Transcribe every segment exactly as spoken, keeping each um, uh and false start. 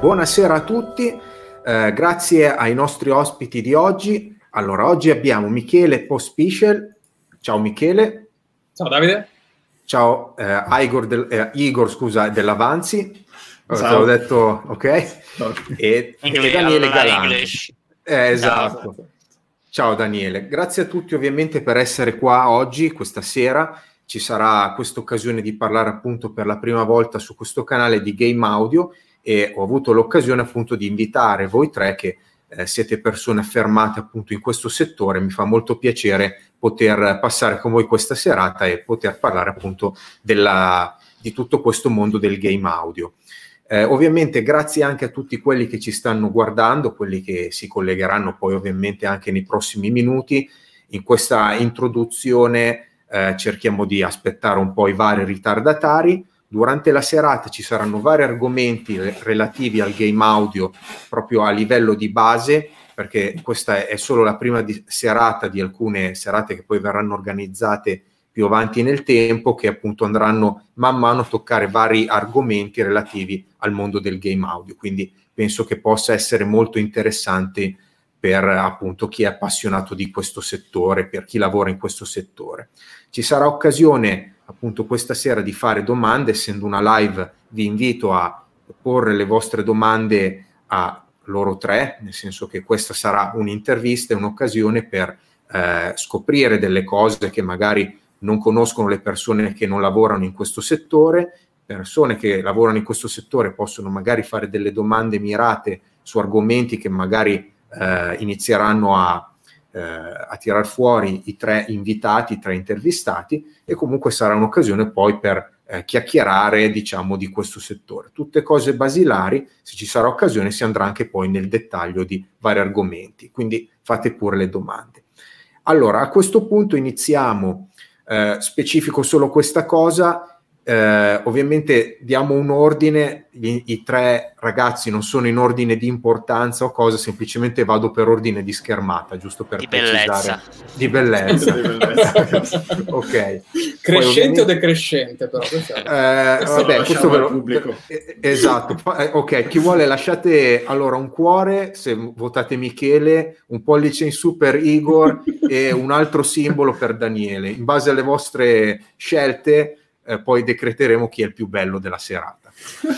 buonasera a tutti, eh, grazie ai nostri ospiti di oggi. Allora, oggi abbiamo Michele Pospišel. Ciao Michele. Ciao Davide. Ciao eh, Igor, del, eh, Igor scusa, dell'Avanzi. Allora, te l'ho detto, ok? No. E, e Daniele Galanti. Eh, esatto. Ciao. Ciao Daniele, grazie a tutti ovviamente per essere qua oggi, questa sera. Ci sarà questa occasione di parlare appunto per la prima volta su questo canale di Game Audio e ho avuto l'occasione appunto di invitare voi tre che eh, siete persone affermate appunto in questo settore. Mi fa molto piacere poter passare con voi questa serata e poter parlare appunto della, di tutto questo mondo del game audio. Eh, ovviamente grazie anche a tutti quelli che ci stanno guardando, quelli che si collegheranno poi ovviamente anche nei prossimi minuti. In questa introduzione eh, cerchiamo di aspettare un po' i vari ritardatari. Durante la serata ci saranno vari argomenti relativi al game audio proprio a livello di base, perché questa è solo la prima di serata di alcune serate che poi verranno organizzate più avanti nel tempo, che appunto andranno man mano a toccare vari argomenti relativi al mondo del game audio. Quindi penso che possa essere molto interessante per appunto chi è appassionato di questo settore, per chi lavora in questo settore. Ci sarà occasione appunto questa sera di fare domande. Essendo una live vi invito a porre le vostre domande a loro tre, nel senso che questa sarà un'intervista e un'occasione per eh, scoprire delle cose che magari non conoscono le persone che non lavorano in questo settore. Persone che lavorano in questo settore possono magari fare delle domande mirate su argomenti che magari eh, inizieranno a Eh, a tirar fuori i tre invitati, i tre intervistati, e comunque sarà un'occasione poi per eh, chiacchierare diciamo di questo settore. Tutte cose basilari, se ci sarà occasione si andrà anche poi nel dettaglio di vari argomenti, quindi fate pure le domande. Allora, a questo punto iniziamo, eh, specifico solo questa cosa. Eh, ovviamente diamo un ordine, I, i tre ragazzi non sono in ordine di importanza o cosa, semplicemente vado per ordine di schermata, giusto per di precisare. Bellezza. Di bellezza. Di bellezza. Ok. Crescente o decrescente però? Eh, questo vabbè, questo ve lo, pubblico. Eh, esatto. Ok, chi vuole lasciate allora un cuore se votate Michele, un pollice in su per Igor e un altro simbolo per Daniele. In base alle vostre scelte Eh, poi decreteremo chi è il più bello della serata.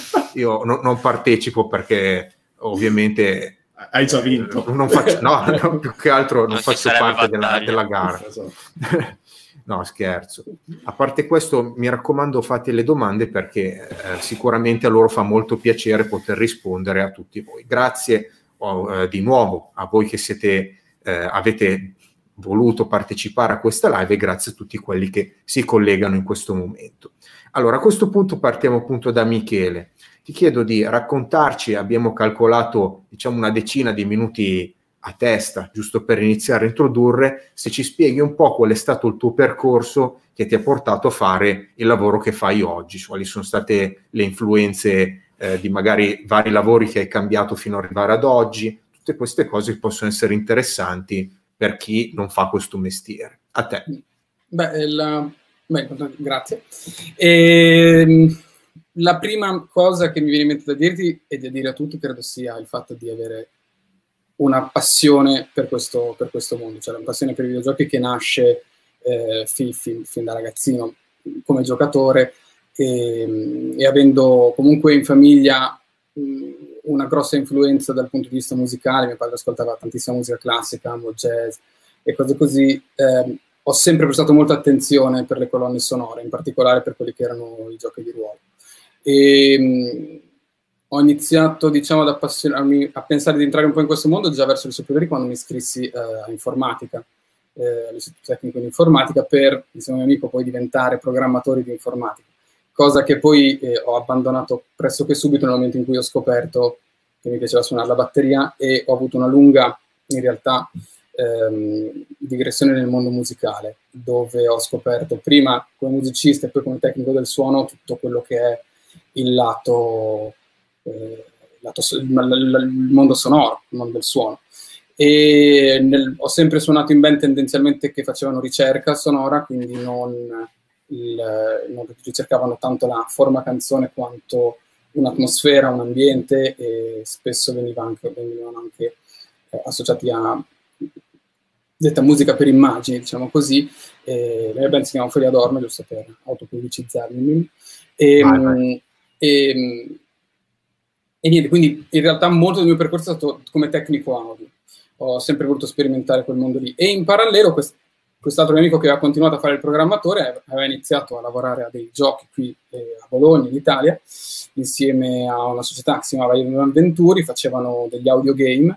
Io no, non partecipo perché ovviamente hai già vinto. Eh, non faccio, no, no, più che altro non, non faccio parte della, della gara. No, scherzo. A parte questo, mi raccomando, fate le domande perché eh, sicuramente a loro fa molto piacere poter rispondere a tutti voi. Grazie oh, eh, di nuovo a voi che siete eh, avete voluto partecipare a questa live e grazie a tutti quelli che si collegano in questo momento. Allora, a questo punto partiamo appunto da Michele. Ti chiedo di raccontarci, abbiamo calcolato diciamo una decina di minuti a testa, giusto per iniziare a introdurre, se ci spieghi un po' qual è stato il tuo percorso che ti ha portato a fare il lavoro che fai oggi, quali sono state le influenze eh, di magari vari lavori che hai cambiato fino ad arrivare ad oggi. Tutte queste cose possono essere interessanti per chi non fa questo mestiere. A te. Beh, la... Beh grazie. E, la prima cosa che mi viene in mente da dirti e da dire a tutti credo sia il fatto di avere una passione per questo, per questo mondo, cioè una passione per i videogiochi che nasce eh, fin, fin, fin da ragazzino come giocatore e, e avendo comunque in famiglia mh, una grossa influenza dal punto di vista musicale. Mio padre ascoltava tantissima musica classica, jazz e cose così. Eh, ho sempre prestato molta attenzione per le colonne sonore, in particolare per quelli che erano i giochi di ruolo. E mh, ho iniziato, diciamo, ad appassionarmi, a pensare di entrare un po' in questo mondo già verso le superiori, quando mi iscrissi eh, a informatica, eh, all'istituto tecnico di informatica, per, insieme a un mio amico, poi diventare programmatori di informatica. Cosa che poi eh, ho abbandonato pressoché subito nel momento in cui ho scoperto che mi piaceva suonare la batteria, e ho avuto una lunga, in realtà, ehm, digressione nel mondo musicale, dove ho scoperto prima come musicista e poi come tecnico del suono tutto quello che è il lato, eh, lato il, il mondo sonoro, il mondo del suono. E nel, ho sempre suonato in band tendenzialmente che facevano ricerca sonora, quindi non... Il, non ricercavano tanto la forma canzone quanto un'atmosfera, un ambiente, e spesso veniva anche, venivano anche eh, associati a detta musica per immagini, diciamo così. Eh, la mia band si chiama Foglia Dorme, giusto per autopubblicizzarmi. E, vai, vai. E, e niente, quindi in realtà molto del mio percorso è stato come tecnico audio. Ho sempre voluto sperimentare quel mondo lì. E in parallelo quest, quest'altro mio amico che ha continuato a fare il programmatore aveva iniziato a lavorare a dei giochi qui eh, a Bologna, in Italia, insieme a una società che si chiamava Ivan Venturi, facevano degli audio game,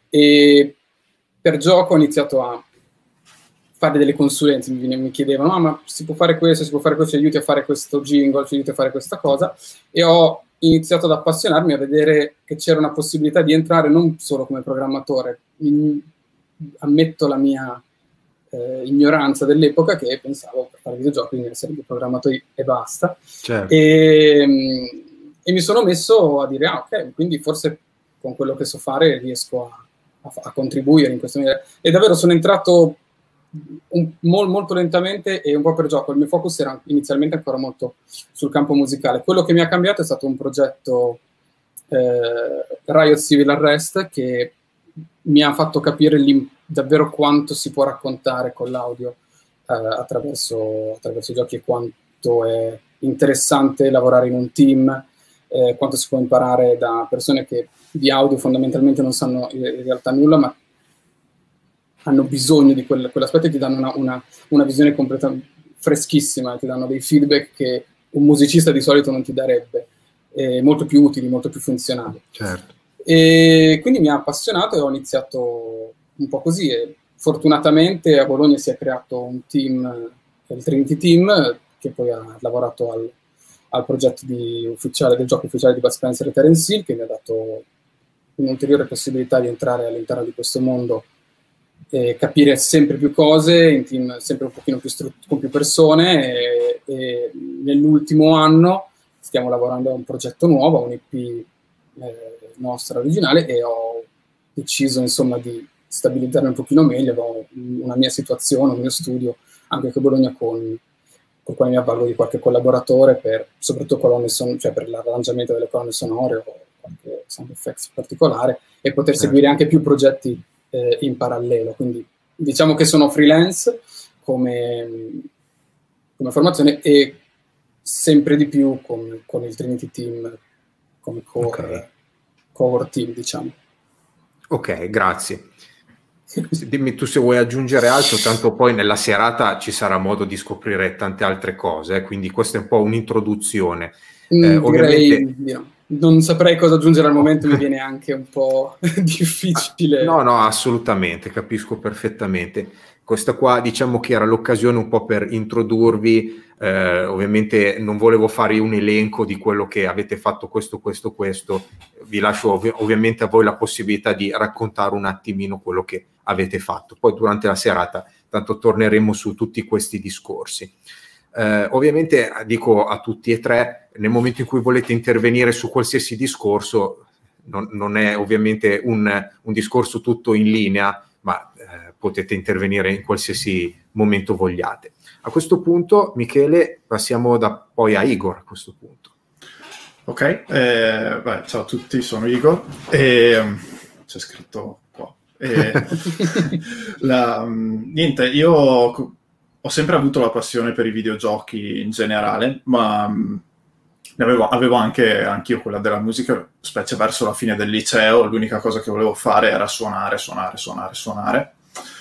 e per gioco ho iniziato a fare delle consulenze, mi, mi chiedevano, ah, ma si può fare questo, si può fare questo, ci aiuti a fare questo jingle, ci aiuti a fare questa cosa, e ho iniziato ad appassionarmi, a vedere che c'era una possibilità di entrare non solo come programmatore. In, ammetto la mia eh, ignoranza dell'epoca, che pensavo per fare videogiochi quindi essere dei programmatori e basta. Certo. E, e mi sono messo a dire, ah ok, quindi forse con quello che so fare riesco a, a, a contribuire in questo maniera. E davvero sono entrato un, mol, molto lentamente e un po' per gioco. Il mio focus era inizialmente ancora molto sul campo musicale. Quello che mi ha cambiato è stato un progetto eh, Riot Civil Arrest, che mi ha fatto capire davvero quanto si può raccontare con l'audio eh, attraverso, attraverso i giochi, e quanto è interessante lavorare in un team, eh, quanto si può imparare da persone che di audio fondamentalmente non sanno in realtà nulla, ma hanno bisogno di quel, quell'aspetto, e ti danno una, una, una visione completamente freschissima, ti danno dei feedback che un musicista di solito non ti darebbe, eh, molto più utili, molto più funzionali. Certo. E quindi mi ha appassionato e ho iniziato un po' così, e fortunatamente a Bologna si è creato un team, il Trinity Team, che poi ha lavorato al, al progetto di ufficiale, del gioco ufficiale di Bud Spencer e Terence Hill, che mi ha dato un'ulteriore possibilità di entrare all'interno di questo mondo e capire sempre più cose in team sempre un pochino più con più persone, e, e nell'ultimo anno stiamo lavorando a un progetto nuovo, a un E P eh, nostra originale, e ho deciso insomma di stabilizzarmi un pochino meglio. Avevo una mia situazione, un mio studio anche a Bologna con, con il quale mi avvalgo di qualche collaboratore per soprattutto colonne son- cioè per l'arrangiamento delle colonne sonore o qualche sound effects particolare, e poter seguire anche più progetti eh, in parallelo. Quindi diciamo che sono freelance come, come formazione, e sempre di più con, con il Trinity Team come core, okay. core team, diciamo. Ok, grazie. Dimmi tu se vuoi aggiungere altro, tanto poi nella serata ci sarà modo di scoprire tante altre cose, eh? Quindi questa è un po' un'introduzione. Mm, eh, ovviamente no. Non saprei cosa aggiungere al momento, mi viene anche un po' difficile. No, no, assolutamente, capisco perfettamente. Questa qua diciamo che era l'occasione un po' per introdurvi, eh, ovviamente non volevo fare un elenco di quello che avete fatto, questo, questo, questo, vi lascio ov- ovviamente a voi la possibilità di raccontare un attimino quello che avete fatto. Poi durante la serata tanto torneremo su tutti questi discorsi. Eh, ovviamente dico a tutti e tre, nel momento in cui volete intervenire su qualsiasi discorso, non, non è ovviamente un, un discorso tutto in linea, ma eh, potete intervenire in qualsiasi momento vogliate. A questo punto, Michele, passiamo da poi a Igor a questo punto. Ok, eh, beh, ciao a tutti, sono Igor e c'è scritto qua. E, la, niente, io ho sempre avuto la passione per i videogiochi in generale, ma ne avevo, avevo anche anch'io quella della musica, specie verso la fine del liceo. L'unica cosa che volevo fare era suonare, suonare, suonare, suonare.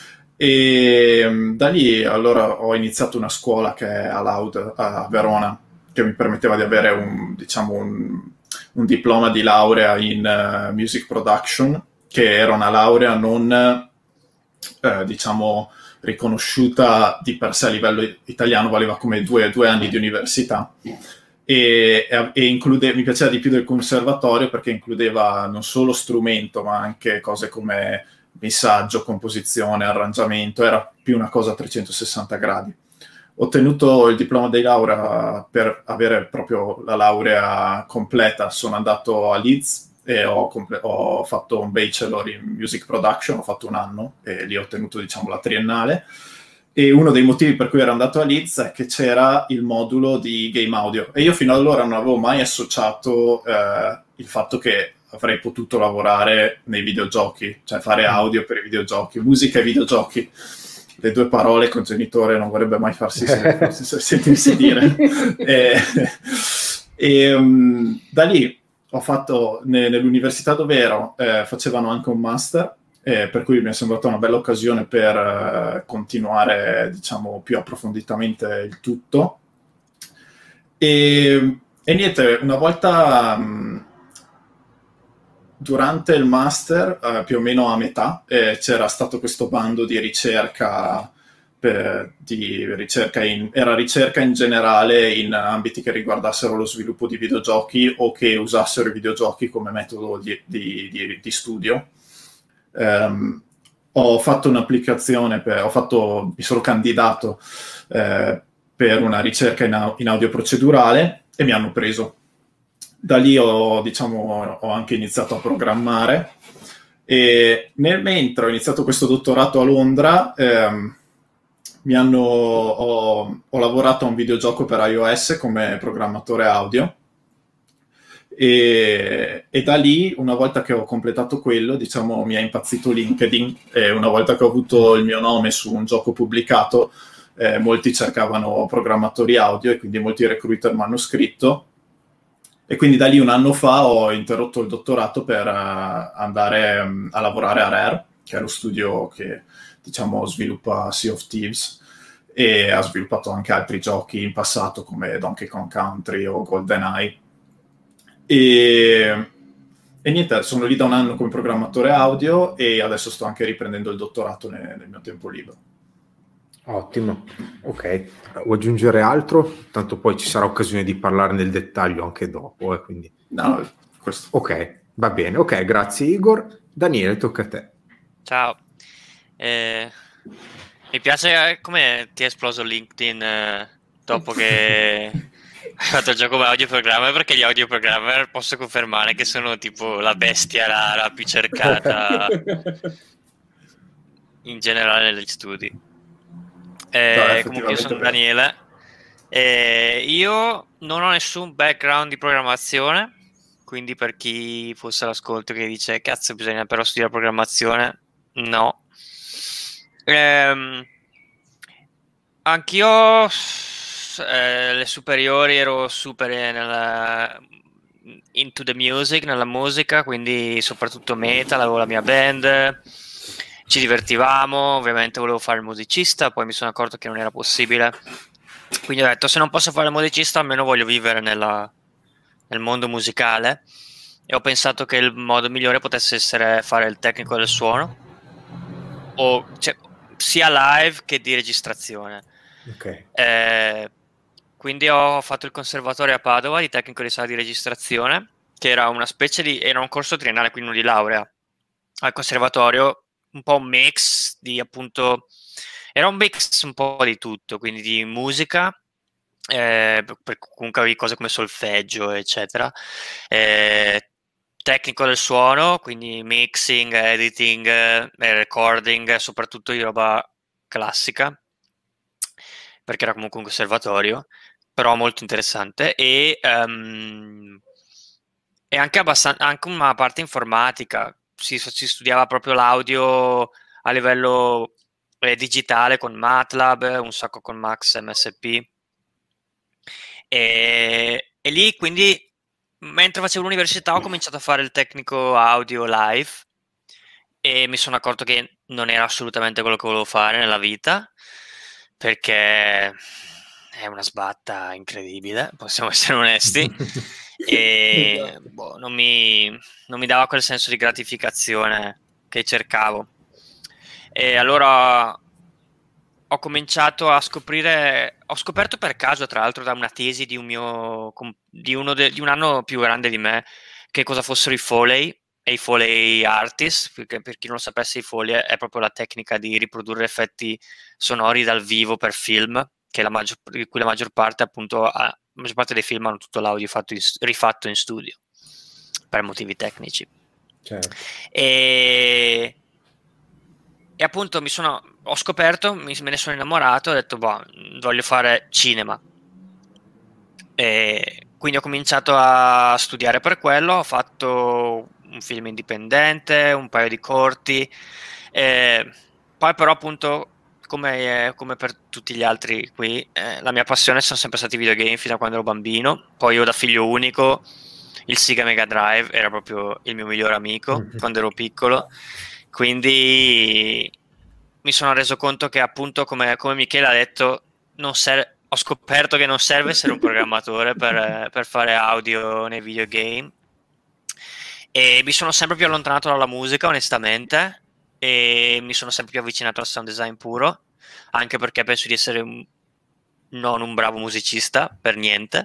E da lì allora ho iniziato una scuola che è a Loud a Verona, che mi permetteva di avere un, diciamo un, un diploma di laurea in uh, music production, che era una laurea non eh, diciamo riconosciuta di per sé a livello italiano, valeva come due, due anni di università, e, e include, mi piaceva di più del conservatorio perché includeva non solo strumento ma anche cose come missaggio, composizione, arrangiamento, era più una cosa a trecentosessanta gradi. Ho ottenuto il diploma di laurea. Per avere proprio la laurea completa sono andato a Leeds e ho, comple- ho fatto un bachelor in music production, ho fatto un anno e lì ho ottenuto diciamo la triennale. e uno dei motivi per cui ero andato a Leeds è che c'era il modulo di game audio, e io fino ad allora non avevo mai associato eh, il fatto che avrei potuto lavorare nei videogiochi, cioè fare audio per i videogiochi, musica e videogiochi. Le due parole che un genitore non vorrebbe mai farsi sentirsi dire. e, e um, da lì ho fatto, ne, nell'università dove ero, eh, facevano anche un master, eh, per cui mi è sembrata una bella occasione per eh, continuare, diciamo, più approfonditamente il tutto. E, e niente, una volta... Um, durante il master, eh, più o meno a metà, eh, c'era stato questo bando di ricerca, per, di ricerca in, era ricerca in generale in ambiti che riguardassero lo sviluppo di videogiochi o che usassero i videogiochi come metodo di, di, di, di studio. Um, ho fatto un'applicazione, per, ho fatto, mi sono candidato eh, per una ricerca in, in audio procedurale e mi hanno preso. Da lì ho, diciamo, ho anche iniziato a programmare, e nel mentre ho iniziato questo dottorato a Londra ehm, mi hanno, ho, ho lavorato a un videogioco per iOS come programmatore audio, e, e da lì, una volta che ho completato quello, diciamo, mi è impazzito LinkedIn, e una volta che ho avuto il mio nome su un gioco pubblicato, eh, molti cercavano programmatori audio e quindi molti recruiter mi hanno scritto. E quindi da lì un anno fa ho interrotto il dottorato per uh, andare um, a lavorare a Rare, che è lo studio che, diciamo, sviluppa Sea of Thieves e ha sviluppato anche altri giochi in passato come Donkey Kong Country o GoldenEye. E, e niente, sono lì da un anno come programmatore audio e adesso sto anche riprendendo il dottorato nel, nel mio tempo libero. Ottimo, ok. Vuoi aggiungere altro? Tanto poi ci sarà occasione di parlare nel dettaglio anche dopo. Eh, quindi... No, questo. Ok, va bene. Ok, grazie Igor. Daniele, tocca a te. Ciao. Eh, mi piace come ti è esploso LinkedIn eh, dopo che hai fatto il gioco come audioprogrammer, perché gli audioprogrammer posso confermare che sono tipo la bestia rara più cercata in generale negli studi. Eh, no, comunque io sono Daniele, eh, io non ho nessun background di programmazione, quindi per chi fosse all'ascolto che dice cazzo bisogna però studiare programmazione, no. Eh, anch'io eh, le superiori ero super nella, into the music, nella musica, quindi soprattutto metal, avevo la mia band. Ci divertivamo, ovviamente volevo fare il musicista, poi mi sono accorto che non era possibile, quindi ho detto se non posso fare il musicista almeno voglio vivere nella, nel mondo musicale, e ho pensato che il modo migliore potesse essere fare il tecnico del suono, o cioè, sia live che di registrazione. Okay. Eh, quindi ho fatto il conservatorio a Padova di tecnico di sala di registrazione, che era una specie di, era un corso triennale, quindi non di laurea. Al conservatorio un po' un mix di, appunto, era un mix un po' di tutto, quindi di musica, eh, per, comunque avevi cose come solfeggio eccetera, eh, tecnico del suono, quindi mixing, editing, eh, recording, soprattutto di roba classica, perché era comunque un conservatorio, però molto interessante, e, um, e anche abbastanza anche una parte informatica. Si, si studiava proprio l'audio a livello eh, digitale con MATLAB, un sacco con Max M S P, e, e lì quindi mentre facevo l'università ho cominciato a fare il tecnico audio live e mi sono accorto che non era assolutamente quello che volevo fare nella vita, perché è una sbatta incredibile, possiamo essere onesti. E boh, non, mi, non mi dava quel senso di gratificazione che cercavo, e allora ho cominciato a scoprire, ho scoperto per caso, tra l'altro da una tesi di un mio di uno de, di un anno più grande di me, che cosa fossero i Foley e i Foley Artist, perché per chi non lo sapesse i Foley è proprio la tecnica di riprodurre effetti sonori dal vivo per film, che la maggior, di cui la maggior parte appunto ha, la maggior parte dei film hanno tutto l'audio fatto in, rifatto in studio per motivi tecnici. Certo. E, e appunto mi sono ho scoperto, mi, me ne sono innamorato, ho detto, boh, voglio fare cinema. E quindi ho cominciato a studiare per quello, ho fatto un film indipendente, un paio di corti, e poi però appunto, come, come per tutti gli altri qui, eh, la mia passione sono sempre stati i videogame fino a quando ero bambino. Poi io da figlio unico, il Sega Mega Drive era proprio il mio migliore amico mm-hmm. quando ero piccolo, quindi mi sono reso conto che appunto, come, come Michele ha detto, non serve, ho scoperto che non serve essere un programmatore per, per fare audio nei videogame, e mi sono sempre più allontanato dalla musica, onestamente, e mi sono sempre più avvicinato al sound design puro, anche perché penso di essere un, non un bravo musicista per niente,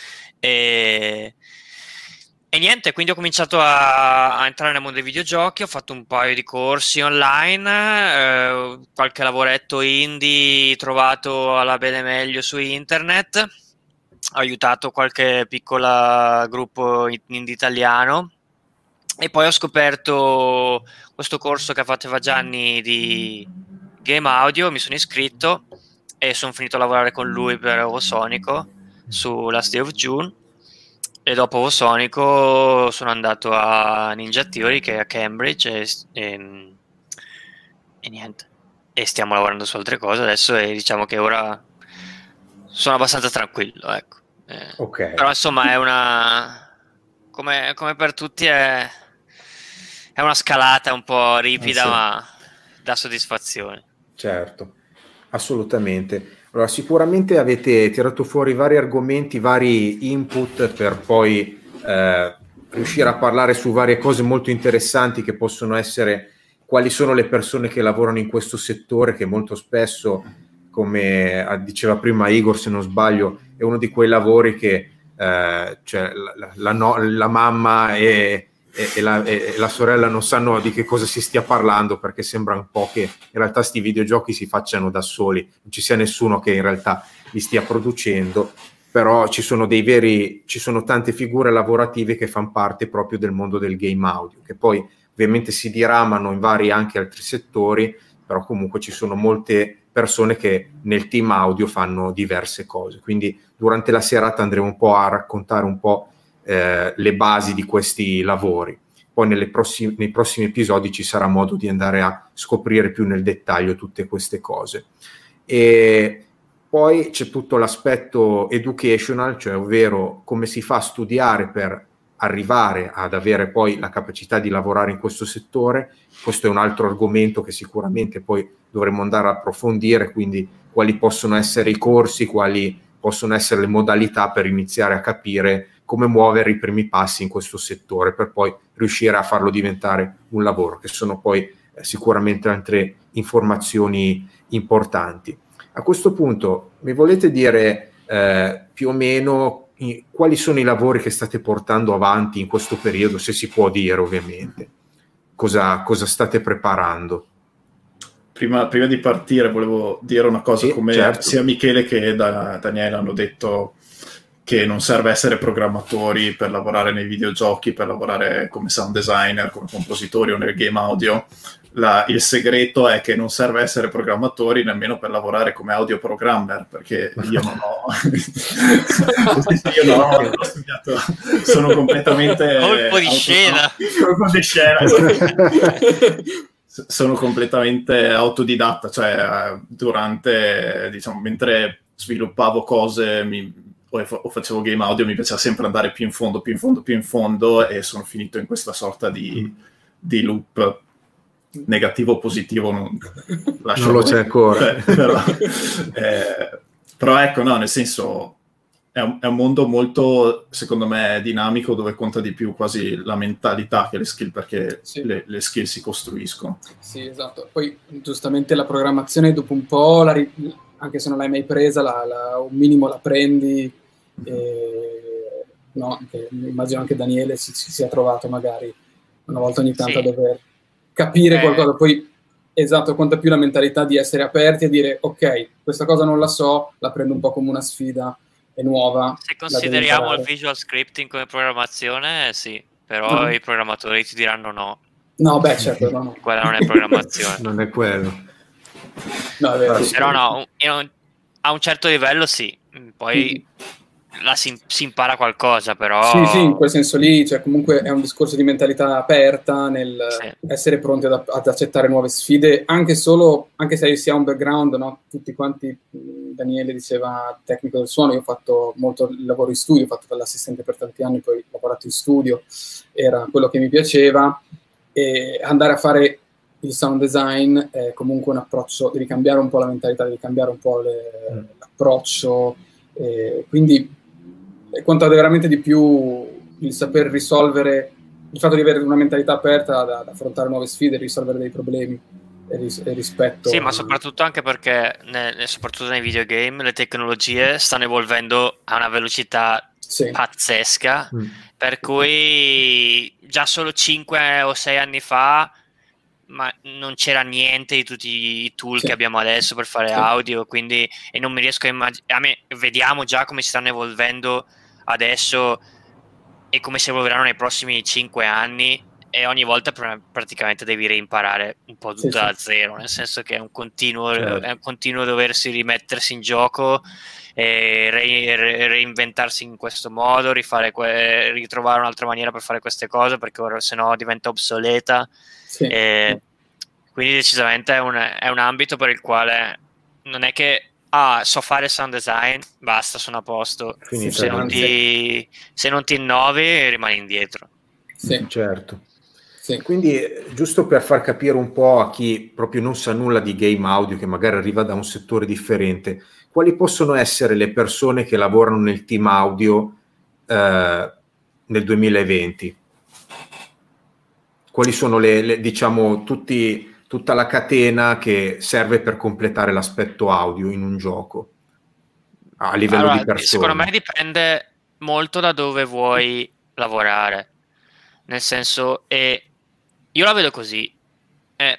e, e niente, quindi ho cominciato a, a entrare nel mondo dei videogiochi, ho fatto un paio di corsi online, eh, qualche lavoretto indie trovato alla bene meglio su internet, ho aiutato qualche piccola gruppo indie italiano, e poi ho scoperto questo corso che faceva Gianni di game audio, mi sono iscritto e sono finito a lavorare con lui per Ovosonico su Last Day of June, e dopo Ovosonico sono andato a Ninja Theory, che è a Cambridge, e, e, e niente, e stiamo lavorando su altre cose adesso, e diciamo che ora sono abbastanza tranquillo, ecco. Eh, okay. Però insomma è una, come, come per tutti è È una scalata un po' ripida, eh sì. ma dà soddisfazione. Certo, assolutamente. Allora, sicuramente avete tirato fuori vari argomenti, vari input per poi eh, riuscire a parlare su varie cose molto interessanti, che possono essere quali sono le persone che lavorano in questo settore, che molto spesso, come diceva prima Igor, se non sbaglio, è uno di quei lavori che eh, cioè, la, la, la, la mamma e E la, e la sorella non sanno di che cosa si stia parlando, perché sembra un po' che in realtà sti videogiochi si facciano da soli, non ci sia nessuno che in realtà li stia producendo, però ci sono dei veri, ci sono tante figure lavorative che fanno parte proprio del mondo del game audio, che poi ovviamente si diramano in vari anche altri settori, però comunque ci sono molte persone che nel team audio fanno diverse cose, quindi durante la serata andremo un po' a raccontare un po' Eh, le basi di questi lavori. Poi nelle prossime, nei prossimi episodi ci sarà modo di andare a scoprire più nel dettaglio tutte queste cose. E poi c'è tutto l'aspetto educational, cioè ovvero come si fa a studiare per arrivare ad avere poi la capacità di lavorare in questo settore. Questo è un altro argomento che sicuramente poi dovremo andare a approfondire, quindi quali possono essere i corsi, quali possono essere le modalità per iniziare a capire come muovere i primi passi in questo settore per poi riuscire a farlo diventare un lavoro, che sono poi eh, sicuramente altre informazioni importanti. A questo punto mi volete dire eh, più o meno i, quali sono i lavori che state portando avanti in questo periodo, se si può dire ovviamente, cosa, cosa state preparando? Prima, prima di partire volevo dire una cosa, sì, come certo. sia Michele che da, Daniele hanno detto che non serve essere programmatori per lavorare nei videogiochi, per lavorare come sound designer, come compositori o nel game audio. La, il segreto è che non serve essere programmatori nemmeno per lavorare come audio programmer, perché io non ho io non ho, ho studiato, sono completamente colpo di scena colpo di scena sono completamente autodidatta, cioè durante, diciamo, mentre sviluppavo cose mi o facevo game audio mi piaceva sempre andare più in fondo, più in fondo, più in fondo, e sono finito in questa sorta di, di loop negativo o positivo, non, non lo c'è ancora. Eh, però, eh, però ecco, no, nel senso è un, è un mondo molto, secondo me, dinamico, dove conta di più quasi la mentalità che le skill, perché sì. le, le skill si costruiscono. Sì, esatto. Poi giustamente la programmazione dopo un po', la ri- anche se non l'hai mai presa, la, la, un minimo la prendi. E, no, anche, immagino anche Daniele si, si sia trovato magari una volta ogni tanto sì. a dover capire eh. qualcosa. Poi esatto, conta più la mentalità di essere aperti e dire ok, questa cosa non la so, la prendo un po' come una sfida, è nuova. Se consideriamo il visual scripting come programmazione, sì, però no. i programmatori ti diranno no. No, beh, certo, no, no. Quella non è programmazione. Non è quello. No, è vero. Però no, a un certo livello sì, poi mm. la si, si impara qualcosa, però... Sì, sì, in quel senso lì, cioè comunque è un discorso di mentalità aperta, nel sì. essere pronti ad, ad accettare nuove sfide, anche solo, anche se si ha un background, no? Tutti quanti, Daniele diceva tecnico del suono, io ho fatto molto lavoro in studio, ho fatto l'assistente per tanti anni, poi ho lavorato in studio, era quello che mi piaceva, e andare a fare il sound design è comunque un approccio, devi cambiare un po' la mentalità, devi cambiare un po' le, mm. l'approccio, e quindi conta veramente di più il saper risolvere, il fatto di avere una mentalità aperta ad, ad affrontare nuove sfide, risolvere dei problemi e, ris- e rispetto. Sì, a... ma soprattutto anche perché, ne, soprattutto nei videogame, le tecnologie stanno evolvendo a una velocità sì. pazzesca, mm. per cui già solo cinque o sei anni fa ma non c'era niente di tutti i tool sì. che abbiamo adesso per fare sì. audio, quindi e non mi riesco a immaginare, vediamo già come si stanno evolvendo adesso e come si evolveranno nei prossimi cinque anni, e ogni volta pr- praticamente devi reimparare un po' tutto sì, da sì. zero, nel senso che è un continuo certo. è un continuo doversi rimettersi in gioco e re- re- reinventarsi in questo modo, rifare que- ritrovare un'altra maniera per fare queste cose, perché ora se no diventa obsoleta. Sì. E quindi decisamente è un, è un ambito per il quale non è che ah, so fare sound design, basta, sono a posto. Se non, ti, se non ti innovi rimani indietro. Sì. Certo. Sì. Quindi giusto per far capire un po' a chi proprio non sa nulla di game audio, che magari arriva da un settore differente, quali possono essere le persone che lavorano nel team audio eh, nel duemilaventi? Quali sono le, le diciamo tutti, tutta la catena che serve per completare l'aspetto audio in un gioco a livello allora, di persone? Secondo me dipende molto da dove vuoi lavorare, nel senso, e io la vedo così, eh,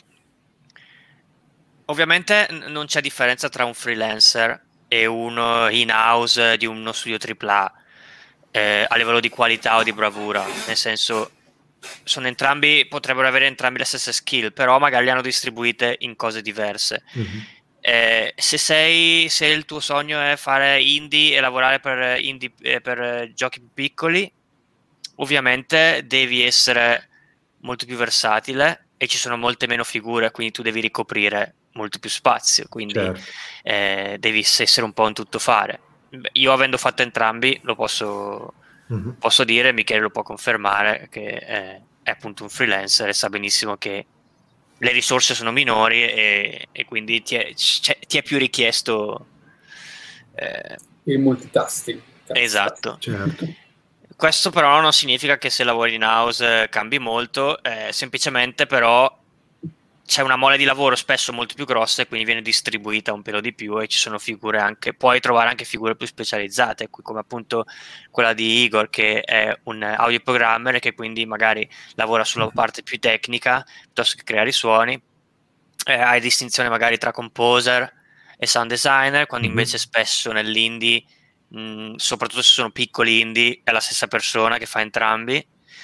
ovviamente non c'è differenza tra un freelancer e uno in-house di uno studio tripla A eh, a livello di qualità o di bravura, nel senso sono entrambi, potrebbero avere entrambi le stesse skill, però magari le hanno distribuite in cose diverse. Mm-hmm. Eh, se sei se il tuo sogno è fare indie e lavorare per indie eh, per giochi più piccoli, ovviamente devi essere molto più versatile e ci sono molte meno figure, quindi tu devi ricoprire molto più spazio, quindi certo. eh, devi essere un po' un tuttofare. Io avendo fatto entrambi lo posso mm-hmm. posso dire, Michele lo può confermare, che è, è appunto un freelancer e sa benissimo che le risorse sono minori e, e quindi ti è, ti è più richiesto eh, il multitasking. Esatto. Certo. Questo però non significa che se lavori in house cambi molto, eh, semplicemente però c'è una mole di lavoro spesso molto più grossa e quindi viene distribuita un pelo di più e ci sono figure anche, puoi trovare anche figure più specializzate, come appunto quella di Igor, che è un audio programmer e che quindi magari lavora sulla parte più tecnica piuttosto che creare i suoni. Eh, hai distinzione magari tra composer e sound designer, quando mm-hmm. invece spesso nell'indie, mh, soprattutto se sono piccoli indie, è la stessa persona che fa entrambi.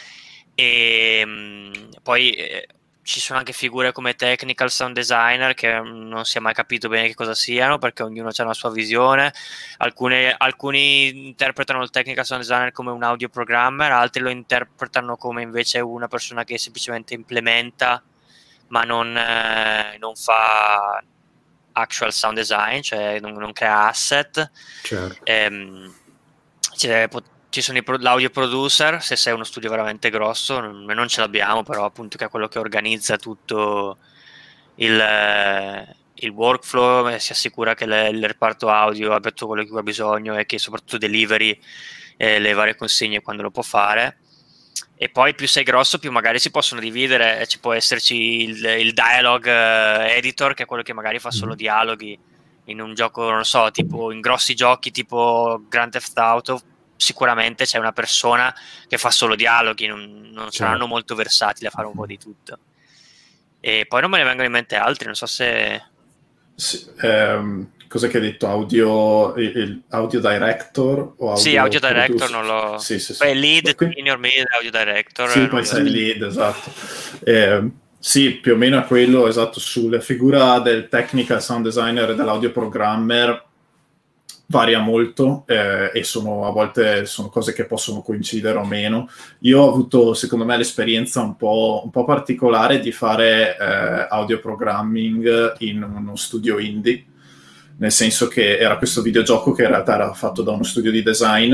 E mh, poi eh, ci sono anche figure come technical sound designer che non si è mai capito bene che cosa siano, perché ognuno ha una sua visione. Alcune, alcuni interpretano il technical sound designer come un audio programmer, altri lo interpretano come invece una persona che semplicemente implementa ma non, eh, non fa actual sound design, cioè non, non crea asset. Certo. Ehm, cioè, ci sono i pro- l'audio producer, se sei uno studio veramente grosso, noi non ce l'abbiamo, però appunto che è quello che organizza tutto il, eh, il workflow, eh, si assicura che le, il reparto audio abbia tutto quello che ha bisogno e che soprattutto delivery eh, le varie consegne quando lo può fare. E poi più sei grosso più magari si possono dividere, ci può esserci il, il dialogue eh, editor, che è quello che magari fa solo dialoghi in un gioco, non so, tipo in grossi giochi tipo Grand Theft Auto. Sicuramente c'è una persona che fa solo dialoghi, non, non saranno molto versatili a fare un po' di tutto. E poi non me ne vengono in mente altri, non so se... Sì, ehm, cos'è che hai detto? Audio, il, il audio director? O audio sì, audio director producer? non lo... Sì, sì, sì. Poi lead, Quindi... senior, mid, audio director. Sì, poi sei il lead, esatto. Eh, Sì, più o meno è quello, esatto. Sulla figura del technical sound designer e dell'audio programmer varia molto eh, e sono, a volte sono cose che possono coincidere o meno. Io ho avuto, secondo me, l'esperienza un po', un po' particolare di fare eh, audio programming in uno studio indie, nel senso che era questo videogioco che in realtà era fatto da uno studio di design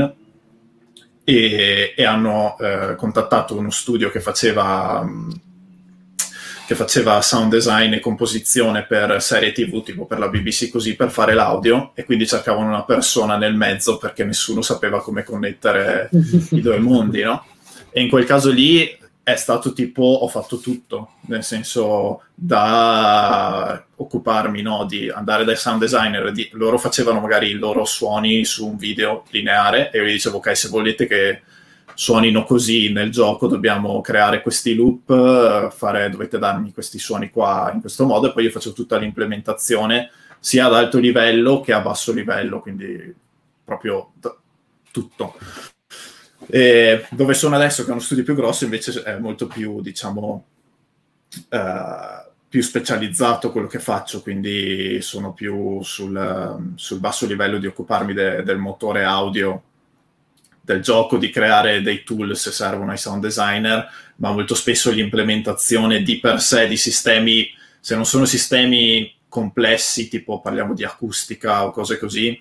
e, e hanno eh, contattato uno studio che faceva... che faceva sound design e composizione per serie tivù, tipo per la B B C, così, per fare l'audio, e quindi cercavano una persona nel mezzo perché nessuno sapeva come connettere i due mondi, no? E in quel caso lì è stato tipo, ho fatto tutto, nel senso, da occuparmi, no, di andare dai sound designer, di, loro facevano magari i loro suoni su un video lineare e io gli dicevo, ok, se volete che suonino così nel gioco, dobbiamo creare questi loop, fare, dovete darmi questi suoni qua in questo modo, e poi io faccio tutta l'implementazione sia ad alto livello che a basso livello, quindi proprio t- tutto. E dove sono adesso, che è uno studio più grosso, invece è molto più, diciamo, eh, più specializzato quello che faccio, quindi sono più sul, sul basso livello di occuparmi de- del motore audio del gioco, di creare dei tool se servono ai sound designer, ma molto spesso l'implementazione di per sé di sistemi, se non sono sistemi complessi, tipo parliamo di acustica o cose così,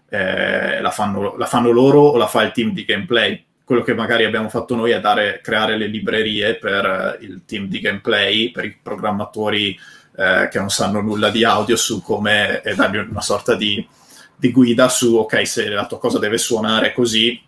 eh, la, fanno, la fanno loro o la fa il team di gameplay. Quello che magari abbiamo fatto noi è dare, creare le librerie per il team di gameplay, per i programmatori eh, che non sanno nulla di audio, su come, e dargli una sorta di, di guida su, ok, se la tua cosa deve suonare così,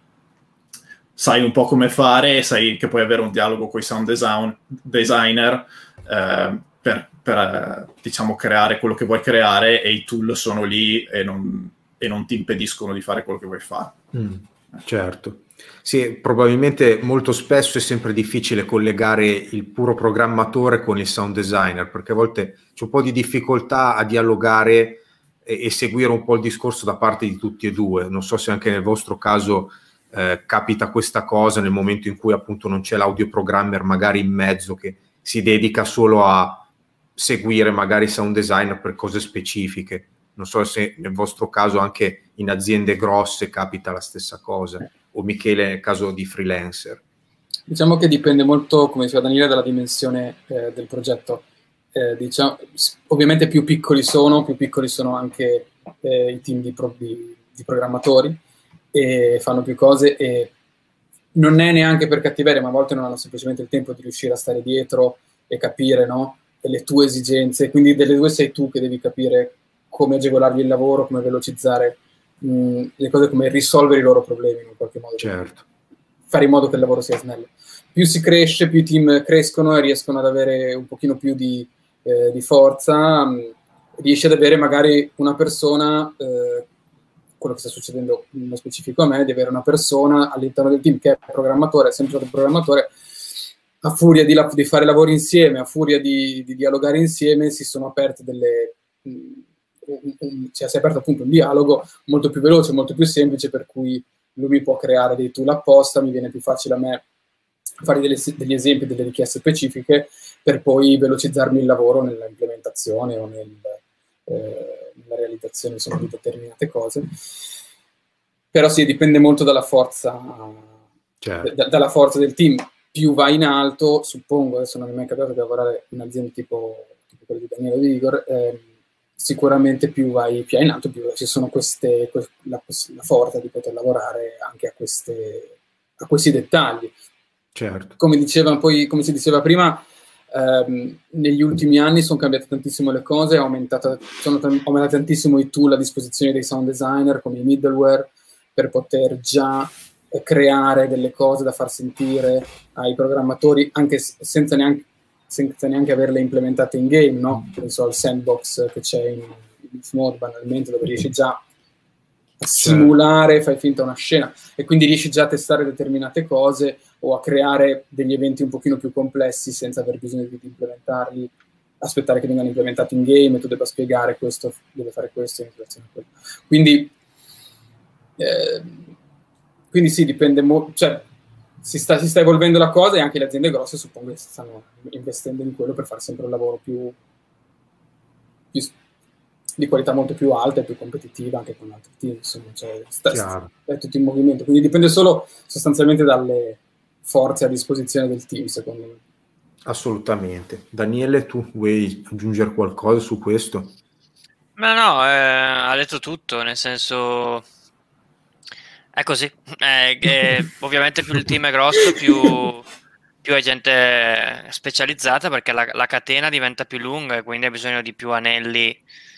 sai un po' come fare, sai che puoi avere un dialogo con i sound design, designer eh, per, per eh, diciamo, creare quello che vuoi creare, e i tool sono lì e non, e non ti impediscono di fare quello che vuoi fare. Mm, certo. Sì, probabilmente molto spesso è sempre difficile collegare il puro programmatore con il sound designer, perché a volte c'è un po' di difficoltà a dialogare e, e seguire un po' il discorso da parte di tutti e due. Non so se anche nel vostro caso Eh, capita questa cosa nel momento in cui appunto non c'è l'audioprogrammer magari in mezzo che si dedica solo a seguire magari sound designer per cose specifiche. Non so se nel vostro caso anche in aziende grosse capita la stessa cosa, o Michele nel caso di freelancer. Diciamo che dipende molto, come diceva Daniele, dalla dimensione eh, del progetto. Eh, diciamo, ovviamente più piccoli sono, più piccoli sono anche eh, i team di, pro, di, di programmatori, e fanno più cose, e non è neanche per cattiveria, ma a volte non hanno semplicemente il tempo di riuscire a stare dietro e capire, no, le tue esigenze, quindi delle due sei tu che devi capire come agevolargli il lavoro, come velocizzare mh, le cose, come risolvere i loro problemi in qualche modo, certo, fare in modo che il lavoro sia snello. Più si cresce, più i team crescono e riescono ad avere un pochino più di, eh, di forza, mh, riesci ad avere magari una persona eh, quello che sta succedendo nello specifico a me, di avere una persona all'interno del team che è programmatore, è sempre stato programmatore, a furia di, la, di fare lavori insieme, a furia di, di dialogare insieme, si sono aperte delle... Um, um, um, cioè si è aperto appunto un dialogo molto più veloce, molto più semplice, per cui lui mi può creare dei tool apposta, mi viene più facile a me fare delle, degli esempi, delle richieste specifiche, per poi velocizzarmi il lavoro nella implementazione o nel... Eh, la realizzazione, insomma, di determinate cose. Però sì, dipende molto dalla forza, certo. d- dalla forza del team. Più vai in alto, suppongo, adesso non mi è mai capitato di lavorare in aziende tipo, tipo quelle di Daniele o di Igor, eh, sicuramente più vai più in alto, più ci sono queste, que- la, la forza di poter lavorare anche a, queste, a questi dettagli. Certo. Come diceva poi, come si diceva prima, Um, negli ultimi anni sono cambiate tantissimo le cose, aumentato, sono t- aumentati tantissimo i tool a disposizione dei sound designer, come i middleware, per poter già eh, creare delle cose da far sentire ai programmatori, anche s- senza, neanche, senza neanche averle implementate in game, no? Penso al sandbox che c'è in, in Mode, banalmente, dove riesci già a simulare, fai finta una scena, e quindi riesci già a testare determinate cose o a creare degli eventi un pochino più complessi senza aver bisogno di implementarli, aspettare che vengano implementati in game e tu debba spiegare questo, deve fare questo, in relazione a quello. Quindi, eh, quindi sì, dipende molto, cioè, si sta, si sta evolvendo la cosa, e anche le aziende grosse suppongo che stanno investendo in quello per fare sempre un lavoro più, più di qualità molto più alta e più competitiva anche con altri team, insomma, cioè, sta, sta, è tutto in movimento, quindi dipende solo sostanzialmente dalle forze a disposizione del team, secondo me. Assolutamente. Daniele, tu vuoi aggiungere qualcosa su questo? Ma no, eh, ha detto tutto, nel senso è così. Eh, eh, ovviamente più il team è grosso, più, più è gente specializzata, perché la, la catena diventa più lunga e quindi ha bisogno di più anelli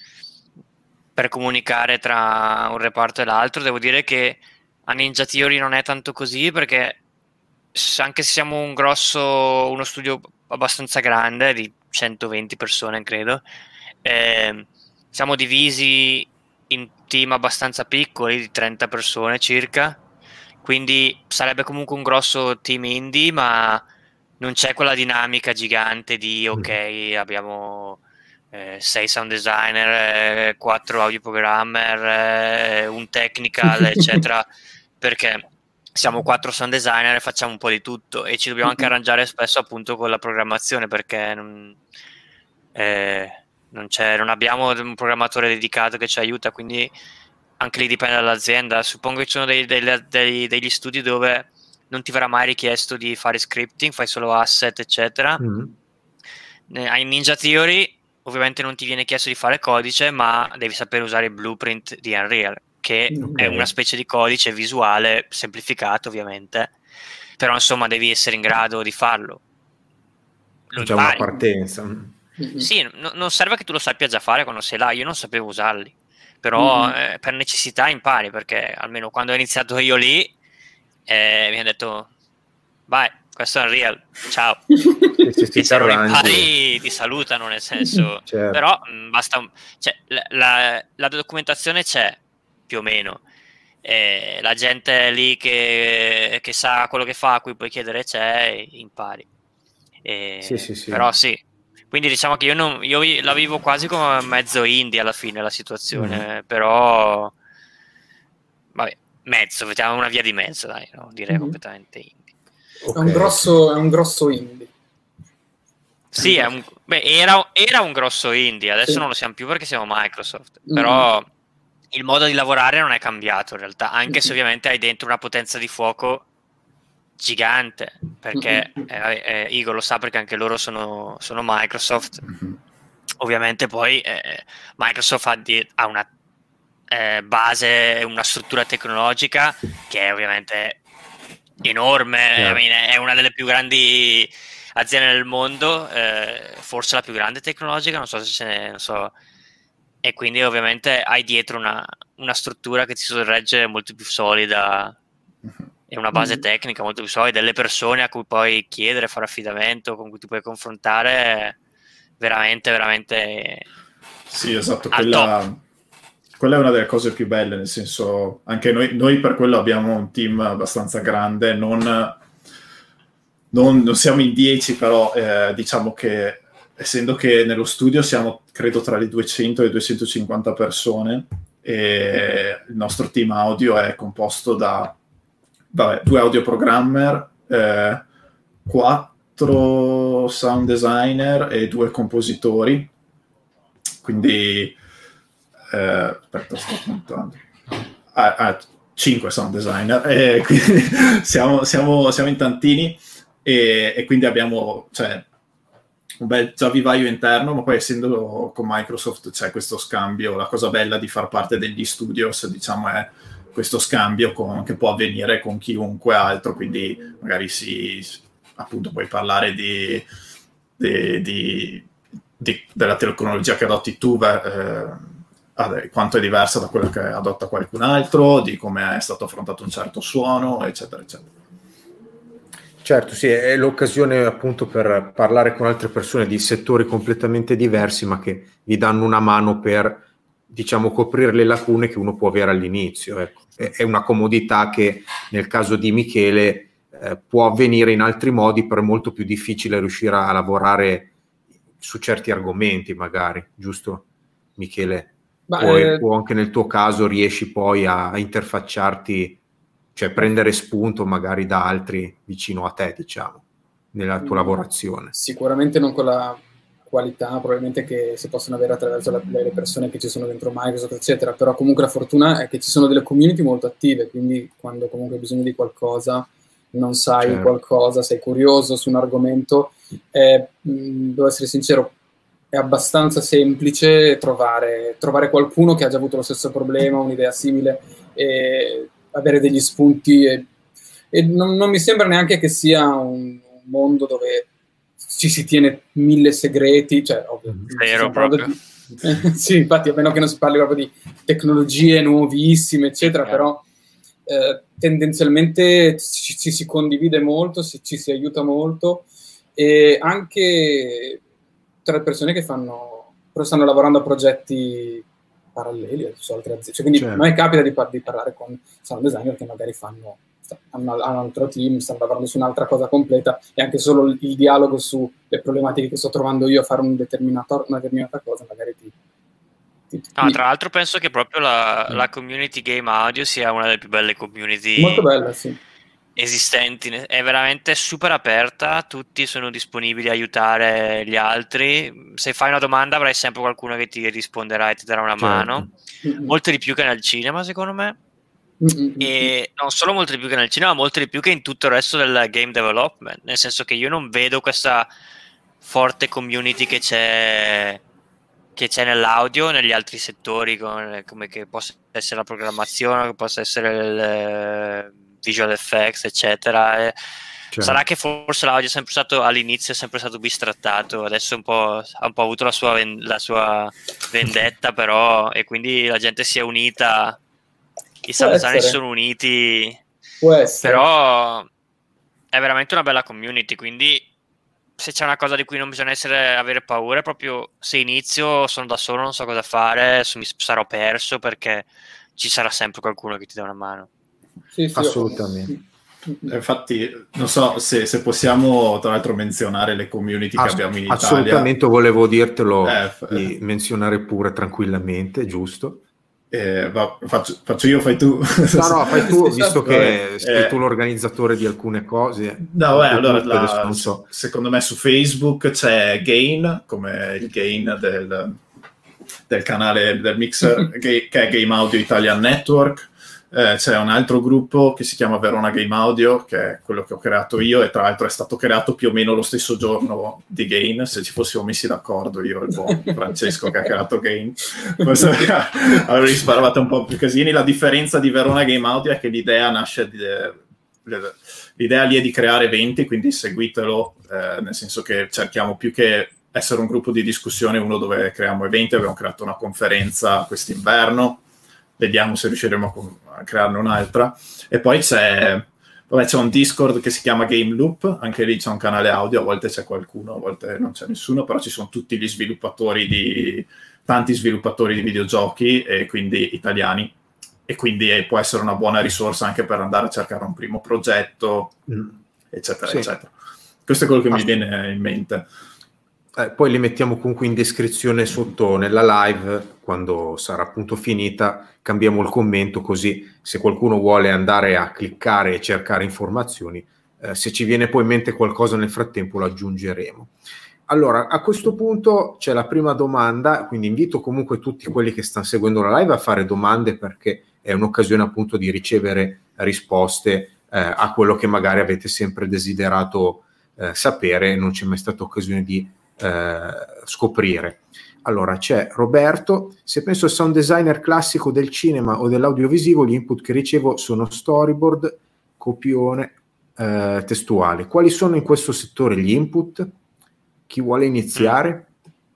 per comunicare tra un reparto e l'altro. Devo dire che a Ninja Theory non è tanto così, perché anche se siamo un grosso, uno studio abbastanza grande di centoventi persone credo, eh, siamo divisi in team abbastanza piccoli di trenta persone circa, quindi sarebbe comunque un grosso team indie, ma non c'è quella dinamica gigante di ok, mm. abbiamo eh, sei sound designer, eh, quattro audio programmer, eh, un technical eccetera, perché siamo quattro sound designer e facciamo un po' di tutto e ci dobbiamo anche arrangiare spesso appunto con la programmazione, perché non, eh, non, c'è, non abbiamo un programmatore dedicato che ci aiuta, quindi anche lì dipende dall'azienda. Suppongo che ci sono dei, dei, dei, degli studi dove non ti verrà mai richiesto di fare scripting, fai solo asset eccetera. Mm-hmm. In Ninja Theory ovviamente non ti viene chiesto di fare codice, ma devi sapere usare il blueprint di Unreal, che okay. è una specie di codice visuale semplificato ovviamente, però insomma devi essere in grado di farlo. Lo C'è impari. Una partenza. Mm-hmm. Sì, no, non serve che tu lo sappia già fare quando sei là, io non sapevo usarli, però mm-hmm. eh, per necessità impari, perché almeno quando ho iniziato io lì eh, mi hanno detto vai, questo è Unreal, ciao. e se, se non impari ti salutano, nel senso, certo. Però mh, basta un, cioè, la, la, la documentazione c'è più o meno, eh, la gente lì che, che sa quello che fa, a cui puoi chiedere c'è, e impari. Eh, sì, sì, sì. Però sì, quindi diciamo che io, non, io la vivo quasi come mezzo indie alla fine la situazione, mm. però vabbè, mezzo, mettiamo una via di mezzo, dai, no? Direi mm. completamente indie. Okay. È un grosso, è un grosso indie. Sì, è un, beh, era, era un grosso indie, adesso sì. non lo siamo più perché siamo Microsoft, mm. però il modo di lavorare non è cambiato in realtà, anche mm. se ovviamente hai dentro una potenza di fuoco gigante, perché mm. eh, eh, Igor lo sa perché anche loro sono, sono Microsoft. Mm. Ovviamente poi eh, Microsoft ha, di, ha una eh, base, una struttura tecnologica che è ovviamente enorme, yeah. I mean, è una delle più grandi aziende del mondo, eh, forse la più grande tecnologica, non so se ce n'è, non so, e quindi ovviamente hai dietro una, una struttura che ti sorregge molto più solida e una base mm. tecnica molto più solida, delle persone a cui puoi chiedere, fare affidamento, con cui ti puoi confrontare, veramente, veramente sì, esatto, quella, quella è una delle cose più belle, nel senso, anche noi, noi per quello abbiamo un team abbastanza grande, non, non, non siamo in dieci, però eh, diciamo che essendo che nello studio siamo credo tra le duecento e le duecentocinquanta persone, e il nostro team audio è composto da vabbè, due audio programmer, eh, quattro sound designer e due compositori, quindi eh, aspetta, sto contando ah, ah, cinque sound designer, e quindi siamo, siamo, siamo in tantini, e, e quindi abbiamo cioè, un bel già vivaio interno, ma poi essendo con Microsoft c'è questo scambio. La cosa bella di far parte degli studios, diciamo, è questo scambio con, che può avvenire con chiunque altro, quindi magari si appunto puoi parlare di, di, di, di della tecnologia che adotti tu, eh, quanto è diversa da quella che adotta qualcun altro, di come è stato affrontato un certo suono, eccetera, eccetera. Certo, sì, è l'occasione appunto per parlare con altre persone di settori completamente diversi, ma che vi danno una mano per, diciamo, coprire le lacune che uno può avere all'inizio. Ecco. È una comodità che nel caso di Michele eh, può avvenire in altri modi, però è molto più difficile riuscire a lavorare su certi argomenti, magari, giusto Michele? Ma, o, eh... o anche nel tuo caso riesci poi a, a interfacciarti cioè prendere spunto magari da altri vicino a te, diciamo, nella tua mm. lavorazione. Sicuramente non con la qualità probabilmente che si possono avere attraverso la, le persone che ci sono dentro Microsoft, eccetera, però comunque la fortuna è che ci sono delle community molto attive, quindi quando comunque hai bisogno di qualcosa, non sai certo. qualcosa, sei curioso su un argomento, eh, mh, devo essere sincero, è abbastanza semplice trovare, trovare qualcuno che ha già avuto lo stesso problema, un'idea simile, e avere degli spunti, e, e non, non mi sembra neanche che sia un, un mondo dove ci si tiene mille segreti, cioè ovvio, vero proprio. Di, eh, sì, infatti, a meno che non si parli proprio di tecnologie nuovissime, eccetera, sì, però eh, tendenzialmente ci, ci si condivide molto, si, ci si aiuta molto, e anche tra le persone che fanno, però stanno lavorando a progetti paralleli su altre aziende, cioè, quindi certo. a me capita di, par- di parlare con sound designer che magari fanno hanno un altro team, stanno lavorando su un'altra cosa completa, e anche solo il, il dialogo sulle problematiche che sto trovando io a fare un determinato, una determinata cosa magari ti, ti, ti... Ah, tra l'altro penso che proprio la, mm. la community game audio sia una delle più belle community molto bella, sì. esistenti, è veramente super aperta, tutti sono disponibili a aiutare gli altri, se fai una domanda avrai sempre qualcuno che ti risponderà e ti darà una certo. mano, mm-hmm. molto di più che nel cinema secondo me. Mm-hmm. E non solo molto di più che nel cinema, ma molto di più che in tutto il resto del game development, nel senso che io non vedo questa forte community che c'è che c'è nell'audio, negli altri settori, come, come che possa essere la programmazione, che possa essere il visual effects, eccetera. E certo. Sarà che forse l'audio è sempre stato, all'inizio è sempre stato bistrattato, adesso un po', ha un po' avuto la sua, la sua vendetta, però, e quindi la gente si è unita, i sound designer si sono uniti, però è veramente una bella community, quindi se c'è una cosa di cui non bisogna essere, avere paura, è proprio se inizio, sono da solo, non so cosa fare, mi sarò perso, perché ci sarà sempre qualcuno che ti dà una mano. Sì, sì, assolutamente. Infatti non so se, se possiamo tra l'altro menzionare le community Ass- che abbiamo in Italia. Assolutamente, volevo dirtelo, eh, di eh. menzionare pure tranquillamente, giusto? Eh, va, faccio, faccio io, fai tu. No, no, fai tu, visto che sei eh, tu l'organizzatore di alcune cose. No, beh, allora, tutto, la, non so. Secondo me su Facebook c'è Gain, come il Gain del, del canale del Mixer, che è Game Audio Italian Network. Eh, c'è un altro gruppo che si chiama Verona Game Audio, che è quello che ho creato io, e tra l'altro è stato creato più o meno lo stesso giorno di Gain, se ci fossimo messi d'accordo io e il buon Francesco che ha creato Gain, forse avrei sparato un po' più casini. La differenza di Verona Game Audio è che l'idea nasce di, l'idea lì è di creare eventi, quindi seguitelo, eh, nel senso che cerchiamo più che essere un gruppo di discussione, uno dove creiamo eventi. Abbiamo creato una conferenza quest'inverno, vediamo se riusciremo a crearne un'altra, e poi c'è, vabbè, c'è un Discord che si chiama Game Loop, anche lì c'è un canale audio, a volte c'è qualcuno, a volte non c'è nessuno, però ci sono tutti gli sviluppatori di tanti sviluppatori di videogiochi, e quindi italiani, e quindi può essere una buona risorsa anche per andare a cercare un primo progetto, mm. eccetera, sì. eccetera. Questo è quello che ah. mi viene in mente. Eh, poi li mettiamo comunque in descrizione sotto nella live, quando sarà appunto finita cambiamo il commento, così se qualcuno vuole andare a cliccare e cercare informazioni, eh, se ci viene poi in mente qualcosa nel frattempo lo aggiungeremo. Allora, a questo punto c'è la prima domanda, quindi invito comunque tutti quelli che stanno seguendo la live a fare domande, perché è un'occasione appunto di ricevere risposte eh, a quello che magari avete sempre desiderato eh, sapere e non c'è mai stata occasione di Eh, scoprire. Allora c'è Roberto: se penso al sound designer classico del cinema o dell'audiovisivo, gli input che ricevo sono storyboard, copione, eh, testuale. Quali sono in questo settore gli input? Chi vuole iniziare?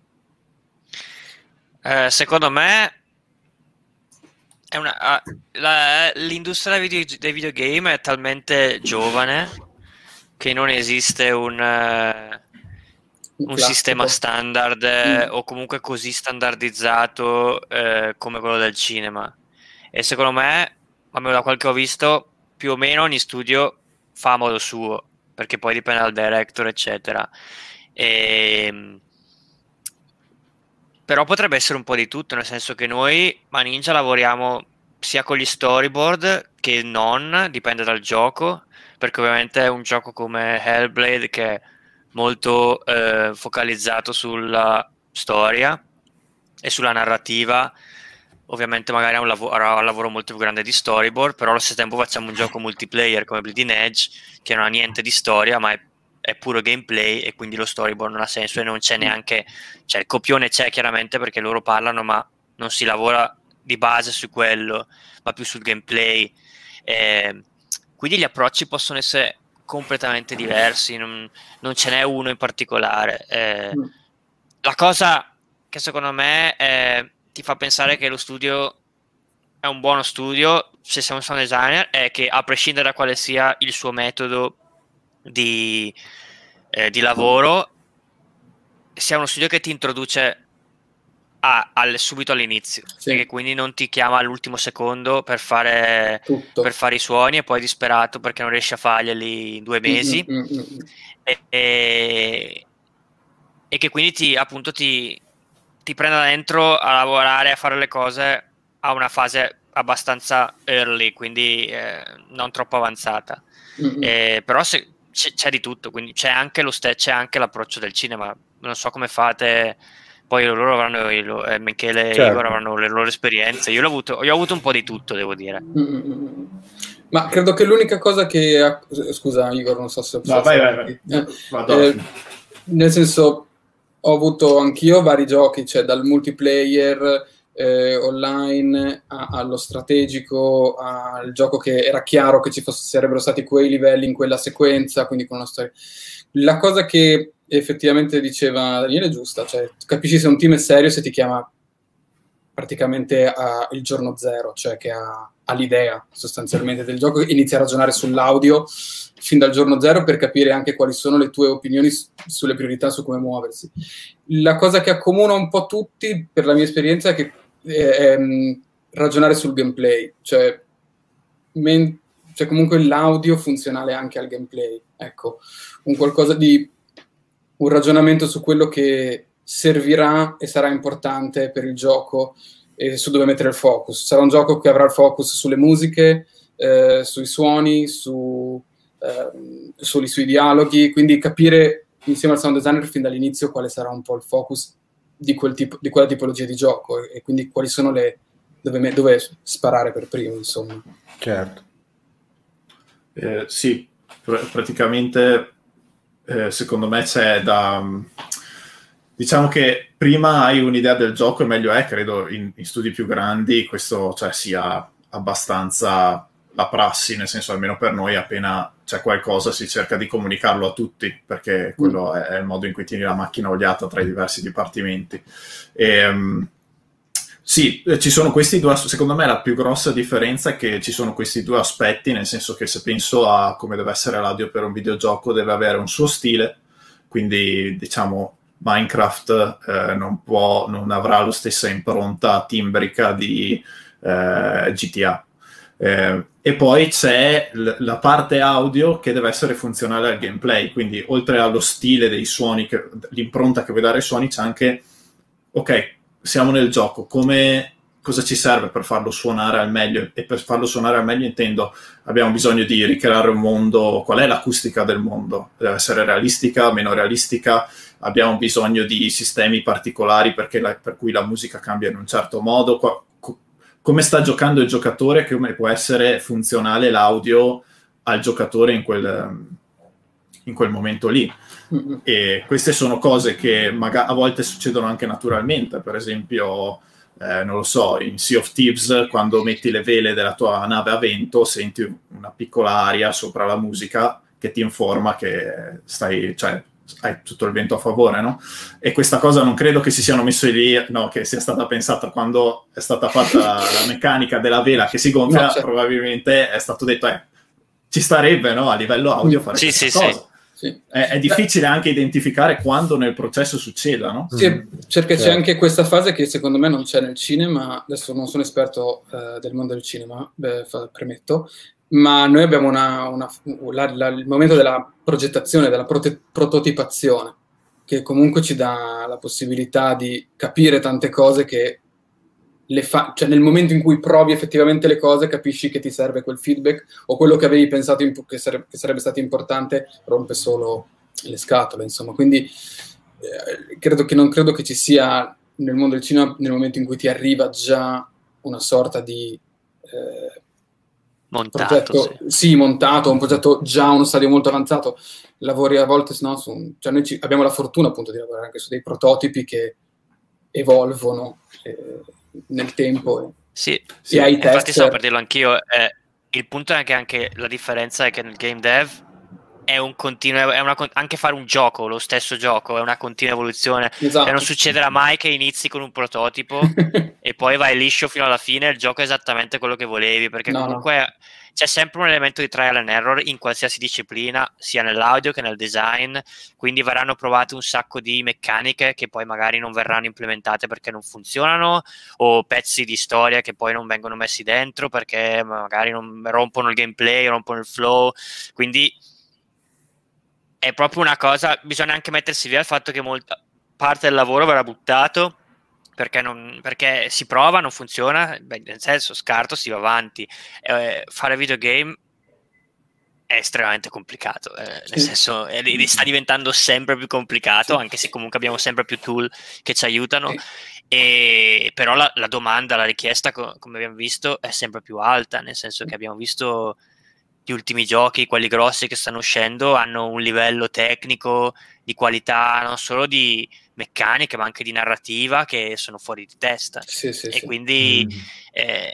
Eh, secondo me è una, uh, la, l'industria dei, video, dei videogame è talmente giovane che non esiste un uh, un classico sistema standard eh, mm. o comunque così standardizzato eh, come quello del cinema, e secondo me, almeno da quel che ho visto, più o meno ogni studio fa a modo suo, perché poi dipende dal director eccetera, e... però potrebbe essere un po' di tutto, nel senso che noi a Ninja lavoriamo sia con gli storyboard che non, dipende dal gioco, perché ovviamente è un gioco come Hellblade che è molto eh, focalizzato sulla storia e sulla narrativa. Ovviamente magari ha un, lav- ha un lavoro molto più grande di storyboard, però allo stesso tempo facciamo un gioco multiplayer come Bleeding Edge che non ha niente di storia, ma è, è puro gameplay, e quindi lo storyboard non ha senso, e non c'è neanche, cioè il copione c'è chiaramente perché loro parlano, ma non si lavora di base su quello, ma più sul gameplay. Eh, quindi gli approcci possono essere completamente diversi, non, non ce n'è uno in particolare. Eh, mm. La cosa che secondo me è, ti fa pensare che lo studio è un buono studio, se sei un sound designer, è che a prescindere da quale sia il suo metodo di, eh, di lavoro, sia uno studio che ti introduce a, al, subito all'inizio, sì. E che quindi non ti chiama all'ultimo secondo per fare, per fare i suoni e poi è disperato perché non riesci a farglieli in due mesi. Mm, mm, mm. E, e, e che quindi ti appunto ti ti prenda dentro a lavorare, a fare le cose a una fase abbastanza early, quindi eh, non troppo avanzata. Mm-hmm. Eh, però se, c'è, c'è di tutto, quindi c'è anche lo ste- c'è anche l'approccio del cinema. Non so come fate, poi loro avranno, eh, Michele e certo. Igor avranno le loro esperienze. Io l'ho avuto, io ho avuto un po' di tutto, devo dire. Mm-hmm. Ma credo che l'unica cosa che ha... scusa Igor, non so se no, vai, vai, vai. Eh, eh, nel senso, ho avuto anch'io vari giochi, cioè dal multiplayer eh, online a, allo strategico, al gioco che era chiaro che ci fosse, sarebbero stati quei livelli in quella sequenza, quindi con una storia. La cosa che effettivamente diceva Daniele è giusta, cioè capisci se un team è serio se ti chiama praticamente a, il giorno zero, cioè che ha, ha l'idea sostanzialmente del gioco, inizia a ragionare sull'audio fin dal giorno zero per capire anche quali sono le tue opinioni su, sulle priorità, su come muoversi. La cosa che accomuna un po' tutti, per la mia esperienza, è che è, è, è ragionare sul gameplay, cioè, men- cioè comunque l'audio funzionale anche al gameplay, ecco, un qualcosa di un ragionamento su quello che servirà e sarà importante per il gioco e su dove mettere il focus. Sarà un gioco che avrà il focus sulle musiche, eh, sui suoni, su Uh, sui, sui dialoghi, quindi capire insieme al sound designer fin dall'inizio quale sarà un po' il focus di, quel tipo, di quella tipologia di gioco e, e quindi quali sono le dove, dove sparare per primo, insomma. Certo. Eh, sì, pr- praticamente eh, secondo me c'è da diciamo che prima hai un'idea del gioco e meglio è, credo in, in studi più grandi questo cioè sia abbastanza la prassi, nel senso almeno per noi appena c'è qualcosa si cerca di comunicarlo a tutti, perché quello è, è il modo in cui tieni la macchina oliata tra i diversi dipartimenti. E, um, sì, ci sono questi due, secondo me la più grossa differenza è che ci sono questi due aspetti, nel senso che se penso a come deve essere l'audio per un videogioco deve avere un suo stile, quindi diciamo Minecraft eh, non può, non avrà la stessa impronta timbrica di eh, G T A. Eh, e poi c'è l- la parte audio che deve essere funzionale al gameplay, quindi oltre allo stile dei suoni, che, l'impronta che vuoi dare ai suoni, c'è anche ok, siamo nel gioco, come, cosa ci serve per farlo suonare al meglio? E per farlo suonare al meglio intendo abbiamo bisogno di ricreare un mondo, qual è l'acustica del mondo? Deve essere realistica, meno realistica, abbiamo bisogno di sistemi particolari perché la, per cui la musica cambia in un certo modo, qua, come sta giocando il giocatore, come può essere funzionale l'audio al giocatore in quel, in quel momento lì. Mm-hmm. E queste sono cose che magari a volte succedono anche naturalmente, per esempio, eh, non lo so, in Sea of Thieves, quando metti le vele della tua nave a vento, senti una piccola aria sopra la musica che ti informa che stai... cioè, hai tutto il vento a favore, no? E questa cosa non credo che si siano messi lì, no, che sia stata pensata quando è stata fatta la meccanica della vela che si gonfia, no, certo. Probabilmente è stato detto, eh, ci starebbe, no, a livello audio fare sì, questa sì, cosa. Sì. È, è difficile Beh. anche identificare quando nel processo succeda, no? Sì, perché certo. C'è anche questa fase che secondo me non c'è nel cinema, adesso non sono esperto eh, del mondo del cinema, beh, fa, premetto, ma noi abbiamo una, una, la, la, il momento della progettazione, della prote- prototipazione, che comunque ci dà la possibilità di capire tante cose che le fa- cioè nel momento in cui provi effettivamente le cose capisci che ti serve quel feedback, o quello che avevi pensato imp- che, sare- che sarebbe stato importante rompe solo le scatole, insomma. Quindi eh, credo che non credo che ci sia nel mondo del cinema, nel momento in cui ti arriva già una sorta di eh, montato, progetto, sì. sì, montato, un progetto già a uno stadio molto avanzato. Lavori a volte, no, su, cioè noi ci, abbiamo la fortuna appunto di lavorare anche su dei prototipi che evolvono eh, nel tempo. Sì, e sì. ai Infatti tester... stavo per dirlo anch'io, eh, il punto è che anche la differenza è che nel game dev è un continuo, è una, anche fare un gioco, lo stesso gioco, è una continua evoluzione. Esatto. Cioè non succederà mai che inizi con un prototipo e poi vai liscio fino alla fine, il gioco è esattamente quello che volevi, perché no, comunque no. c'è sempre un elemento di trial and error in qualsiasi disciplina, sia nell'audio che nel design, quindi verranno provate un sacco di meccaniche che poi magari non verranno implementate perché non funzionano, o pezzi di storia che poi non vengono messi dentro perché magari non rompono il gameplay, rompono il flow, quindi è proprio una cosa, bisogna anche mettersi via il fatto che molta parte del lavoro verrà buttato perché, non, perché si prova, non funziona, beh, nel senso scarto, si va avanti. Eh, fare videogame è estremamente complicato, eh, nel Sì. senso eh, sta diventando sempre più complicato, Sì. anche se comunque abbiamo sempre più tool che ci aiutano, Sì. e, però la, la domanda, la richiesta, co- come abbiamo visto, è sempre più alta, nel senso che abbiamo visto gli ultimi giochi, quelli grossi che stanno uscendo, hanno un livello tecnico di qualità non solo di meccaniche ma anche di narrativa che sono fuori di testa. Sì, sì, e sì. quindi Mm. eh,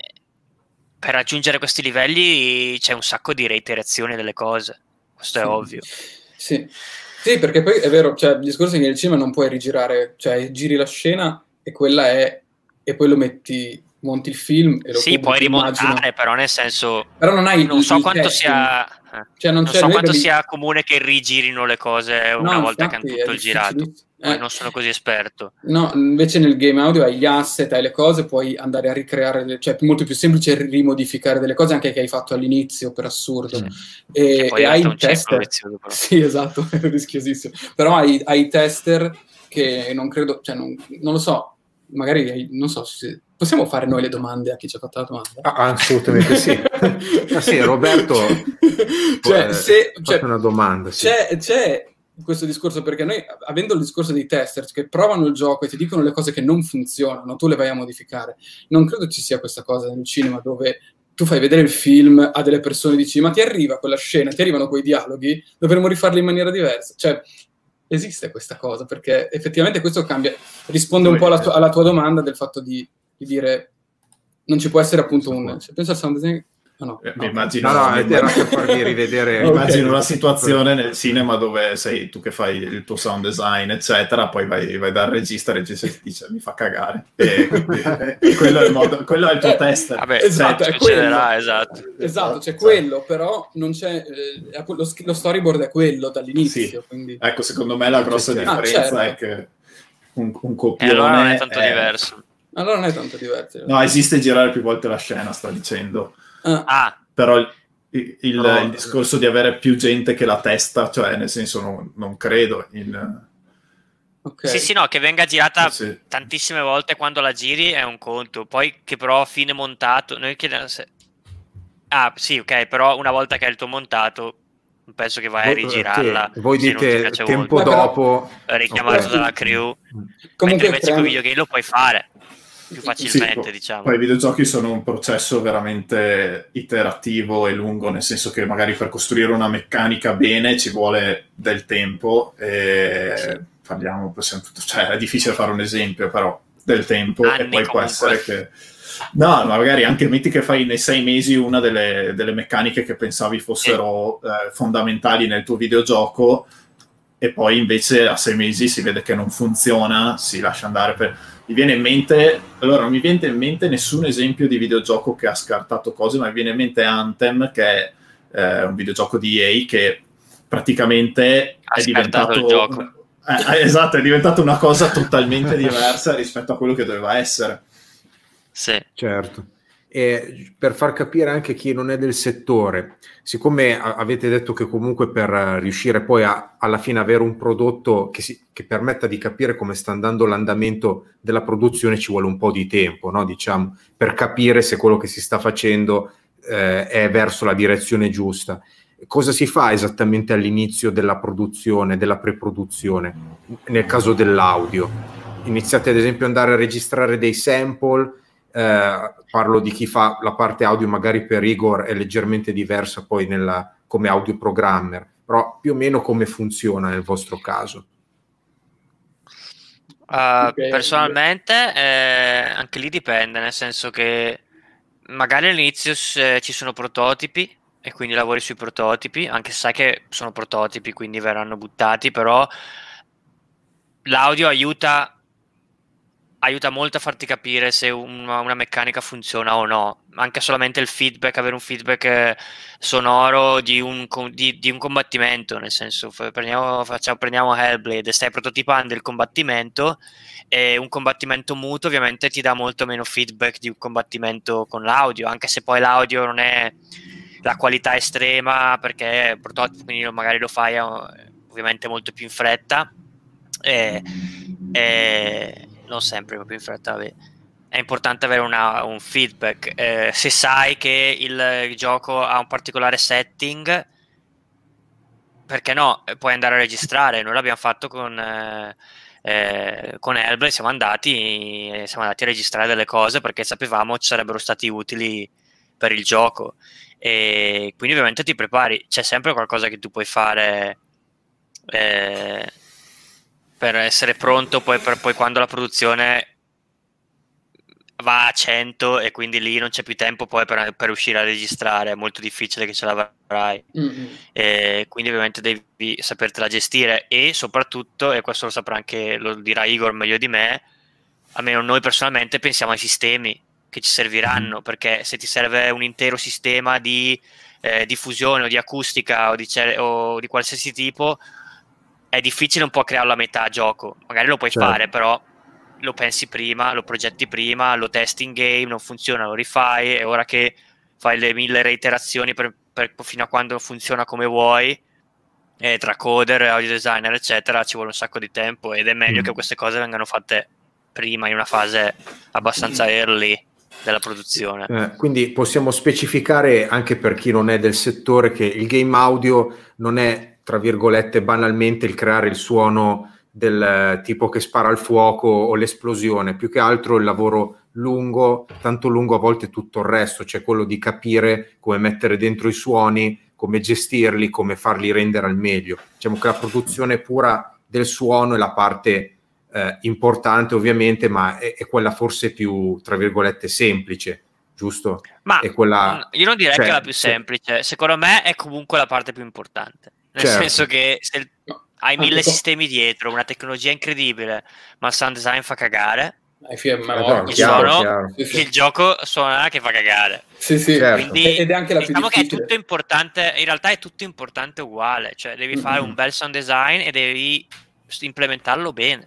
per raggiungere questi livelli c'è un sacco di reiterazione delle cose, questo Sì. è ovvio. Sì. Sì, perché poi è vero, cioè il discorso è che nel cinema non puoi rigirare, cioè giri la scena e quella è, e poi lo metti, monti il film e lo Sì, puoi pubblichi, rimontare, immagino. però nel senso Però non hai non il, so il quanto testing. sia eh, Cioè non, non c'è so noi quanto per- sia comune che rigirino le cose una No, volta che hanno infatti, tutto è il girato. difficilissimo. Poi Eh. non sono così esperto. No, invece nel game audio hai gli asset, hai le cose, puoi andare a ricreare, le- cioè è molto più semplice rimodificare delle cose anche che hai fatto all'inizio, per assurdo. Mm. E, Che poi e hai diventa il un circolo tester. vizioso, però. Sì, esatto, è rischiosissimo. Però hai, hai i tester che non credo, cioè non, non lo so, magari hai- non so se possiamo fare noi le domande a chi ci ha fatto la domanda? Ah, assolutamente sì. Ah, sì, Roberto, cioè, eh, se, fate cioè, una domanda. Sì. c'è, c'è questo discorso, perché noi, avendo il discorso dei tester che provano il gioco e ti dicono le cose che non funzionano, tu le vai a modificare, non credo ci sia questa cosa nel cinema dove tu fai vedere il film a delle persone e dici ma ti arriva quella scena, ti arrivano quei dialoghi, dovremmo rifarli in maniera diversa. Cioè, esiste questa cosa, perché effettivamente questo cambia, risponde un po' alla tua, alla tua domanda del fatto di, di dire non ci può essere appunto un... Cioè, penso al sound design... Oh, no. Eh, mi Okay. immagino, No, no, mi era per farvi rivedere. mi immagino Ok. una situazione nel cinema dove sei tu che fai il tuo sound design, eccetera, poi vai, vai dal regista, il regista ti dice mi fa cagare. E, quindi, e quello, è il modo, quello è il tuo Eh, test. Vabbè, esatto, cioè, è quello. succederà, esatto. Esatto, c'è Esatto. quello, però non c'è... eh, è lo, lo storyboard è quello dall'inizio, Sì. quindi... Ecco, secondo me la grossa Ah, differenza certo. è che un, un E copione allora non è tanto è- diverso. Allora non è tanto diverso. No, esiste girare più volte la scena, sta dicendo. Ah, Ah, Però il, il- il- Però- il discorso di avere più gente che la testa, cioè nel senso non, non credo. Il, ok. sì, sì, no, che venga girata sì. tantissime volte quando la giri è un conto, poi che però a fine montato, noi chiediamo se... Ah, sì, ok, però una volta che è il tuo montato, penso che vai a Voi- rigirarla. sì, voi se non ti dite piace tempo molto. Beh, però- dopo. Richiamato Ok. dalla crew, mentre Comunque invece con creano- i videogame lo puoi fare più facilmente, Sì, diciamo. Poi i videogiochi sono un processo veramente iterativo e lungo, nel senso che magari per costruire una meccanica bene ci vuole del tempo e Sì. parliamo, possiamo- cioè è difficile fare un esempio, però del tempo Anni e poi può comunque. essere che no, ma magari anche metti che fai nei sei mesi una delle, delle meccaniche che pensavi fossero eh, fondamentali nel tuo videogioco e poi invece a sei mesi si vede che non funziona, si lascia andare per... Mi viene in mente, allora non mi viene in mente nessun esempio di videogioco che ha scartato cose, ma mi viene in mente Anthem, che è eh, un videogioco di E A che praticamente Ha è scartato diventato... il gioco. Eh, esatto, è diventata una cosa totalmente diversa rispetto a quello che doveva essere. Sì. Certo. E per far capire anche chi non è del settore, siccome avete detto che comunque per riuscire poi a, alla fine avere un prodotto che, si, che permetta di capire come sta andando l'andamento della produzione ci vuole un po' di tempo, no? Diciamo, per capire se quello che si sta facendo eh, è verso la direzione giusta. Cosa si fa esattamente all'inizio della produzione, della preproduzione, nel caso dell'audio? Iniziate ad esempio ad andare a registrare dei sample. Eh, parlo di chi fa la parte audio, magari per Igor è leggermente diversa poi nella, come audio programmer, però più o meno come funziona nel vostro caso? Uh, okay. Personalmente eh, anche lì dipende, nel senso che magari all'inizio se ci sono prototipi e quindi lavori sui prototipi, anche se sai che sono prototipi quindi verranno buttati, però l'audio aiuta aiuta molto a farti capire se una, una meccanica funziona o no, anche solamente il feedback, avere un feedback sonoro di un, di, di un combattimento, nel senso prendiamo, facciamo, prendiamo Hellblade e stai prototipando il combattimento, e un combattimento muto ovviamente ti dà molto meno feedback di un combattimento con l'audio, anche se poi l'audio non è la qualità estrema perché è prototipo, quindi magari lo fai ovviamente molto più in fretta e, e non sempre proprio in fretta, vabbè. È importante avere una, un feedback. Eh, se sai che il, il gioco ha un particolare setting, perché no? Puoi andare a registrare. Noi l'abbiamo fatto con eh, eh, con Hellblade, siamo andati siamo andati a registrare delle cose perché sapevamo ci sarebbero stati utili per il gioco, e quindi ovviamente ti prepari. C'è sempre qualcosa che tu puoi fare eh, per essere pronto poi, per, poi quando la produzione va a cento e quindi lì non c'è più tempo poi per, per uscire a registrare, è molto difficile che ce l'avrai. Mm-hmm. E quindi ovviamente devi sapertela gestire, e soprattutto, e questo lo saprà anche, lo dirà Igor meglio di me, almeno noi personalmente pensiamo ai sistemi che ci serviranno, mm-hmm. perché se ti serve un intero sistema di eh, diffusione o di acustica o di, o di qualsiasi tipo, è difficile un po' crearlo a metà gioco. Magari lo puoi certo. fare, però lo pensi prima, lo progetti prima, lo testi in game, non funziona, lo rifai, e ora che fai le mille reiterazioni per, per, fino a quando funziona come vuoi, e tra coder, audio designer eccetera, ci vuole un sacco di tempo, ed è meglio mm. che queste cose vengano fatte prima, in una fase abbastanza early della produzione. Eh, quindi possiamo specificare anche per chi non è del settore che il game audio non è, tra virgolette, banalmente il creare il suono del tipo che spara il fuoco o l'esplosione, più che altro il lavoro lungo, tanto lungo a volte tutto il resto, cioè quello di capire come mettere dentro i suoni, come gestirli, come farli rendere al meglio. Diciamo che la produzione pura del suono è la parte eh, importante ovviamente, ma è, è quella forse più, tra virgolette, semplice, giusto? Ma è quella, io non direi cioè, che è la più semplice, se... secondo me è comunque la parte più importante, nel certo. senso che se il... hai mille sistemi dietro, una tecnologia incredibile, ma il sound design fa cagare. Eh, ma no, il, chiaro, suono, chiaro. Sì, sì. il gioco suona che fa cagare. Sì, sì, certo. Quindi ed è anche la diciamo più che è tutto importante, in realtà è tutto importante uguale, cioè devi mm-hmm. fare un bel sound design e devi implementarlo bene.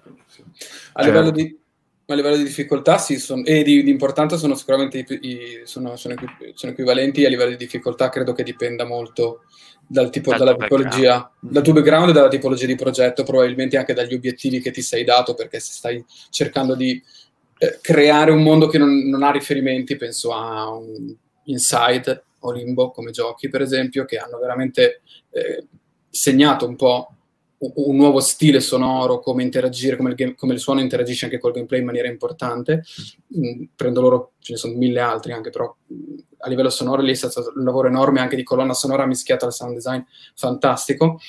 A certo. livello di a livello di difficoltà sì, son, e di, di importanza sono sicuramente i, i, sono, sono, equi, sono equivalenti. A livello di difficoltà credo che dipenda molto dal tipo, dal dalla tipologia background. dal tuo background e dalla tipologia di progetto, probabilmente anche dagli obiettivi che ti sei dato, perché se stai cercando di eh, creare un mondo che non, non ha riferimenti, penso a un Inside o Limbo come giochi per esempio, che hanno veramente eh, segnato un po' un nuovo stile sonoro, come interagire, come il, game, come il suono interagisce anche col gameplay in maniera importante. Mm, prendo loro, ce ne sono mille altri anche, però mm, a livello sonoro lì è stato un lavoro enorme anche di colonna sonora mischiata al sound design fantastico,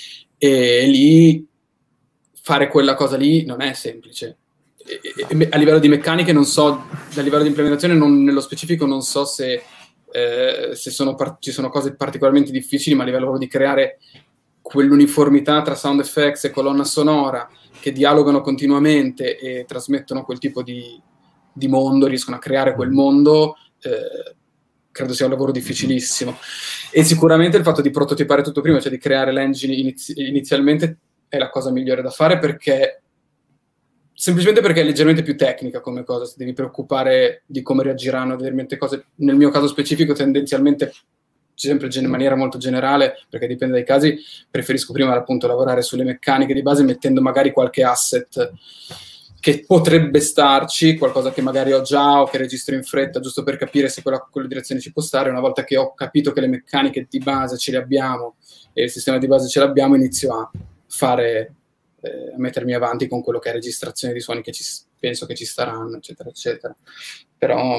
e lì fare quella cosa lì non è semplice. E, e, a livello di meccaniche non so, a livello di implementazione non, nello specifico non so se, eh, se sono par- ci sono cose particolarmente difficili, ma a livello proprio di creare quell'uniformità tra sound effects e colonna sonora che dialogano continuamente e trasmettono quel tipo di, di mondo, riescono a creare quel mondo, eh, credo sia un lavoro difficilissimo. E sicuramente il fatto di prototipare tutto prima, cioè di creare l'engine inizi- inizialmente, è la cosa migliore da fare, perché semplicemente perché è leggermente più tecnica come cosa, se devi preoccupare di come reagiranno determinate cose. Nel mio caso specifico tendenzialmente, sempre in maniera molto generale, perché dipende dai casi, preferisco prima appunto lavorare sulle meccaniche di base mettendo magari qualche asset che potrebbe starci, qualcosa che magari ho già o che registro in fretta, giusto per capire se quella, quella direzione ci può stare. Una volta che ho capito che le meccaniche di base ce le abbiamo e il sistema di base ce l'abbiamo, inizio a fare, eh, a mettermi avanti con quello che è registrazione di suoni che ci, penso che ci staranno, eccetera, eccetera. Però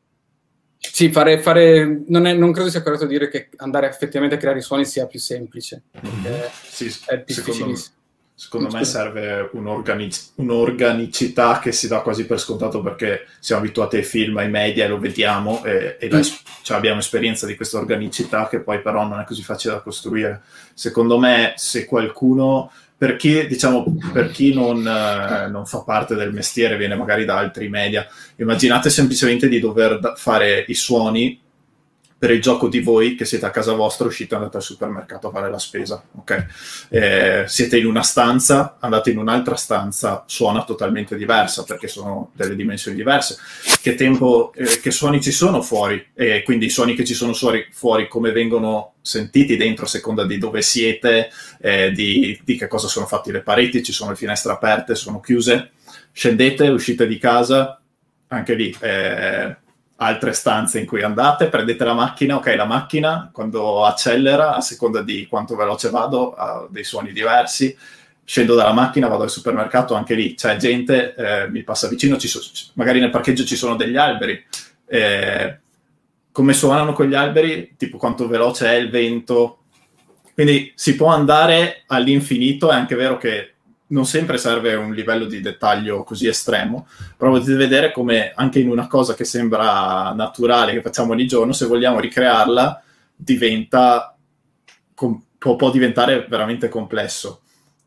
sì, fare, fare non, è, non credo sia corretto dire che andare effettivamente a creare i suoni sia più semplice, perché sì, è difficilissimo. Secondo me serve un'organic- un'organicità che si dà quasi per scontato, perché siamo abituati ai film, ai media, e lo vediamo, e, e la, cioè abbiamo esperienza di questa organicità che poi però non è così facile da costruire. Secondo me, se qualcuno, per chi, diciamo, per chi non, eh, non fa parte del mestiere, viene magari da altri media, immaginate semplicemente di dover da- fare i suoni per il gioco di voi che siete a casa vostra, uscite e andate al supermercato a fare la spesa, ok? Eh, siete in una stanza, andate in un'altra stanza, suona totalmente diversa, perché sono delle dimensioni diverse. Che tempo, eh, che suoni ci sono fuori? E eh, quindi i suoni che ci sono fuori, fuori come vengono sentiti dentro a seconda di dove siete, eh, di, di che cosa sono fatti le pareti, ci sono le finestre aperte, sono chiuse. Scendete, uscite di casa, anche lì... Eh, altre stanze in cui andate, prendete la macchina, ok, la macchina quando accelera, a seconda di quanto veloce vado, ha dei suoni diversi, scendo dalla macchina, vado al supermercato, anche lì c'è gente, eh, mi passa vicino, ci so, magari nel parcheggio ci sono degli alberi, eh, come suonano quegli alberi, tipo quanto veloce è il vento, quindi si può andare all'infinito. È anche vero che non sempre serve un livello di dettaglio così estremo, però potete vedere come anche in una cosa che sembra naturale, che facciamo ogni giorno, se vogliamo ricrearla, diventa, com- può, può diventare veramente complesso.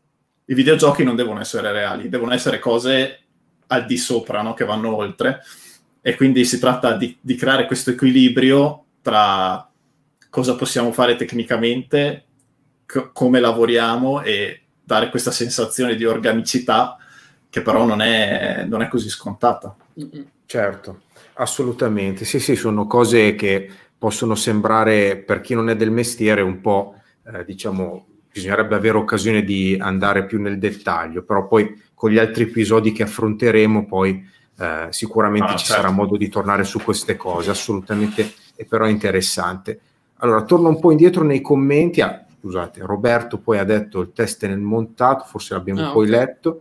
I videogiochi non devono essere reali, devono essere cose al di sopra, no? Che vanno oltre, e quindi si tratta di, di creare questo equilibrio tra cosa possiamo fare tecnicamente, c- come lavoriamo, e dare questa sensazione di organicità che però non è, non è così scontata. Certo, assolutamente. Sì, sì, sono cose che possono sembrare, per chi non è del mestiere, un po', eh, diciamo, bisognerebbe avere occasione di andare più nel dettaglio, però poi con gli altri episodi che affronteremo poi eh, sicuramente ah, ci certo. sarà modo di tornare su queste cose, assolutamente, e però è interessante. Allora, torno un po' indietro nei commenti. Ah, scusate, Roberto poi ha detto il test è nel montato, forse l'abbiamo ah, poi okay. letto,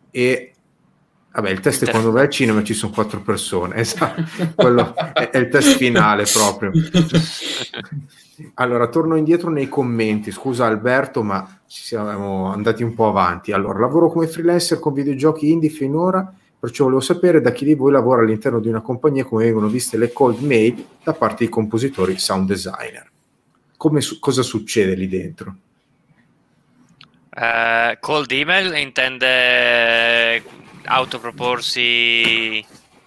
e vabbè, il test è quando vai al cinema ci sono quattro persone, esatto, quello è, è il test finale proprio. Allora, torno indietro nei commenti, scusa Alberto, ma ci siamo andati un po' avanti. Allora, lavoro come freelancer con videogiochi indie finora, perciò volevo sapere da chi di voi lavora all'interno di una compagnia come vengono viste le cold mail da parte dei compositori sound designer. Come su- cosa succede lì dentro? Uh, cold email intende autoproporsi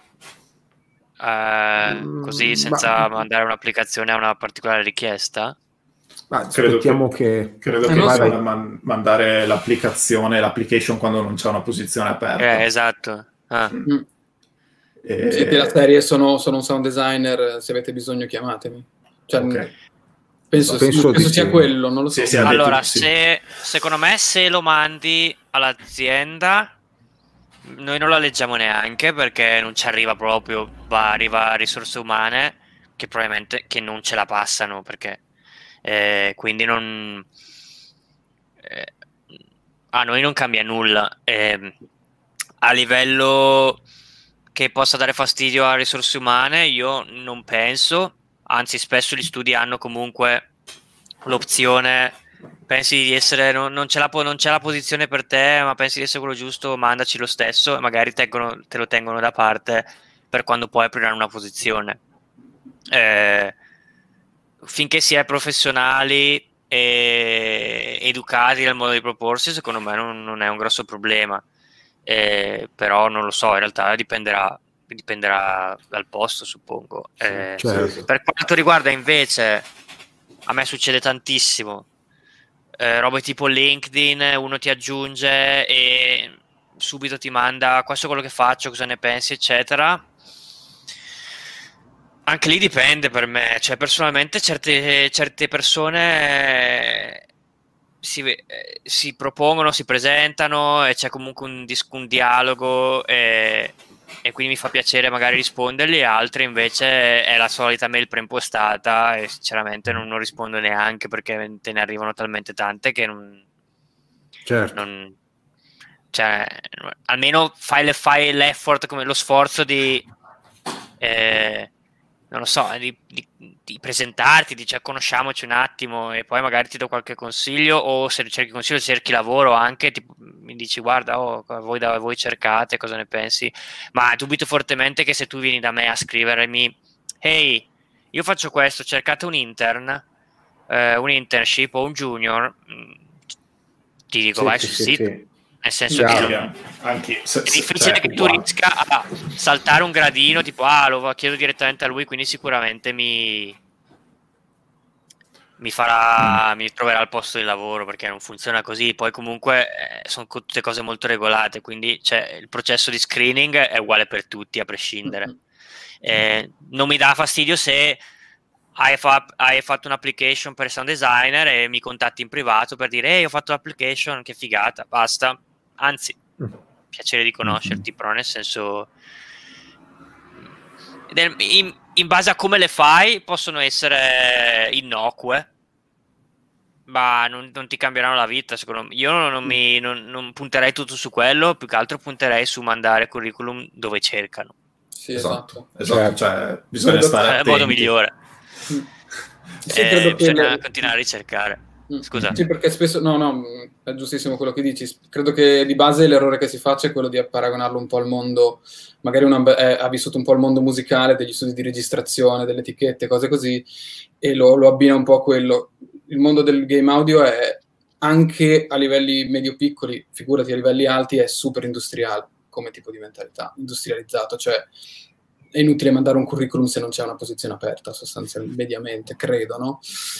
uh, così senza ma... mandare un'applicazione a una particolare richiesta? Ma credo che, che credo che vada man- mandare l'applicazione, l'application quando non c'è una posizione aperta. Eh, esatto. Ah. Mm. E... Sì, la serie sono, sono un sound designer, se avete bisogno chiamatemi. Cioè, okay. Penso, penso, penso sia quello, non lo so. Sì, sì, allora, detto, sì. se, secondo me se lo mandi all'azienda, noi non la leggiamo neanche, perché non ci arriva proprio, va, arriva a risorse umane che probabilmente che non ce la passano, perché eh, quindi non eh, a noi non cambia nulla. Eh, a livello che possa dare fastidio a risorse umane, io non penso. Anzi, spesso gli studi hanno comunque l'opzione, pensi di essere, non, non, c'è la, non c'è la posizione per te, ma pensi di essere quello giusto, mandaci lo stesso, e magari tengono, te lo tengono da parte per quando poi apriranno una posizione. Eh, finché si è professionali e educati nel modo di proporsi, secondo me non, non è un grosso problema. Eh, però non lo so, in realtà dipenderà dipenderà dal posto, suppongo. Eh, certo. Per quanto riguarda invece, a me succede tantissimo, eh, robe tipo LinkedIn, uno ti aggiunge e subito ti manda questo è quello che faccio, cosa ne pensi, eccetera. Anche lì dipende per me, cioè personalmente certe, certe persone si, eh, si propongono, si presentano e c'è comunque un, un dialogo e, e quindi mi fa piacere magari risponderli, altre invece è la solita mail preimpostata e sinceramente non, non rispondo neanche perché te ne arrivano talmente tante che non... Certo. non cioè, almeno fai, le, fai l'effort, come lo sforzo di... Eh, non lo so, di, di, di presentarti, di cioè, conosciamoci un attimo e poi magari ti do qualche consiglio o se cerchi consiglio cerchi lavoro anche, tipo, mi dici guarda, oh, voi, da voi cercate, cosa ne pensi? Ma dubito fortemente che se tu vieni da me a scrivermi hey, io faccio questo, cercate un intern, eh, un internship o un junior, ti dico sì, vai sì, sul sì, sito. Sì. Nel senso Chiaro. che Anche se, è difficile cioè, che tu wow. riesca a saltare un gradino, tipo ah lo chiedo direttamente a lui, quindi sicuramente mi mi farà, mm. mi troverà al posto di lavoro, perché non funziona così. Poi comunque eh, sono tutte cose molto regolate, quindi cioè, il processo di screening è uguale per tutti a prescindere. Mm-hmm. Eh, non mi dà fastidio se hai, fa- hai fatto un'application per sound designer e mi contatti in privato per dire ehi ho fatto l'application, che figata, basta. Anzi, piacere di conoscerti, mm-hmm. però nel senso in, in base a come le fai possono essere innocue, ma non, non ti cambieranno la vita, secondo me. Io non, non, mi, non, non punterei tutto su quello, più che altro punterei su mandare curriculum dove cercano. Sì, esatto, esatto, esatto. Cioè, bisogna stare attenti. È il modo migliore. Mm. Sì, eh, credo bisogna che... continuare a ricercare. Scusa. Sì, perché spesso, no, no, è giustissimo quello che dici. Credo che di base l'errore che si faccia è quello di paragonarlo un po' al mondo, magari uno è, ha vissuto un po' il mondo musicale, degli studi di registrazione, delle etichette, cose così, e lo, lo abbina un po' a quello. Il mondo del game audio è anche a livelli medio-piccoli, figurati a livelli alti, è super industriale come tipo di mentalità, industrializzato, cioè è inutile mandare un curriculum se non c'è una posizione aperta, sostanzialmente, mediamente, credo, no?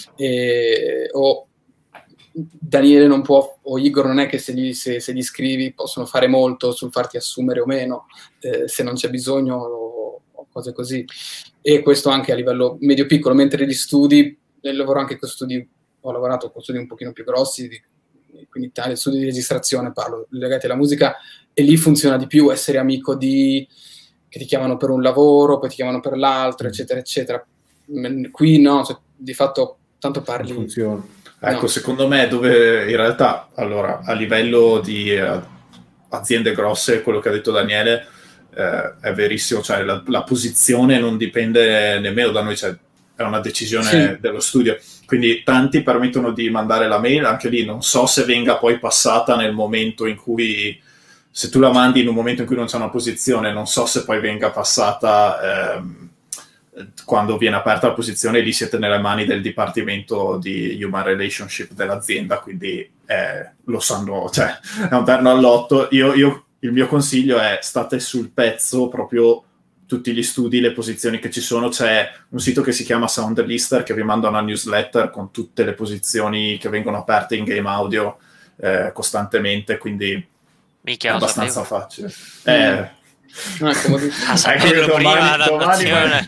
E, o Daniele non può, o Igor non è che se gli, se, se gli scrivi possono fare molto sul farti assumere o meno, eh, se non c'è bisogno o, o cose così. E questo anche a livello medio-piccolo, mentre gli studi, lavoro anche con studi, ho lavorato con studi un pochino più grossi, di, quindi Italia, studi di registrazione, parlo, legati alla musica, e lì funziona di più essere amico di... che ti chiamano per un lavoro, poi ti chiamano per l'altro, eccetera, eccetera. Qui no, cioè, di fatto tanto parli... Non funziona. Ecco, no. Secondo me dove in realtà, allora, a livello di eh, aziende grosse, quello che ha detto Daniele eh, è verissimo, cioè la, la posizione non dipende nemmeno da noi, cioè è una decisione sì. dello studio. Quindi tanti permettono di mandare la mail, anche lì non so se venga poi passata nel momento in cui, se tu la mandi in un momento in cui non c'è una posizione, non so se poi venga passata... Ehm, quando viene aperta la posizione, lì siete nelle mani del dipartimento di Human Relationship dell'azienda, quindi eh, lo sanno, cioè è un terno all'otto. Io, io, il mio consiglio è state sul pezzo, proprio tutti gli studi, le posizioni che ci sono. C'è un sito che si chiama Soundlister che vi manda una newsletter con tutte le posizioni che vengono aperte in game audio eh, costantemente, quindi Mica è abbastanza facile. Mm. Eh, No, è come a saperlo prima, domani, domani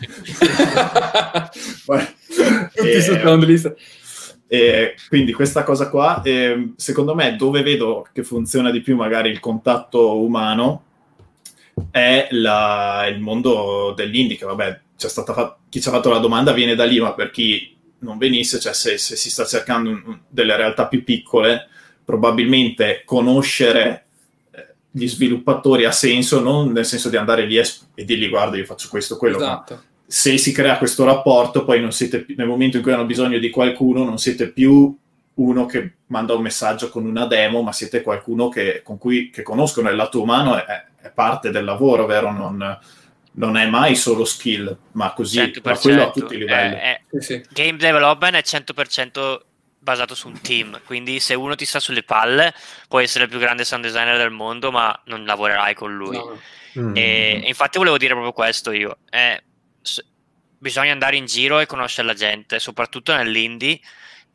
tutti su Soundlist. E quindi questa cosa qua, eh, secondo me, dove vedo che funziona di più magari il contatto umano è la, il mondo dell'indie, che vabbè, c'è stata fa- chi ci ha fatto la domanda viene da lì, ma per chi non venisse, cioè se, se si sta cercando un, delle realtà più piccole, probabilmente conoscere gli sviluppatori ha senso, non nel senso di andare lì e, e dirgli guarda io faccio questo, quello, esatto. Ma se si crea questo rapporto poi non siete più, nel momento in cui hanno bisogno di qualcuno non siete più uno che manda un messaggio con una demo, ma siete qualcuno che, con cui che conoscono, il lato umano è, è parte del lavoro, vero? Non, non è mai solo skill, ma così, ma quello a tutti i livelli. È, è, sì, sì. Game development è cento per cento basato su un team, quindi se uno ti sta sulle palle puoi essere il più grande sound designer del mondo ma non lavorerai con lui. No. Mm. E, e infatti volevo dire proprio questo io, eh, s- bisogna andare in giro e conoscere la gente, soprattutto nell'indie,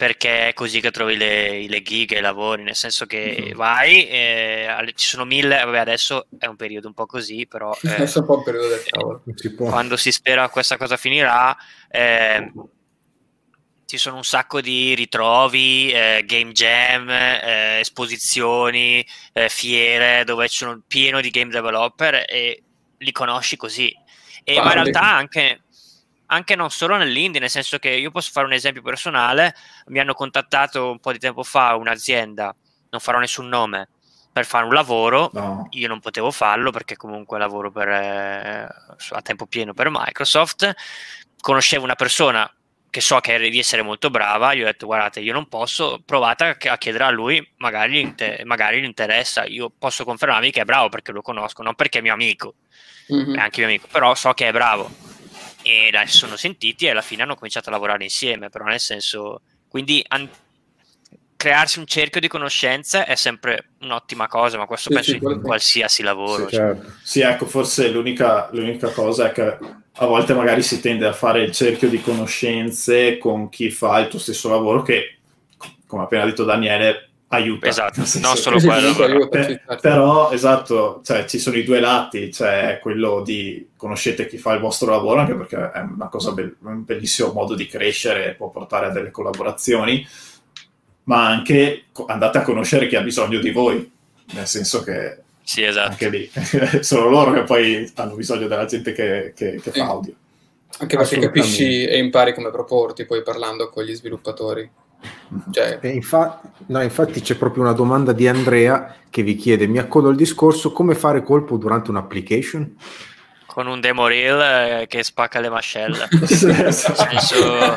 perché è così che trovi le, le gig e i lavori, nel senso che mm-hmm. vai, eh, ci sono mille, vabbè adesso è un periodo un po' così, però eh, adesso è un po' un periodo del cavolo. Si quando si spera questa cosa finirà, eh, ci sono un sacco di ritrovi, eh, game jam, eh, esposizioni, eh, fiere, dove ci sono pieno di game developer e li conosci così. E ma in realtà anche... anche non solo nell'indie, nel senso che io posso fare un esempio personale, mi hanno contattato un po' di tempo fa un'azienda, non farò nessun nome, per fare un lavoro, no. Io non potevo farlo perché comunque lavoro per, eh, a tempo pieno per Microsoft, conoscevo una persona che so che di essere molto brava, gli ho detto guardate io non posso, provate a chiedere a lui, magari, magari gli interessa, io posso confermarvi che è bravo perché lo conosco, non perché è mio amico, mm-hmm. è anche mio amico, però so che è bravo. E la, si sono sentiti e alla fine hanno cominciato a lavorare insieme, però nel senso, quindi an- crearsi un cerchio di conoscenze è sempre un'ottima cosa, ma questo sì, penso sì, in qualsiasi lavoro. Sì, certo. Cioè. Sì, ecco, forse l'unica, l'unica cosa è che a volte magari si tende a fare il cerchio di conoscenze con chi fa il tuo stesso lavoro che, come appena detto Daniele, aiuta. Esatto, non solo quello. Però, per, però, esatto, cioè, ci sono i due lati, cioè quello di conoscete chi fa il vostro lavoro, anche perché è una cosa be- un bellissimo modo di crescere, può portare a delle collaborazioni, ma anche andate a conoscere chi ha bisogno di voi, nel senso che sì, esatto. anche lì sono loro che poi hanno bisogno della gente che, che, che sì. fa audio. Anche perché capisci e impari come proporti poi parlando con gli sviluppatori. Cioè. E infa- no, infatti c'è proprio una domanda di Andrea che vi chiede, mi accodo al discorso, come fare colpo durante un'application? Con un demo reel eh, che spacca le mascelle. Nel senso,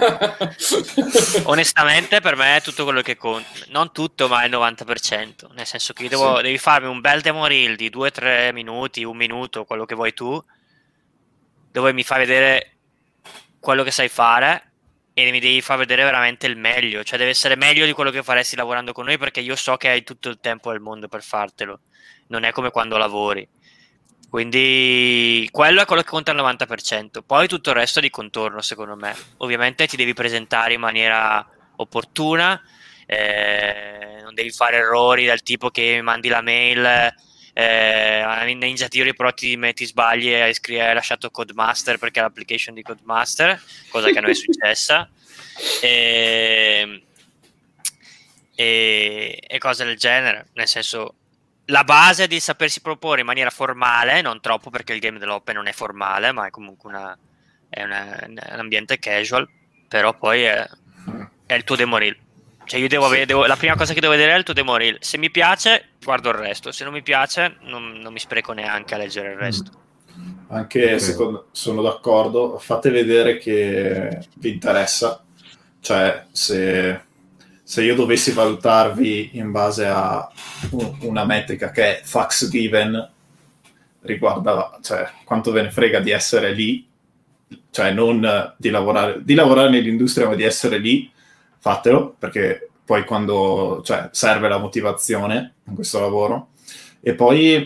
onestamente per me è tutto quello che conta, non tutto ma il novanta per cento, nel senso che io devo, sì. devi farmi un bel demo reel di due tre minuti, un minuto, quello che vuoi tu, dove mi fai vedere quello che sai fare e mi devi far vedere veramente il meglio, cioè deve essere meglio di quello che faresti lavorando con noi, perché io so che hai tutto il tempo del mondo per fartelo, non è come quando lavori, quindi quello è quello che conta al novanta per cento, poi tutto il resto è di contorno secondo me. Ovviamente ti devi presentare in maniera opportuna, eh, non devi fare errori del tipo che mandi la mail eh, in Ninja Theory però ti, ti sbagli e hai, scri- hai lasciato Codemaster perché è l'application di Codemaster, cosa che a noi è successa, e, e, e cose del genere, nel senso la base è di sapersi proporre in maniera formale, non troppo perché il game development non è formale ma è comunque una, è una, un ambiente casual, però poi è, è il tuo demo reel. Cioè io devo sì. avere, devo, la prima cosa che devo vedere è il tuo demo reel. Se mi piace, guardo il resto. Se non mi piace, non, non mi spreco neanche a leggere il resto. Anche okay. secondo, sono d'accordo. Fate vedere che vi interessa. Cioè, se, se io dovessi valutarvi in base a una metrica che è facts given, riguarda, cioè, quanto ve ne frega di essere lì, cioè non di lavorare, di lavorare nell'industria, ma di essere lì. Fatelo, perché poi quando cioè, serve la motivazione in questo lavoro. E poi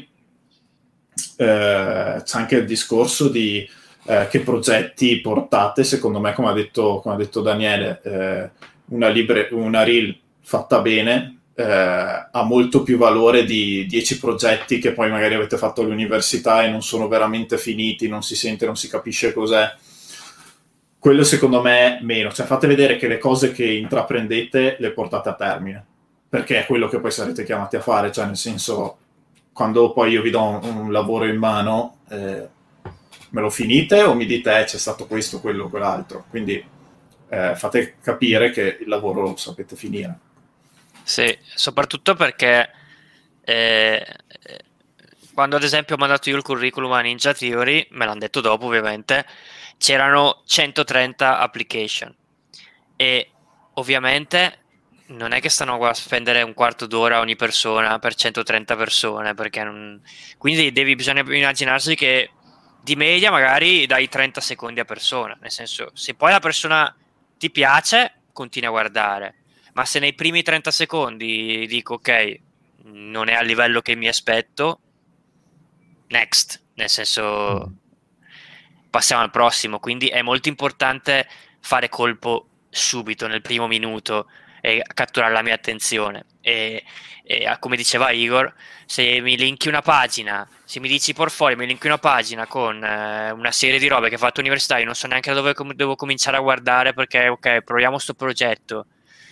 eh, c'è anche il discorso di eh, che progetti portate. Secondo me, come ha detto, come ha detto Daniele, eh, una, libre, una reel fatta bene eh, ha molto più valore di dieci progetti che poi magari avete fatto all'università e non sono veramente finiti, non si sente, non si capisce cos'è. Quello secondo me meno, cioè fate vedere che le cose che intraprendete le portate a termine, perché è quello che poi sarete chiamati a fare, cioè nel senso, quando poi io vi do un, un lavoro in mano, eh, me lo finite o mi dite eh, c'è stato questo, quello, quell'altro, quindi eh, fate capire che il lavoro lo sapete finire. Sì, soprattutto perché eh, quando ad esempio ho mandato io il curriculum a Ninja Theory, me l'hanno detto dopo ovviamente, c'erano centotrenta application e ovviamente non è che stanno a spendere un quarto d'ora ogni persona per centotrenta persone, perché non... quindi devi, bisogna immaginarsi che di media magari dai trenta secondi a persona, nel senso se poi la persona ti piace continui a guardare, ma se nei primi trenta secondi dico ok non è al livello che mi aspetto, next, nel senso passiamo al prossimo. Quindi è molto importante fare colpo subito nel primo minuto, e catturare la mia attenzione. E, e come diceva Igor, se mi linki una pagina, se mi dici portfolio, mi linki una pagina con eh, una serie di robe che ho fatto all'università, io non so neanche da dove com- devo cominciare a guardare, perché ok, proviamo sto progetto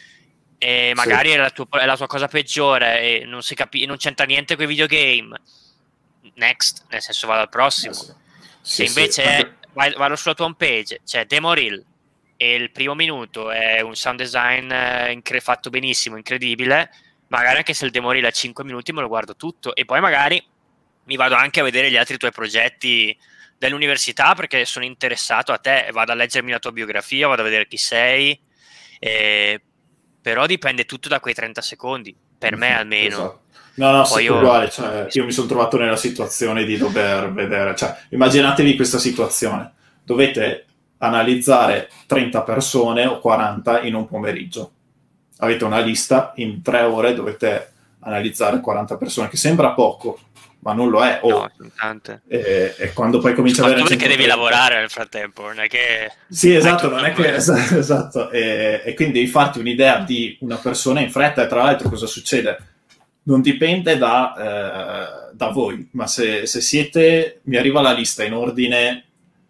e magari sì. è, la tua, è la tua cosa peggiore e non si capi- non c'entra niente con i videogame, next, nel senso vado al prossimo. Eh sì. Se sì, invece sì. È, vai, vado sulla tua home page, c'è Demo Reel e il primo minuto è un sound design eh, incre- fatto benissimo, incredibile, magari anche se il Demo Reel è cinque minuti me lo guardo tutto e poi magari mi vado anche a vedere gli altri tuoi progetti dell'università perché sono interessato a te, vado a leggermi la tua biografia, vado a vedere chi sei, eh, però dipende tutto da quei trenta secondi, per me almeno. Esatto. No, no, sì, io... uguale, cioè, io mi sono trovato nella situazione di dover vedere, cioè, immaginatevi questa situazione, dovete analizzare trenta persone o quaranta in un pomeriggio, avete una lista, in tre ore dovete analizzare quaranta persone, che sembra poco, ma non lo è. Oh, no, sono tante. E, e quando poi cominci a avere... Ma tu che devi lavorare nel frattempo, non è che... Sì, esatto, non è che... Esatto, esatto. E, e quindi devi farti un'idea di una persona in fretta, e tra l'altro cosa succede? Non dipende da, eh, da voi, ma se, se siete... Mi arriva la lista in ordine...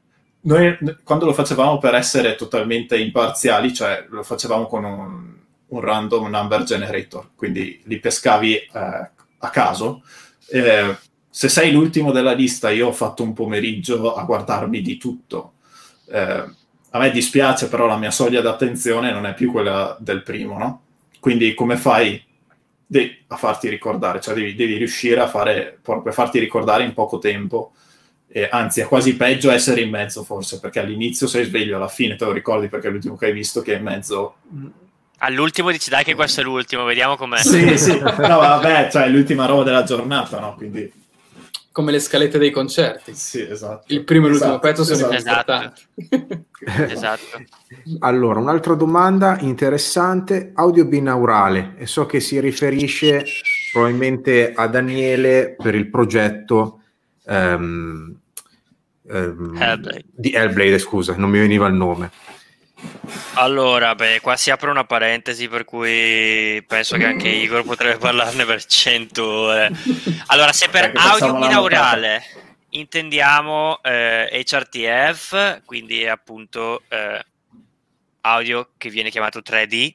Noi quando lo facevamo per essere totalmente imparziali, cioè lo facevamo con un, un random number generator, quindi li pescavi eh, a caso. Eh, se sei l'ultimo della lista, io ho fatto un pomeriggio a guardarmi di tutto. Eh, a me dispiace, però la mia soglia d'attenzione non è più quella del primo, no? Quindi come fai de- a farti ricordare? Cioè devi, devi riuscire a fare, proprio a farti ricordare in poco tempo. Eh, anzi, è quasi peggio essere in mezzo, forse, perché all'inizio sei sveglio, alla fine te lo ricordi perché è l'ultimo che hai visto, che è in mezzo. All'ultimo dici dai che questo è l'ultimo, vediamo com'è. Sì, sì, no, vabbè, cioè è l'ultima roba della giornata, no? Quindi... Come le scalette dei concerti. Sì, esatto. Il primo e l'ultimo esatto, pezzo sono esatto. importanti. Esatto. Allora, un'altra domanda interessante, audio binaurale, e so che si riferisce probabilmente a Daniele per il progetto um, um, Hellblade. di Hellblade, scusa, non mi veniva il nome. Allora, beh, qua si apre una parentesi per cui penso che anche Igor potrebbe parlarne per cento ore. Allora, se per audio binaurale intendiamo eh, H R T F, quindi è appunto eh, audio che viene chiamato tre D,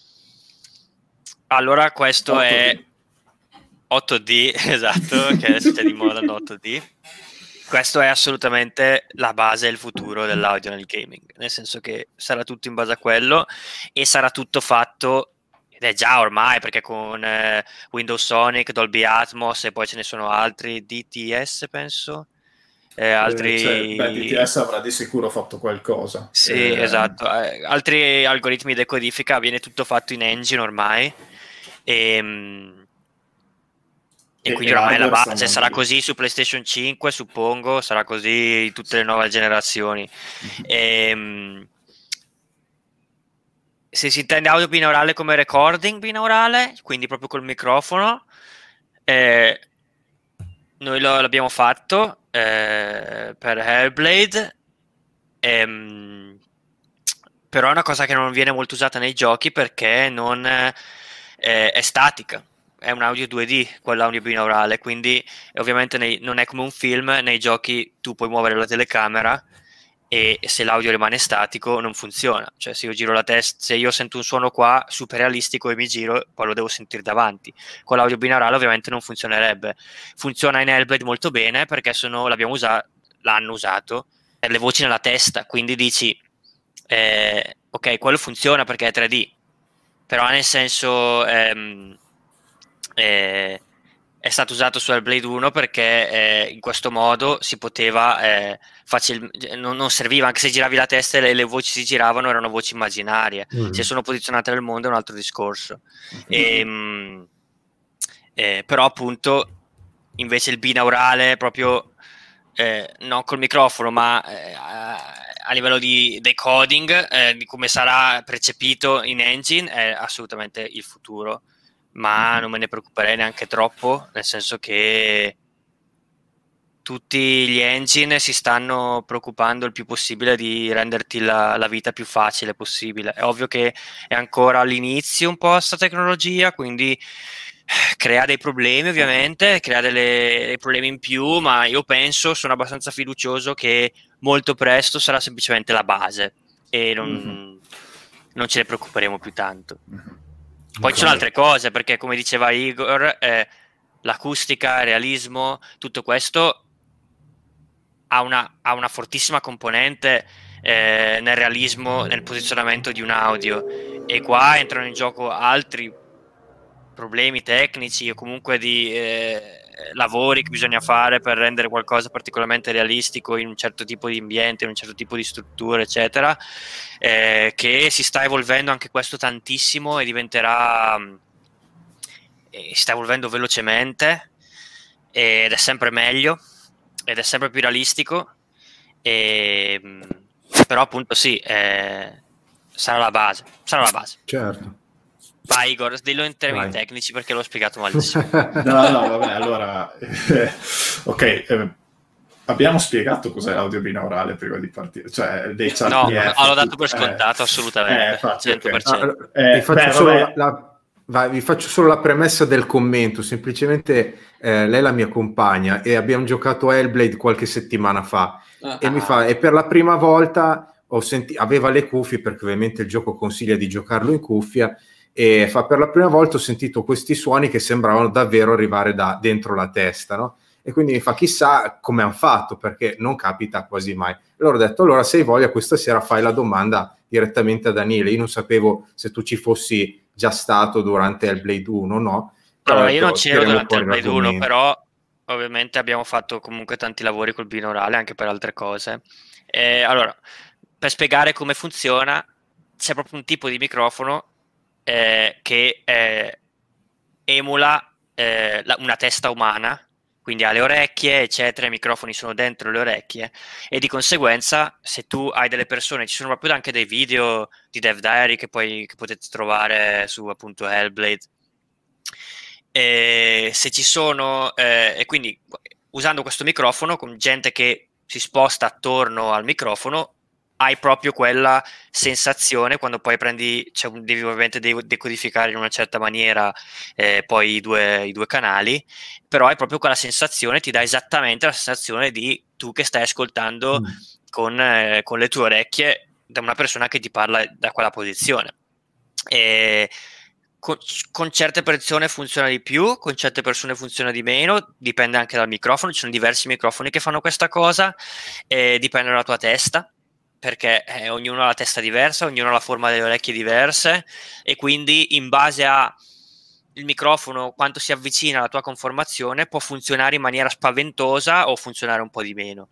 allora questo otto D. È otto D, esatto, che adesso c'è di moda l'otto D. Questo è assolutamente la base e il futuro dell'audio nel gaming, nel senso che sarà tutto in base a quello e sarà tutto fatto, ed è già ormai, perché con eh, Windows Sonic, Dolby Atmos e poi ce ne sono altri, D T S penso, eh, altri... Eh, cioè, beh, D T S avrà di sicuro fatto qualcosa. Sì, eh... esatto, eh, altri algoritmi di decodifica, viene tutto fatto in engine ormai e... E, e quindi ormai la base sarà lì. Così su PlayStation cinque, suppongo, sarà così in tutte le nuove generazioni. Mm-hmm. E, se si intende audio binaurale come recording binaurale, quindi proprio col microfono, eh, noi lo, l'abbiamo fatto eh, per Hellblade, ehm, però è una cosa che non viene molto usata nei giochi perché non eh, è statica. È un audio due D, quell'audio binaurale, quindi ovviamente nei, non è come un film, nei giochi tu puoi muovere la telecamera e se l'audio rimane statico non funziona, cioè se io giro la testa, se io sento un suono qua super realistico e mi giro, poi lo devo sentire davanti. Con l'audio binaurale ovviamente non funzionerebbe. Funziona in Hellblade molto bene perché sono, l'abbiamo usato, l'hanno usato per le voci nella testa, quindi dici eh, ok, quello funziona perché è tre D, però nel senso ehm, Eh, è stato usato su Hellblade uno perché eh, in questo modo si poteva eh, facil- non, non serviva, anche se giravi la testa e le, le voci si giravano, erano voci immaginarie. Mm. Se sono posizionate nel mondo è un altro discorso. Mm-hmm. E, mh, eh, però appunto invece il binaurale proprio eh, non col microfono ma eh, a, a livello di decoding eh, di come sarà percepito in engine è assolutamente il futuro, ma non me ne preoccuperei neanche troppo, nel senso che tutti gli engine si stanno preoccupando il più possibile di renderti la, la vita più facile possibile. È ovvio che è ancora all'inizio un po' questa tecnologia, quindi crea dei problemi ovviamente, crea delle, dei problemi in più, ma io penso, sono abbastanza fiducioso che molto presto sarà semplicemente la base e non, mm-hmm. non ce ne preoccuperemo più tanto. Mm-hmm. Poi okay. ci sono altre cose, perché come diceva Igor, eh, l'acustica, il realismo, tutto questo ha una, ha una fortissima componente eh, nel realismo, nel posizionamento di un audio, e qua entrano in gioco altri problemi tecnici o comunque di eh, lavori che bisogna fare per rendere qualcosa particolarmente realistico in un certo tipo di ambiente, in un certo tipo di struttura, eccetera, eh, che si sta evolvendo anche questo tantissimo e diventerà eh, si sta evolvendo velocemente ed è sempre meglio ed è sempre più realistico, e, però appunto sì, eh, sarà la base, sarà la base. Certo. Vai Igor, dillo in termini Vai. tecnici perché l'ho spiegato malissimo. no, no, vabbè, allora, eh, ok, eh, abbiamo spiegato cos'è l'audio binaurale prima di partire, cioè dei chat No, P F, l'ho dato per scontato, eh, assolutamente, eh, infatti, cento per cento. Okay. Ah, eh, vi, faccio beh, solo la, la, vai, vi faccio solo la premessa del commento, semplicemente eh, lei è la mia compagna e abbiamo giocato a Hellblade qualche settimana fa ah, e ah. mi fa, e per la prima volta ho senti, aveva le cuffie perché ovviamente il gioco consiglia di giocarlo in cuffia, e fa, per la prima volta ho sentito questi suoni che sembravano davvero arrivare da dentro la testa, no? E quindi mi fa, chissà come hanno fatto, perché non capita quasi mai. Allora ho detto, allora se hai voglia questa sera fai la domanda direttamente a Daniele. Io non sapevo se tu ci fossi già stato durante Hellblade uno, no? Allora detto, io non c'ero durante Hellblade uno, però ovviamente abbiamo fatto comunque tanti lavori col binaurale anche per altre cose. E allora, per spiegare come funziona, c'è proprio un tipo di microfono Eh, che eh, emula eh, la, una testa umana, quindi ha le orecchie eccetera, i microfoni sono dentro le orecchie e di conseguenza se tu hai delle persone, ci sono proprio anche dei video di Dev Diary che poi che potete trovare su appunto Hellblade, e se ci sono eh, e quindi usando questo microfono con gente che si sposta attorno al microfono hai proprio quella sensazione quando poi prendi, cioè devi ovviamente decodificare in una certa maniera eh, poi i due, i due canali, però hai proprio quella sensazione, ti dà esattamente la sensazione di tu che stai ascoltando mm. con, eh, con le tue orecchie da una persona che ti parla da quella posizione. E con, con certe persone funziona di più, con certe persone funziona di meno, dipende anche dal microfono, ci sono diversi microfoni che fanno questa cosa, e dipende dalla tua testa, perché eh, ognuno ha la testa diversa, ognuno ha la forma delle orecchie diverse, e quindi in base a il microfono quanto si avvicina alla tua conformazione può funzionare in maniera spaventosa o funzionare un po' di meno.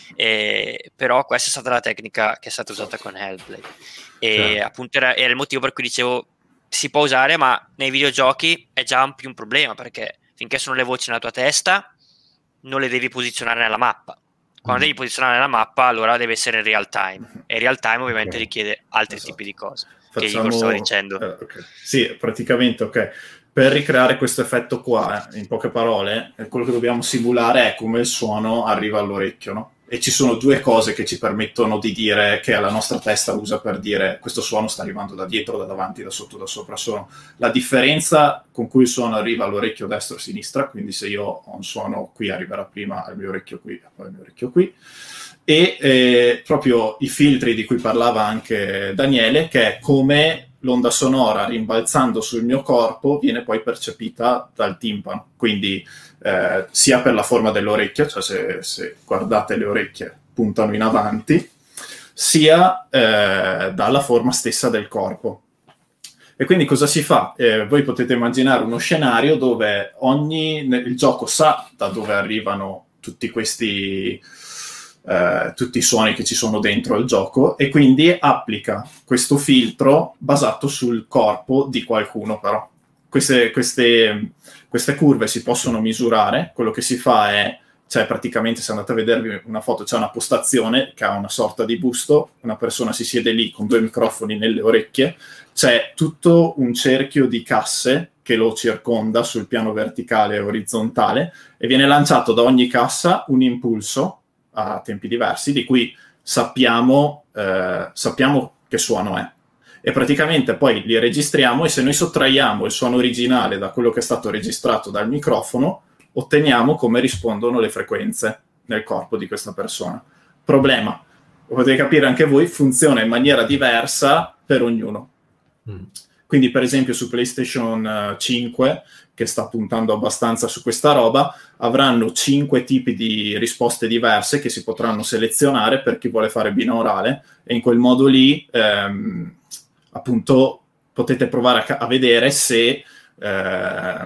Eh, però questa è stata la tecnica che è stata usata con Hellblade, e cioè. appunto era, era il motivo per cui dicevo si può usare, ma nei videogiochi è già più un problema, perché finché sono le voci nella tua testa non le devi posizionare nella mappa. Quando devi posizionare la mappa, allora deve essere in real time, e real time ovviamente okay. richiede altri esatto. tipi di cose. Facciamo... che Igor stava dicendo. Eh, okay. Sì, praticamente, ok. Per ricreare questo effetto qua, in poche parole, quello che dobbiamo simulare è come il suono arriva all'orecchio, no? E ci sono due cose che ci permettono di dire, che la nostra testa usa per dire questo suono sta arrivando da dietro, da davanti, da sotto, da sopra. Sono la differenza con cui il suono arriva all'orecchio destro o sinistra, quindi se io ho un suono qui arriverà prima al mio orecchio qui e poi al mio orecchio qui, e eh, proprio i filtri di cui parlava anche Daniele, che è come l'onda sonora rimbalzando sul mio corpo viene poi percepita dal timpano, quindi eh, sia per la forma dell'orecchio, cioè se, se guardate le orecchie puntano in avanti, sia eh, dalla forma stessa del corpo. E quindi cosa si fa? Eh, voi potete immaginare uno scenario dove ogni il gioco sa da dove arrivano tutti questi Uh, tutti i suoni che ci sono dentro il gioco, e quindi applica questo filtro basato sul corpo di qualcuno. Però queste, queste, queste curve si possono misurare. Quello che si fa è, cioè praticamente se andate a vedervi una foto, c'è una postazione che ha una sorta di busto, una persona si siede lì con due microfoni nelle orecchie, c'è tutto un cerchio di casse che lo circonda sul piano verticale e orizzontale, e viene lanciato da ogni cassa un impulso a tempi diversi di cui sappiamo, eh, sappiamo che suono è. E praticamente poi li registriamo, e se noi sottraiamo il suono originale da quello che è stato registrato dal microfono, otteniamo come rispondono le frequenze nel corpo di questa persona. Problema, lo potete capire anche voi, funziona in maniera diversa per ognuno. Mm. Quindi per esempio su PlayStation cinque, che sta puntando abbastanza su questa roba, avranno cinque tipi di risposte diverse che si potranno selezionare per chi vuole fare binaurale, e in quel modo lì ehm, appunto potete provare a, a vedere se, eh,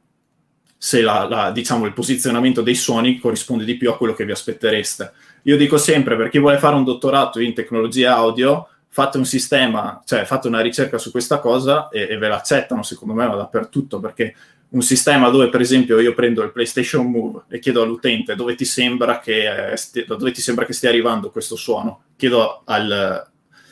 se la, la, diciamo, il posizionamento dei suoni corrisponde di più a quello che vi aspettereste. Io dico sempre, per chi vuole fare un dottorato in tecnologie audio, fate un sistema, cioè fate una ricerca su questa cosa e, e ve l'accettano, secondo me, dappertutto, perché un sistema dove, per esempio, io prendo il PlayStation Move e chiedo all'utente dove ti sembra che, eh, stia, dove ti sembra che stia arrivando questo suono, chiedo al,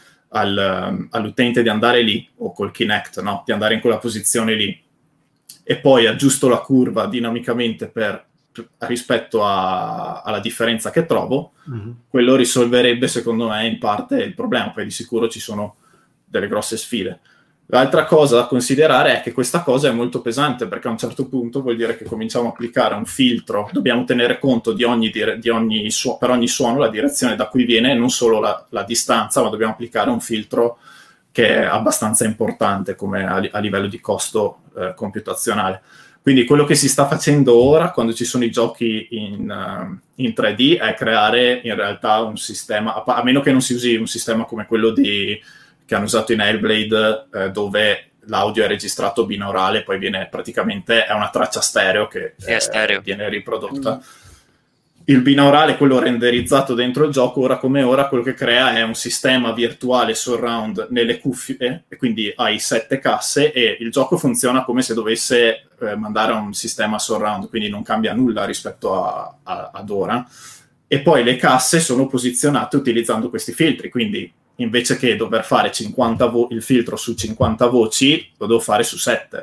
al, all'utente di andare lì, o col Kinect, no? Di andare in quella posizione lì, e poi aggiusto la curva dinamicamente per rispetto a, alla differenza che trovo, mm-hmm. quello risolverebbe, secondo me, in parte il problema. Poi di sicuro ci sono delle grosse sfide. L'altra cosa da considerare è che questa cosa è molto pesante, perché a un certo punto vuol dire che cominciamo a applicare un filtro, dobbiamo tenere conto di ogni, dire, di ogni su- per ogni suono la direzione da cui viene, non solo la, la distanza, ma dobbiamo applicare un filtro che è abbastanza importante come a, a livello di costo eh, computazionale. Quindi quello che si sta facendo ora, quando ci sono i giochi in, uh, in tre D, è creare in realtà un sistema, a, a meno che non si usi un sistema come quello di, che hanno usato in Hellblade, eh, dove l'audio è registrato binaurale, poi viene praticamente, è una traccia stereo che eh, stereo. viene riprodotta. Mm. Il binaurale, quello renderizzato dentro il gioco, ora come ora, quello che crea è un sistema virtuale surround nelle cuffie, e quindi hai sette casse, e il gioco funziona come se dovesse eh, mandare a un sistema surround, quindi non cambia nulla rispetto a, a, ad ora. E poi le casse sono posizionate utilizzando questi filtri, quindi invece che dover fare cinquanta vo- il filtro su cinquanta voci, lo devo fare su sette.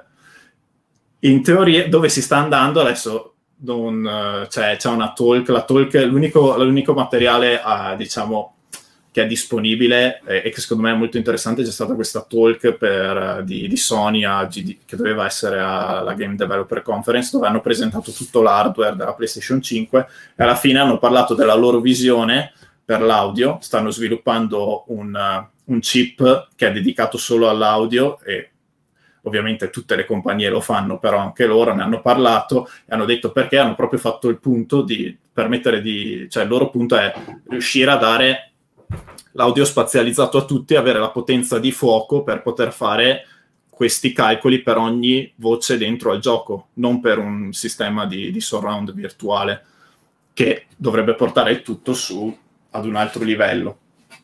In teoria, dove si sta andando adesso... Non, cioè, c'è una talk, la talk è l'unico, l'unico materiale uh, diciamo che è disponibile eh, e che secondo me è molto interessante. C'è stata questa talk per, uh, di, di Sony a G D, che doveva essere alla Game Developer Conference, dove hanno presentato tutto l'hardware della PlayStation cinque e alla fine hanno parlato della loro visione per l'audio. Stanno sviluppando un, uh, un chip che è dedicato solo all'audio, e ovviamente tutte le compagnie lo fanno, però anche loro ne hanno parlato e hanno detto perché hanno proprio fatto il punto di permettere di... cioè il loro punto è riuscire a dare l'audio spazializzato a tutti e avere la potenza di fuoco per poter fare questi calcoli per ogni voce dentro al gioco, non per un sistema di, di surround virtuale che dovrebbe portare il tutto su ad un altro livello.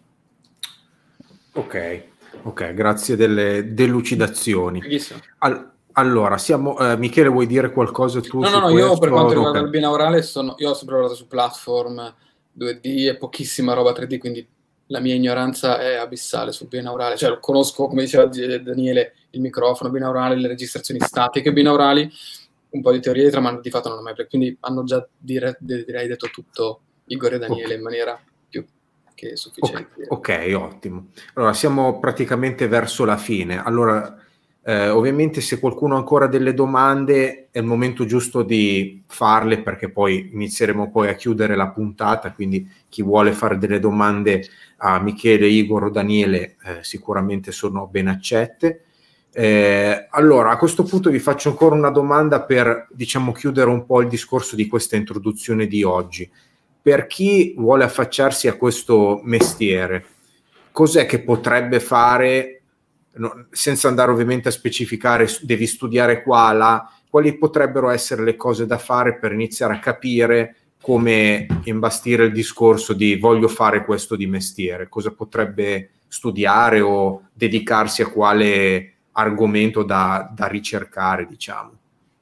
Ok. Ok, grazie delle delucidazioni. All- allora, siamo, eh, Michele, vuoi dire qualcosa tu? No, su no, no, questo? io per quanto riguarda okay. il binaurale, sono, io ho sempre lavorato su platform due D e pochissima roba tre D, quindi la mia ignoranza è abissale sul binaurale. Cioè, conosco, come diceva Daniele, il microfono binaurale, le registrazioni statiche binaurali, un po' di teoria dietro, ma di fatto non ho mai... Quindi hanno già, dire, direi, detto tutto Igor e Daniele okay. in maniera... che è sufficiente. Ok, ok, ottimo. Allora, siamo praticamente verso la fine. Allora, eh, ovviamente se qualcuno ha ancora delle domande è il momento giusto di farle, perché poi inizieremo poi a chiudere la puntata, quindi chi vuole fare delle domande a Michele, Igor o Daniele eh, sicuramente sono ben accette. Eh, allora, a questo punto vi faccio ancora una domanda per, diciamo, chiudere un po' il discorso di questa introduzione di oggi. Per chi vuole affacciarsi a questo mestiere, cos'è che potrebbe fare, no, senza andare ovviamente a specificare, devi studiare qua, là, quali potrebbero essere le cose da fare per iniziare a capire come imbastire il discorso di voglio fare questo di mestiere? Cosa potrebbe studiare o dedicarsi a quale argomento da, da ricercare, diciamo?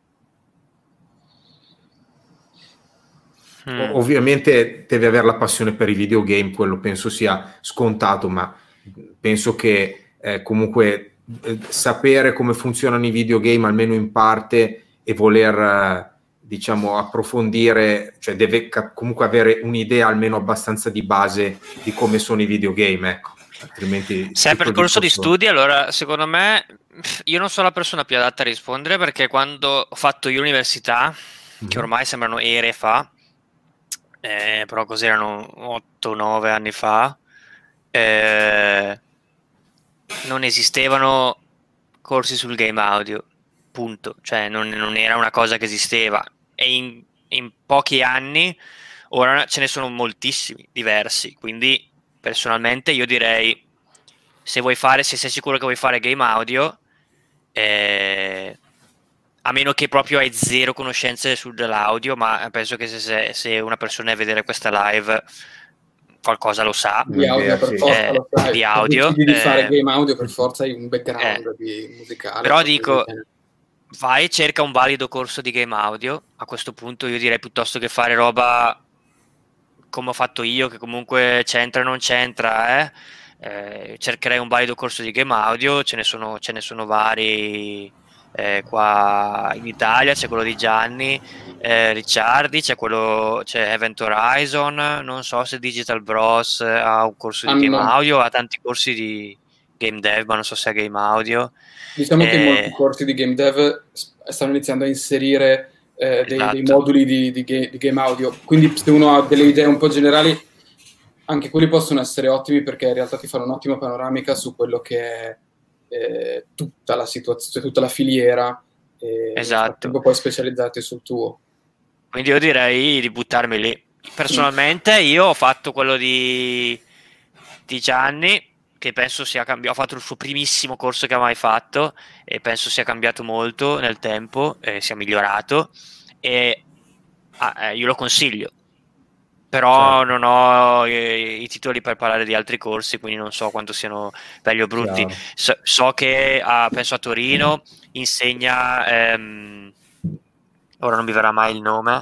Mm. Ovviamente deve avere la passione per i videogame, quello penso sia scontato, ma penso che eh, comunque eh, sapere come funzionano i videogame almeno in parte e voler eh, diciamo approfondire, cioè deve ca- comunque avere un'idea almeno abbastanza di base di come sono i videogame, ecco. Altrimenti se è percorso di discorso... studi, allora secondo me io non sono la persona più adatta a rispondere, perché quando ho fatto io l'università, mm-hmm. che ormai sembrano ere fa, eh, però cos'erano otto nove anni fa, eh, non esistevano corsi sul game audio, punto, cioè non, non era una cosa che esisteva, e in, in pochi anni ora ce ne sono moltissimi diversi, quindi personalmente io direi, se vuoi fare, se sei sicuro che vuoi fare game audio, eh, a meno che proprio hai zero conoscenze sull'audio, ma penso che se, se una persona deve vedere questa live qualcosa lo sa di audio, per forza eh, lo sai. di audio, Se decidi di eh, fare game audio, per forza hai un background eh, di musicale. però dico, vai e cerca un valido corso di game audio. A questo punto io direi, piuttosto che fare roba come ho fatto io, che comunque c'entra o non c'entra, eh, eh, cercherei un valido corso di game audio. Ce ne sono, ce ne sono vari eh, qua in Italia, c'è quello di Gianni eh, Ricciardi, c'è quello, c'è Event Horizon, non so se Digital Bros ha un corso di ah, game no. audio, ha tanti corsi di game dev, ma non so se è game audio. Diciamo eh, che molti corsi di game dev stanno iniziando a inserire Eh, dei, esatto. dei moduli di, di, di game audio, quindi se uno ha delle idee un po' generali, anche quelli possono essere ottimi, perché in realtà ti fanno un'ottima panoramica su quello che è eh, tutta la situazione, tutta la filiera, e esatto. poi specializzarti sul tuo. Quindi io direi di buttarmi lì. Personalmente io ho fatto quello di, di Gianni, che penso sia cambiato, ho fatto il suo primissimo corso che ha mai fatto e penso sia cambiato molto nel tempo, eh, sia migliorato, e ah, eh, io lo consiglio, però certo. non ho i, i titoli per parlare di altri corsi, quindi non so quanto siano belli o brutti. So, so che a, penso a Torino insegna ehm, ora non mi verrà mai il nome,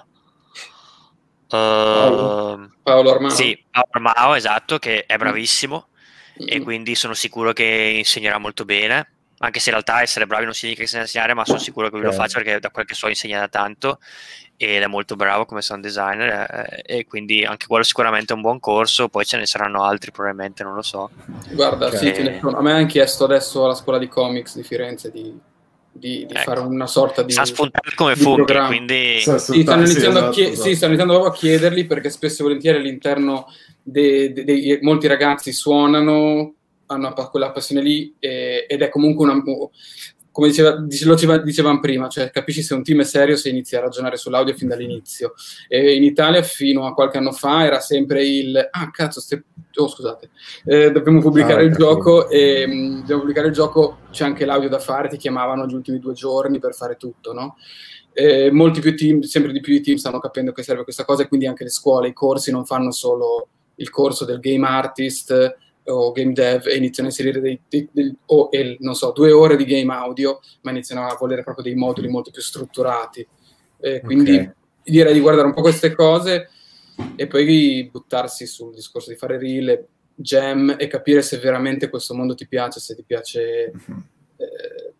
eh, Paolo, Paolo Armao. Sì, Paolo Armao, esatto, che è bravissimo. E quindi sono sicuro che insegnerà molto bene, anche se in realtà essere bravi non significa che sa insegnare, ma sono sicuro che lui lo faccia, perché da quel che so insegna da tanto ed è molto bravo come sound designer, eh, e quindi anche quello sicuramente è un buon corso. Poi ce ne saranno altri probabilmente, non lo so. Guarda, okay. Sì, ce ne sono. A me hanno chiesto adesso alla scuola di comics di Firenze di, di, di ecco. fare una sorta di sa spuntare come funghi, quindi sì, stanno iniziando, sì, a chie- esatto. sì, stanno iniziando a chiederli, perché spesso e volentieri all'interno De, de, de, molti ragazzi suonano, hanno quella passione lì, e, ed è comunque una, come diceva, diceva, dicevamo prima, cioè capisci se un team è serio se inizi a ragionare sull'audio fin dall'inizio. E in Italia fino a qualche anno fa era sempre il ah cazzo ste, oh scusate eh, dobbiamo pubblicare ah, il gioco e mh, dobbiamo pubblicare il gioco, c'è anche l'audio da fare, ti chiamavano gli ultimi due giorni per fare tutto, no? Eh, molti più team, sempre di più i team stanno capendo che serve questa cosa, e quindi anche le scuole, i corsi non fanno solo il corso del game artist o game dev e iniziano a inserire dei, dei, dei o el, non so, due ore di game audio, ma iniziano a volere proprio dei moduli molto più strutturati. Eh, quindi okay. direi di guardare un po' queste cose e poi buttarsi sul discorso di fare reel, jam, e capire se veramente questo mondo ti piace, se ti piace eh,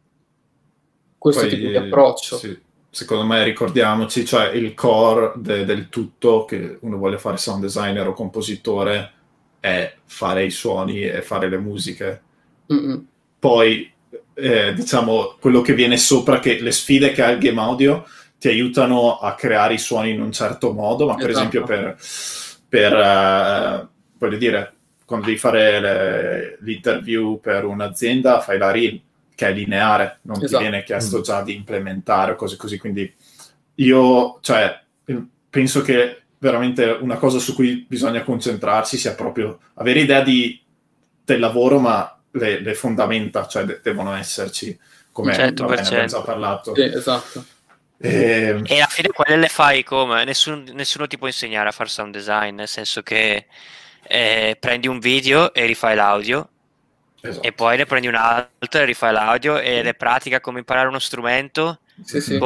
questo poi, tipo di approccio. Sì. Secondo me ricordiamoci, cioè il core de, del tutto, che uno vuole fare sound designer o compositore, è fare i suoni e fare le musiche. Mm-mm. Poi eh, diciamo quello che viene sopra, che le sfide che ha il game audio ti aiutano a creare i suoni in un certo modo, ma per esatto. esempio per, per eh, voglio dire, quando devi fare le, l'interview per un'azienda fai la reel, che è lineare, non esatto. ti viene chiesto già di implementare o cose così, quindi io, cioè, penso che veramente una cosa su cui bisogna concentrarsi sia proprio avere idea di, del lavoro, ma le, le fondamenta, cioè de- devono esserci, come abbiamo già parlato. Sì, esatto. E... e alla fine quelle le fai come? Nessun, nessuno ti può insegnare a fare sound design, nel senso che eh, prendi un video e rifai l'audio, esatto. e poi ne prendi un altro e rifai l'audio, e le pratica come imparare uno strumento, sì, sì.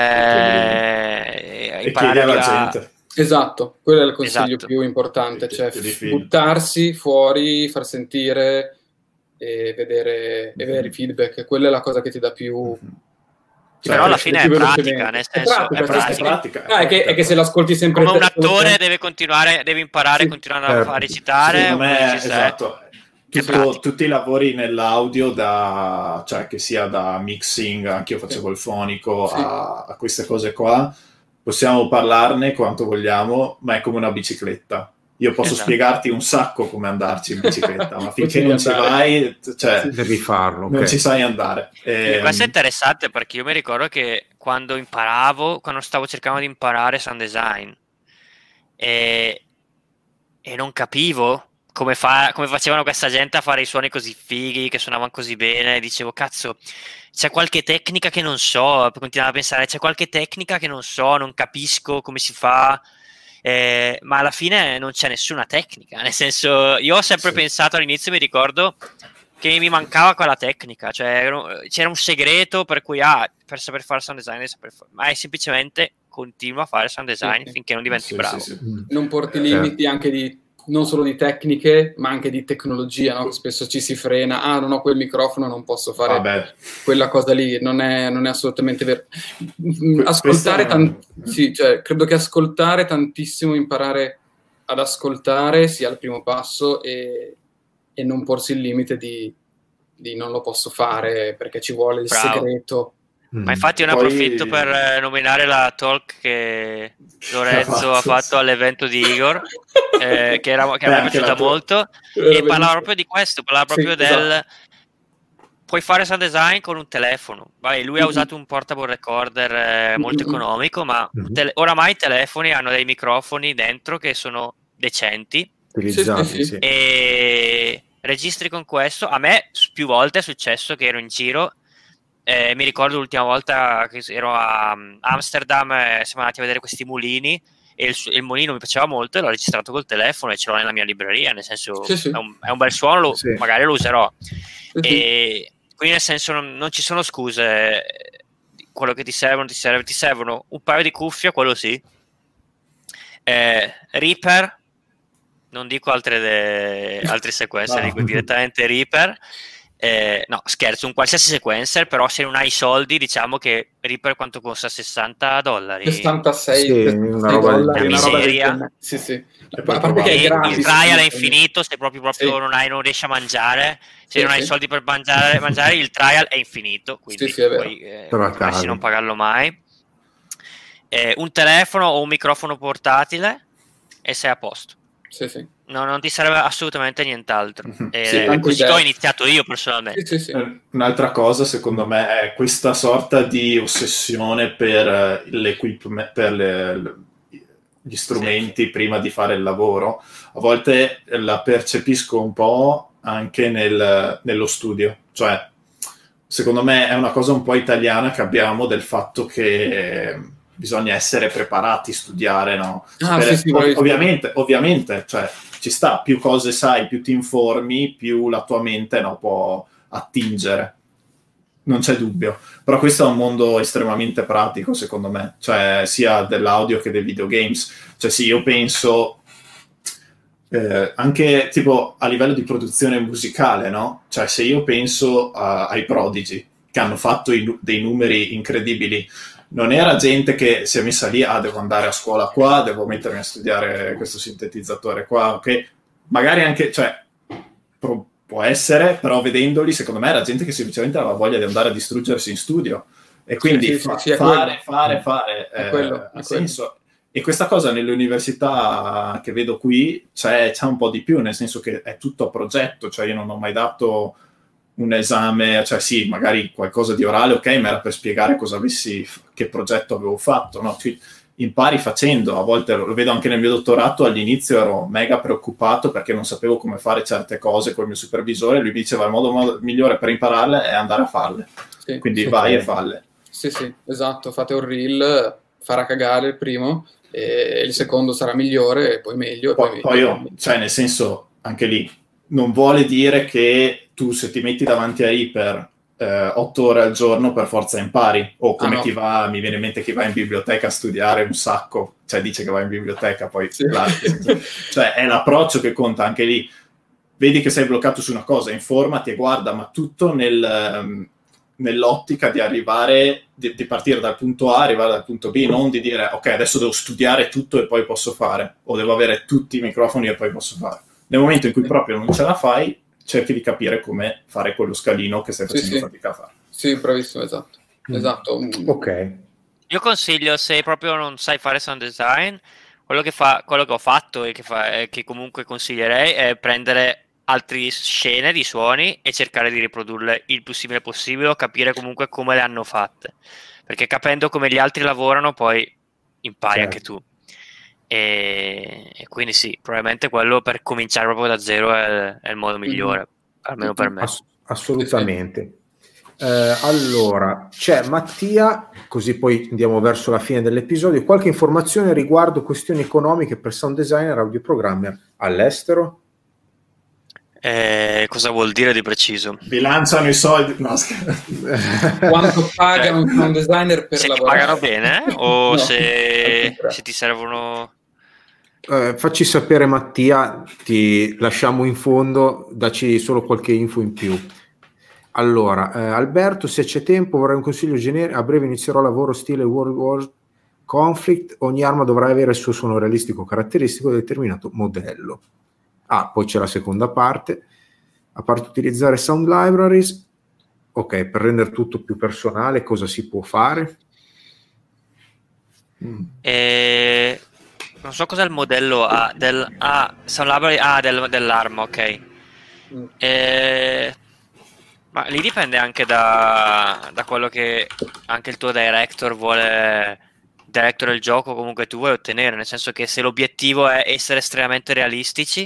come e imparare alla a... gente. Esatto, quello è il consiglio esatto. più importante, cioè f- buttarsi fuori, far sentire, e vedere, e vedere i feedback. Quella è la cosa che ti dà più... Cioè, però alla fine è pratica, nel senso, è pratica. È pratica. Ah, è, che, è che se l'ascolti sempre... Come un attore deve continuare, deve imparare, sì, continuare a, a recitare. Secondo me, esatto. Tutto, tutti i lavori nell'audio, da, cioè che sia da mixing, anche io facevo il fonico, sì, a, a queste cose qua, possiamo parlarne quanto vogliamo, ma è come una bicicletta. Io posso esatto. spiegarti un sacco come andarci in bicicletta, ma finché non ci vai, cioè, devi farlo, non okay. ci sai andare. E... Questo è interessante, perché io mi ricordo che quando imparavo, quando stavo cercando di imparare sound design, e, e non capivo come, fa, come facevano questa gente a fare i suoni così fighi, che suonavano così bene, dicevo, cazzo, c'è qualche tecnica che non so, continuavo a pensare, c'è qualche tecnica che non so, non capisco come si fa, eh, ma alla fine non c'è nessuna tecnica, nel senso, io ho sempre sì. pensato all'inizio, mi ricordo, che mi mancava quella tecnica, cioè c'era un segreto per cui, ah, per saper fare sound design, saper fare, ma è semplicemente continua a fare sound design sì. finché non diventi sì, bravo. Sì, sì. Non porti limiti anche di non solo di tecniche, ma anche di tecnologia, no? Spesso ci si frena, ah, non ho quel microfono, non posso fare Vabbè. quella cosa lì, non è, non è assolutamente vero. Ascoltare, tant- sì, cioè, credo che ascoltare tantissimo, imparare ad ascoltare sia il primo passo, e, e non porsi il limite di, di non lo posso fare perché ci vuole il Bravo. segreto. Mm. Ma infatti ne Poi... approfitto per eh, nominare la talk che Lorenzo ha fatto all'evento di Igor, eh, che, era, che Beh, mi è piaciuta molto, e parlava proprio di questo, parlava proprio sì, del esatto. puoi fare sound design con un telefono. Vabbè, lui mm-hmm. ha usato un portable recorder eh, molto mm-hmm. economico, ma mm-hmm. tele- oramai i telefoni hanno dei microfoni dentro che sono decenti, utilizzati, sì, sì. e registri con questo. A me più volte è successo che ero in giro. Eh, mi ricordo l'ultima volta che ero a Amsterdam, eh, siamo andati a vedere questi mulini, e il, il mulino mi piaceva molto, e l'ho registrato col telefono e ce l'ho nella mia libreria, nel senso sì, sì. È, un, è un bel suono, lo, sì. magari lo userò. Sì, e sì. Quindi nel senso non, non ci sono scuse, quello che ti servono ti serve, ti servono un paio di cuffie, quello sì, eh, Reaper, non dico altre, de, altri sequencer, no. dico direttamente Reaper. Eh, no, scherzo, un qualsiasi sequencer, però se non hai i soldi, diciamo che Reaper quanto costa? sessanta dollari? sessantasei, sì, una roba dollari, una miseria. Sì, sì. A parte che il trial è infinito, se proprio, proprio sì. non, hai, non riesci a mangiare, se sì, non sì. hai i soldi per mangiare, mangiare, il trial è infinito, quindi sì, sì, puoi eh, non pagarlo mai. Eh, un telefono o un microfono portatile e sei a posto. Sì, sì. No, non ti serve assolutamente nient'altro. Mm-hmm. Eh, sì, così ho iniziato io personalmente. Sì, sì, sì. Un'altra cosa, secondo me, è questa sorta di ossessione per l'equipment, per le, gli strumenti sì. prima di fare il lavoro. A volte la percepisco un po' anche nel, nello studio. Cioè, secondo me è una cosa un po' italiana che abbiamo, del fatto che bisogna essere preparati, studiare, no? Ah, per, sì, sì, ov- ovviamente, ovviamente, cioè, ci sta, più cose sai, più ti informi, più la tua mente no, può attingere. Non c'è dubbio. Però questo è un mondo estremamente pratico, secondo me, cioè sia dell'audio che dei videogames. Cioè sì, io penso eh, anche tipo a livello di produzione musicale, no? Cioè se io penso a, ai Prodigy, che hanno fatto i, dei numeri incredibili, non era gente che si è messa lì, ah, devo andare a scuola qua, devo mettermi a studiare questo sintetizzatore qua, ok? Magari anche, cioè, pro, può essere, però vedendoli, secondo me era gente che semplicemente aveva voglia di andare a distruggersi in studio. E quindi sì, sì, fa, sì, fare, fare, fare, è quello, eh, ha senso. E questa cosa nelle università che vedo qui c'è, c'è un po' di più, nel senso che è tutto a progetto, cioè io non ho mai dato un esame, cioè sì, magari qualcosa di orale, ok, ma era per spiegare cosa avessi, che progetto avevo fatto, no? Cioè, impari facendo. A volte lo vedo anche nel mio dottorato, all'inizio ero mega preoccupato perché non sapevo come fare certe cose col mio supervisore, lui diceva il modo, modo migliore per impararle è andare a farle, sì, quindi sì, vai sì. e falle. Sì, sì, esatto, fate un reel, farà cagare il primo, e il secondo sarà migliore, e poi meglio. E poi, poi, poi io, cioè nel senso, anche lì, non vuole dire che tu se ti metti davanti a Reaper eh, otto ore al giorno per forza impari, o come ah, no. chi va, mi viene in mente chi va in biblioteca a studiare un sacco, cioè dice che va in biblioteca, poi sì. cioè è l'approccio che conta anche lì. vedi che sei bloccato su una cosa, informati e guarda, ma tutto nel, um, nell'ottica di arrivare, di, di partire dal punto A, arrivare dal punto B, non di dire ok, adesso devo studiare tutto e poi posso fare, o devo avere tutti i microfoni e poi posso fare. Nel momento in cui proprio non ce la fai, cerchi di capire come fare quello scalino che stai facendo sì, fatica a fare. Sì, bravissimo, esatto. Mm. Esatto. Ok. Io consiglio, se proprio non sai fare sound design, quello che, fa, quello che ho fatto e che, fa, e che comunque consiglierei è prendere altre scene di suoni e cercare di riprodurle il più simile possibile, o capire comunque come le hanno fatte, perché capendo come gli altri lavorano poi impari certo. anche tu. E, e quindi sì, probabilmente quello per cominciare proprio da zero è, è il modo migliore, mm-hmm. almeno per me. Ass- assolutamente. Eh, allora, c'è Mattia, così poi andiamo verso la fine dell'episodio. Qualche informazione riguardo questioni economiche per sound designer, audioprogrammer all'estero? Eh, cosa vuol dire di preciso? Vi lanciano i soldi? No, quanto paga un sound designer per se lavorare? Se ti pagano bene o no, se, se ti servono... Eh, facci sapere Mattia, ti lasciamo in fondo, dacci solo qualche info in più. Allora, eh, Alberto, se c'è tempo vorrei un consiglio generico, a breve inizierò lavoro stile World War Conflict, ogni arma dovrà avere il suo suono realistico caratteristico di determinato modello. Ah, poi c'è la seconda parte, a parte utilizzare sound libraries, ok, per rendere tutto più personale cosa si può fare? Mm. Eh... Non so cos'è il modello A del ah, sound library A del, dell'arma, ok. Mm. E, ma lì dipende anche da, da quello che anche il tuo director vuole, director del gioco comunque tu vuoi ottenere, nel senso che se l'obiettivo è essere estremamente realistici,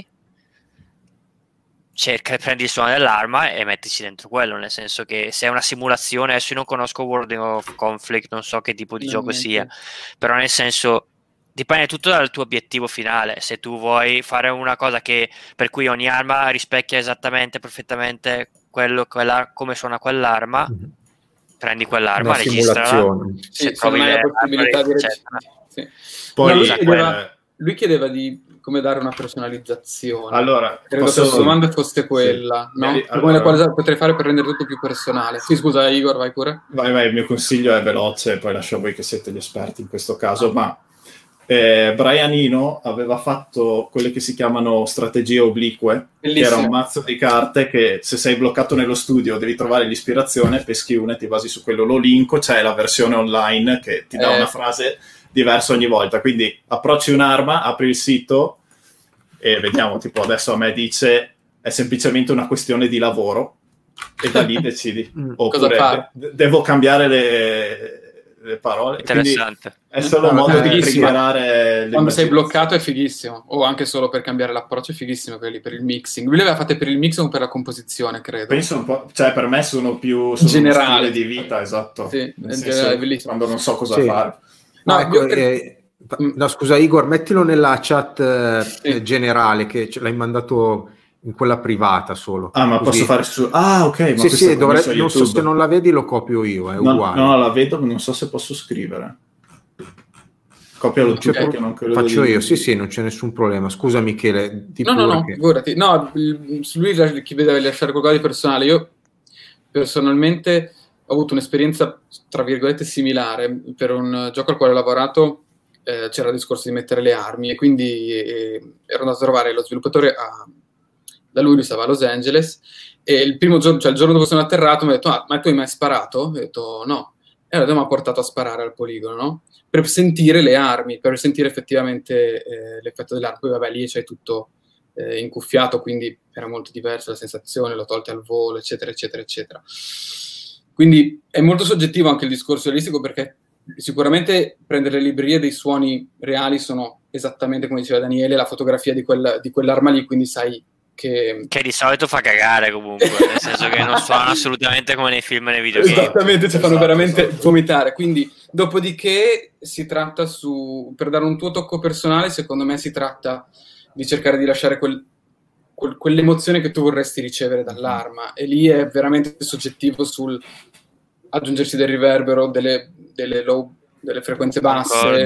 cerca, prendi il suono dell'arma e mettici dentro quello, nel senso che se è una simulazione, adesso io non conosco World of Conflict, non so che tipo di non gioco niente. sia, però nel senso dipende tutto dal tuo obiettivo finale. Se tu vuoi fare una cosa che per cui ogni arma rispecchia esattamente, perfettamente quello, quella, come suona quell'arma, mm-hmm. prendi quell'arma, registrala. Sì, se trovi le possibilità di registrare. Sì. Poi no, lui, chiedeva, lui chiedeva di come dare una personalizzazione. Allora, credo posso... che la domanda fosse quella, sì. no? Vedi, allora... Come cosa potrei fare per rendere tutto più personale? Sì, scusa, Igor, vai pure. Vai, vai, il mio consiglio è veloce, poi lascio a voi che siete gli esperti in questo caso, ah. ma Eh, Brian Eno aveva fatto quelle che si chiamano strategie oblique, Bellissimo. Che era un mazzo di carte che se sei bloccato nello studio devi trovare l'ispirazione, peschi una e ti basi su quello, lo linko, c'è la versione online che ti dà eh. una frase diversa ogni volta, quindi approcci un'arma, apri il sito e vediamo, tipo adesso a me dice è semplicemente una questione di lavoro e da lì decidi oppure de- devo cambiare le le parole, interessante, è solo un modo di triggerare quando sei bloccato è fighissimo, o anche solo per cambiare l'approccio è fighissimo, quelli per il mixing. Lui le aveva fatte per il mix o per la composizione, credo. Penso un po', cioè per me sono più sono generale di vita, esatto, sì, in generale è bellissimo quando non so cosa sì. fare. No, no, ecco, eh, no, scusa Igor, mettilo nella chat eh, sì. generale che ce l'hai mandato in quella privata solo. Ah, ma così. Posso fare su... Ah, ok. Ma sì, sì, dovrebbe... non so se non la vedi lo copio io, è no, uguale. No, la vedo, non so se posso scrivere. Copialo tu, pro... che non credo faccio io, sì, sì, non c'è nessun problema. Scusa Michele, ti no, no, no, che... figurati. No, lui chiedeva di lasciare qualcosa di personale. Io personalmente ho avuto un'esperienza, tra virgolette, similare. Per un gioco al quale ho lavorato eh, c'era il discorso di mettere le armi e quindi eh, ero andato a trovare lo sviluppatore a... da lui, lui stava a Los Angeles e il primo giorno, cioè il giorno dopo sono atterrato mi ha detto ah, ma tu hai mai sparato? Ho detto no, e allora mi ha portato a sparare al poligono, no? Per sentire le armi, per sentire effettivamente eh, l'effetto dell'arma. Poi vabbè lì c'è tutto eh, incuffiato, quindi era molto diversa la sensazione, l'ho tolta al volo, eccetera, eccetera, eccetera. Quindi è molto soggettivo anche il discorso realistico, perché sicuramente prendere le librerie dei suoni reali sono esattamente come diceva Daniele, la fotografia di, quella, di quell'arma lì, quindi sai Che... che di solito fa cagare comunque, nel senso che non suona assolutamente come nei film e nei videogame. Esattamente, ci fanno esatto, veramente esatto. vomitare. Quindi, dopodiché, si tratta su per dare un tuo tocco personale, secondo me si tratta di cercare di lasciare quel, quel, quell'emozione che tu vorresti ricevere dall'arma. E lì è veramente soggettivo sul aggiungersi del riverbero, delle, delle low, delle frequenze basse.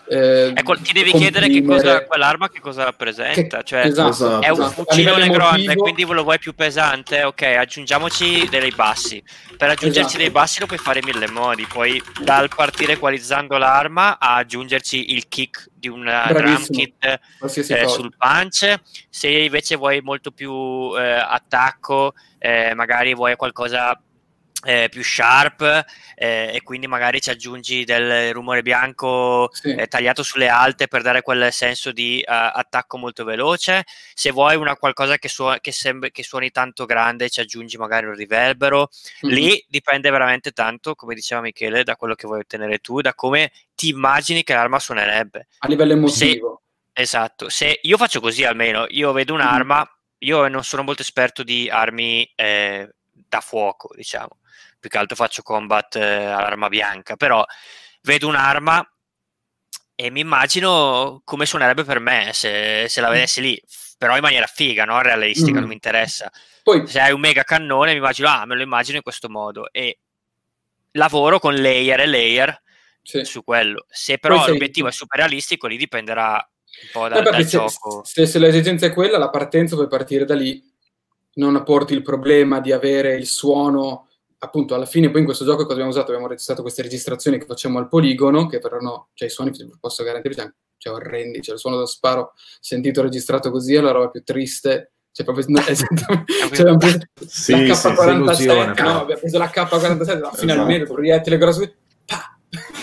Eh, ecco, ti devi chiedere che cosa quell'arma che cosa rappresenta, che, cioè esatto, è un esatto. fucile negrone, quindi lo vuoi più pesante, ok, aggiungiamoci dei bassi. Per aggiungerci esatto. dei bassi lo puoi fare in mille modi, puoi dal partire equalizzando l'arma a aggiungerci il kick di un drum kit eh, sul punch. Se invece vuoi molto più eh, attacco, eh, magari vuoi qualcosa Eh, più sharp eh, e quindi magari ci aggiungi del rumore bianco sì. eh, tagliato sulle alte per dare quel senso di uh, attacco molto veloce. Se vuoi una qualcosa che, su- che, sem- che suoni tanto grande, ci aggiungi magari un riverbero. Mm-hmm. Lì dipende veramente tanto, come diceva Michele, da quello che vuoi ottenere tu, da come ti immagini che l'arma suonerebbe a livello emotivo. Se, esatto, se io faccio così, almeno io vedo un'arma, mm-hmm. io non sono molto esperto di armi eh, da fuoco, diciamo, più che altro faccio combat eh, all'arma bianca, però vedo un'arma e mi immagino come suonerebbe per me se, se la vedessi lì, però in maniera figa, no? Realistica, mm. non mi interessa. Poi, se hai un mega cannone mi immagino, ah, me lo immagino in questo modo e lavoro con layer e layer sì. su quello. Se però Poi l'obiettivo sei... è super realistico, lì dipenderà un po' da, eh, dal se, gioco. Se, se l'esigenza è quella, la partenza puoi partire da lì, non porti il problema di avere il suono. Appunto, alla fine poi in questo gioco cosa abbiamo usato? Abbiamo registrato queste registrazioni che facciamo al poligono, che verranno, cioè i suoni, posso garantire, cioè, cioè orrendi, cioè il suono dello sparo sentito registrato così è la roba più triste, cioè proprio no, esattamente, cioè, abbiamo preso sì, la K quarantasette, sì, no, abbiamo preso la K quarantasette, no, finalmente, esatto. proiettile grosso, pa!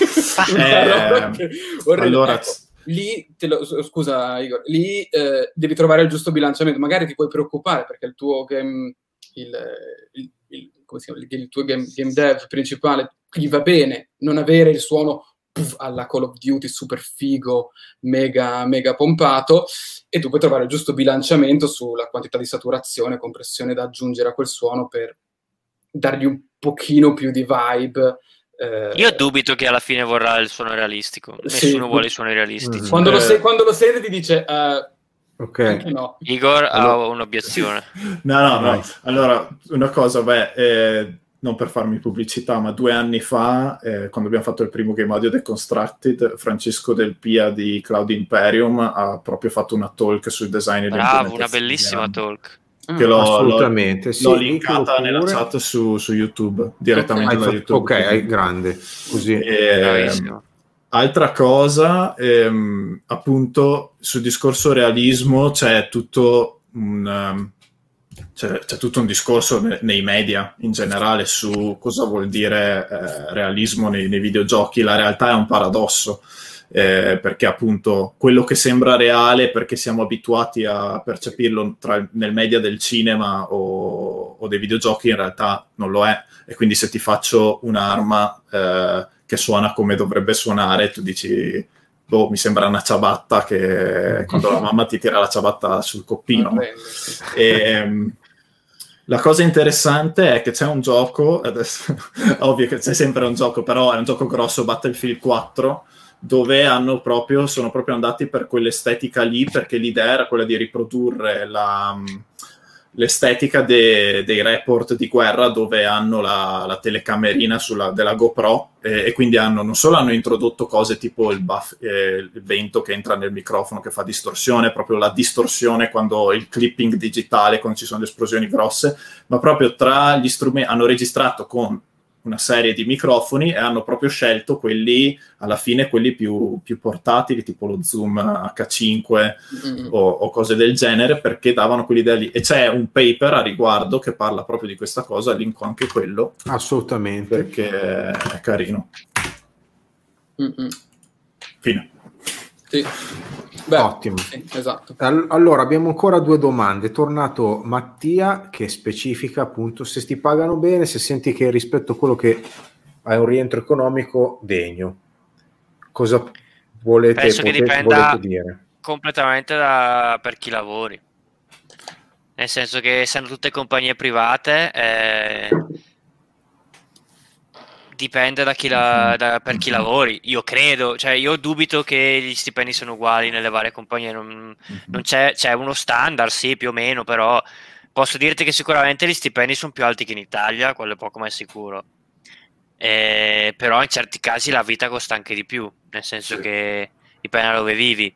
eh, allora... ecco, lì, te lo, scusa Igor, lì eh, devi trovare il giusto bilanciamento, magari ti puoi preoccupare perché il tuo game, il, il Il, come si chiama, il tuo game, game dev principale gli va bene non avere il suono puff, alla Call of Duty super figo, mega, mega pompato, e tu puoi trovare il giusto bilanciamento sulla quantità di saturazione, compressione da aggiungere a quel suono per dargli un pochino più di vibe. Eh... Io dubito che alla fine vorrà il suono realistico, nessuno sì. vuole i suoni realistici. Quando, eh... lo, se- quando lo sente ti dice... Uh, Ok, no. Igor allora... ha un'obiezione. no, no, no. Allora, una cosa, beh, eh, non per farmi pubblicità, ma due anni fa, eh, quando abbiamo fatto il primo game audio Deconstructed, Francesco Del Pia di Cloud Imperium ha proprio fatto una talk sul design. Bravo, una bellissima talk. Che l'ho, assolutamente, l'ho, sì, l'ho linkata nella chat su, su YouTube, direttamente okay. da YouTube. Ok, quindi. Grande, così. E, bravissimo. Altra cosa, ehm, appunto, sul discorso realismo c'è tutto un, um, c'è, c'è tutto un discorso ne, nei media in generale su cosa vuol dire eh, realismo nei, nei videogiochi. La realtà è un paradosso, eh, perché appunto quello che sembra reale perché siamo abituati a percepirlo tra, nel media del cinema o, o dei videogiochi in realtà non lo è. E quindi se ti faccio un'arma... Eh, che suona come dovrebbe suonare, tu dici, boh, mi sembra una ciabatta che quando la mamma ti tira la ciabatta sul coppino. E, la cosa interessante è che c'è un gioco, adesso, ovvio che c'è sempre un gioco, però è un gioco grosso, Battlefield quattro, dove hanno proprio, sono proprio andati per quell'estetica lì, perché l'idea era quella di riprodurre la... l'estetica de, dei report di guerra dove hanno la, la telecamerina sulla, della GoPro e, e quindi hanno non solo hanno introdotto cose tipo il, buff, eh, il vento che entra nel microfono che fa distorsione, proprio la distorsione quando il clipping digitale, quando ci sono le esplosioni grosse, ma proprio tra gli strumenti hanno registrato con una serie di microfoni e hanno proprio scelto quelli, alla fine, quelli più, più portatili, tipo lo Zoom acca cinque mm-hmm. o, o cose del genere, perché davano quell'idea lì. E c'è un paper a riguardo che parla proprio di questa cosa, linko anche quello. Assolutamente. Perché è carino. Mm-hmm. Fine. Sì. Beh, ottimo. Sì, esatto. Allora abbiamo ancora due domande. È tornato Mattia che specifica appunto se ti pagano bene, se senti che rispetto a quello che hai un rientro economico degno. Cosa volete, Penso potete, che dipenda volete dire? Completamente da, per chi lavori. Nel senso che essendo tutte compagnie private eh, dipende da chi la, da, per chi lavori. Io credo, cioè io dubito che gli stipendi siano uguali nelle varie compagnie, non, non c'è, c'è uno standard, sì, più o meno, però posso dirti che sicuramente gli stipendi sono più alti che in Italia, quello è poco ma è sicuro. Eh, però in certi casi la vita costa anche di più, nel senso sì. che dipende da dove vivi.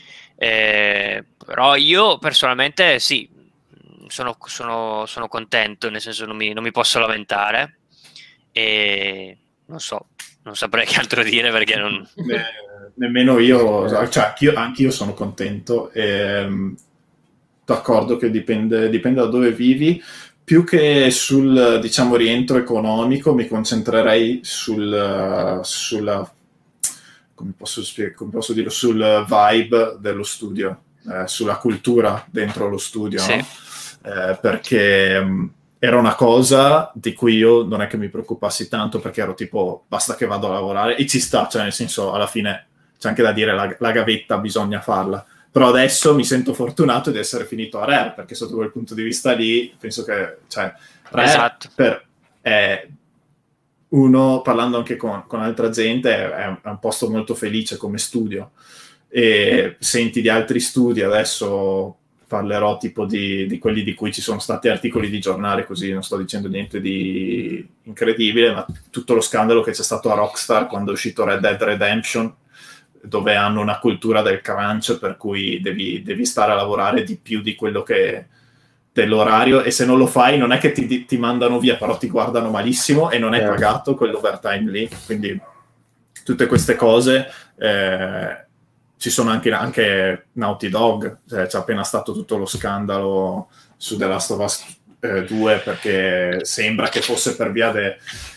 Eh, però io personalmente sì, sono, sono, sono contento, nel senso non mi, non mi posso lamentare, e non so, non saprei che altro dire, perché non... Ne, nemmeno io, cioè anch'io, anch'io sono contento, e, d'accordo che dipende, dipende da dove vivi. Più che sul, diciamo, rientro economico, mi concentrerei sul, sulla, come posso, spieg- come posso dire, sul vibe dello studio, eh, sulla cultura dentro lo studio, sì. no? Eh, perché mh, era una cosa di cui io non è che mi preoccupassi tanto, perché ero tipo, basta che vado a lavorare, e ci sta, cioè nel senso, alla fine c'è anche da dire, la, la gavetta bisogna farla. Però adesso mi sento fortunato di essere finito a Rare, perché sotto quel punto di vista lì penso che, cioè, Rare esatto. per, è uno, parlando anche con, con altra gente, è, è un posto molto felice come studio, e senti di altri studi, adesso parlerò tipo di, di quelli di cui ci sono stati articoli di giornale, così non sto dicendo niente di incredibile, ma tutto lo scandalo che c'è stato a Rockstar quando è uscito Red Dead Redemption, dove hanno una cultura del crunch per cui devi, devi stare a lavorare di più di quello che dell'orario, e se non lo fai non è che ti, ti mandano via, però ti guardano malissimo e non è pagato quell'overtime lì. Quindi tutte queste cose, eh, ci sono anche, anche Naughty Dog, cioè, c'è appena stato tutto lo scandalo su The Last of Us eh, due, perché sembra che fosse per via de,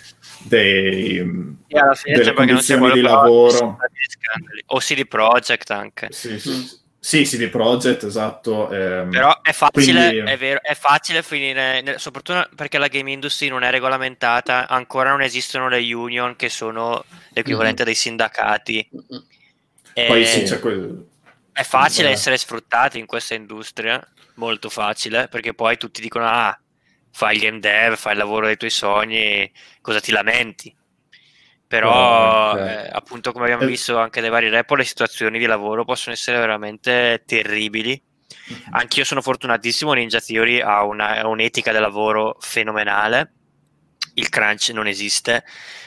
dei, e alla fine delle condizioni di lavoro, o C D Projekt anche. Sì, sì, sì. Sì, C D Projekt, esatto. Ehm, Però è facile, quindi... è vero, è facile finire, soprattutto perché la game industry non è regolamentata, ancora non esistono le union, che sono l'equivalente mm-hmm. dei sindacati. Mm-hmm. Poi sì, c'è quel... È facile eh. essere sfruttati in questa industria, molto facile, perché poi tutti dicono, ah, fai il game dev, fai il lavoro dei tuoi sogni, cosa ti lamenti? Però, oh, eh, appunto, come abbiamo eh. visto anche dai vari report, le situazioni di lavoro possono essere veramente terribili. Mm-hmm. Anch'io sono fortunatissimo, Ninja Theory ha, una, ha un'etica del lavoro fenomenale, il crunch non esiste,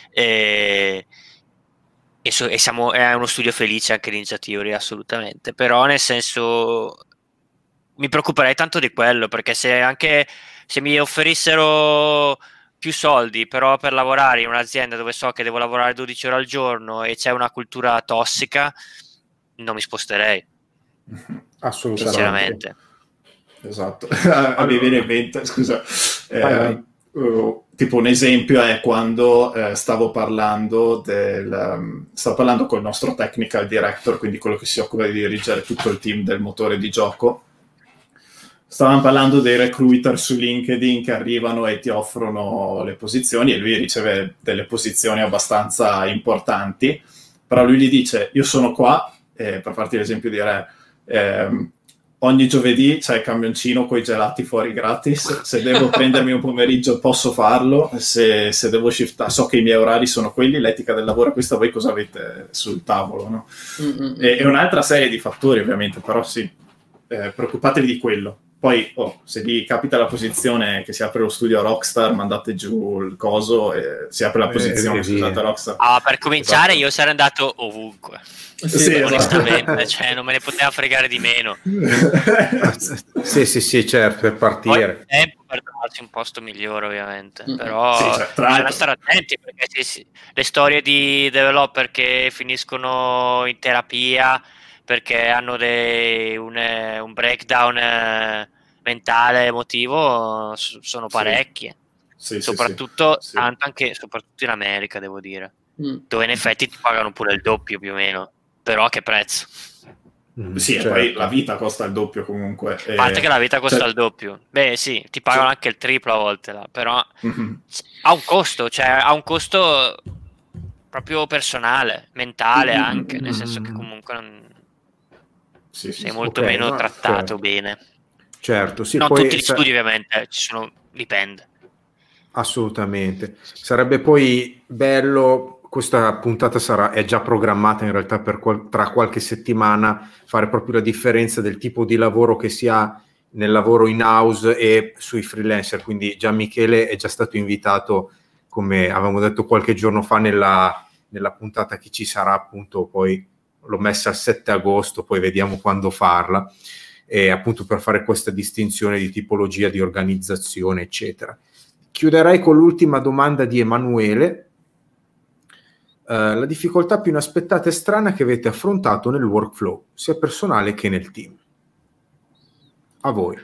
e, e, so, e siamo, è uno studio felice anche Ninja Theory, assolutamente. Però, nel senso, mi preoccuperei tanto di quello, perché se anche se mi offerissero più soldi, però per lavorare in un'azienda dove so che devo lavorare dodici ore al giorno e c'è una cultura tossica, non mi sposterei. Assolutamente. Sinceramente. Esatto. A me viene in mente, scusa, eh, vai, vai. Uh, tipo un esempio è quando eh, stavo parlando del um, stavo parlando col nostro technical director, quindi quello che si occupa di dirigere tutto il team del motore di gioco. Stavamo parlando dei recruiter su LinkedIn che arrivano e ti offrono le posizioni, e lui riceve delle posizioni abbastanza importanti, però lui gli dice, io sono qua, eh, per farti l'esempio di Re, eh, ogni giovedì c'è il camioncino con i gelati fuori gratis, se devo prendermi un pomeriggio posso farlo, se, se devo shiftare, so che i miei orari sono quelli, l'etica del lavoro è questa, voi cosa avete sul tavolo, no? E, e un'altra serie di fattori ovviamente, però sì, eh, preoccupatevi di quello. Poi, oh, se vi capita la posizione che si apre lo studio a Rockstar, mandate giù il coso e si apre la posizione, eh, scusate, a Rockstar. Ah, per cominciare esatto. Io sarei andato ovunque, sì, onestamente, esatto. Cioè non me ne poteva fregare di meno. Sì, sì, sì, certo, per partire. Poi tempo per trovarsi un posto migliore, ovviamente, mm-hmm. però sì, cioè, bisogna stare attenti, perché sì, sì, le storie di developer che finiscono in terapia perché hanno dei, un, un breakdown eh, mentale, emotivo, sono parecchie. Sì. Sì, soprattutto sì, sì. Tanto anche soprattutto in America, devo dire, mm. dove in effetti ti pagano pure il doppio più o meno, però a che prezzo? Mm, sì, certo. E poi la vita costa il doppio comunque. A parte e... che la vita costa cioè... il doppio. Beh sì, ti pagano sì. anche il triplo a volte là, però mm-hmm. ha un costo, cioè ha un costo proprio personale, mentale mm-hmm. anche, nel senso che comunque non... sì, sei sì, molto okay, meno no, trattato certo. bene. Certo, sì. Non poi tutti gli studi ovviamente, ci sono, dipende. Assolutamente. Sarebbe poi bello, questa puntata sarà, è già programmata in realtà per qual, tra qualche settimana, fare proprio la differenza del tipo di lavoro che si ha nel lavoro in house e sui freelancer. Quindi già Michele è già stato invitato, come avevamo detto qualche giorno fa nella, nella puntata che ci sarà appunto poi l'ho messa al sette agosto, poi vediamo quando farla, e appunto per fare questa distinzione di tipologia di organizzazione, eccetera. Chiuderei con l'ultima domanda di Emanuele. Uh, la difficoltà più inaspettata e strana che avete affrontato nel workflow, sia personale che nel team. A voi.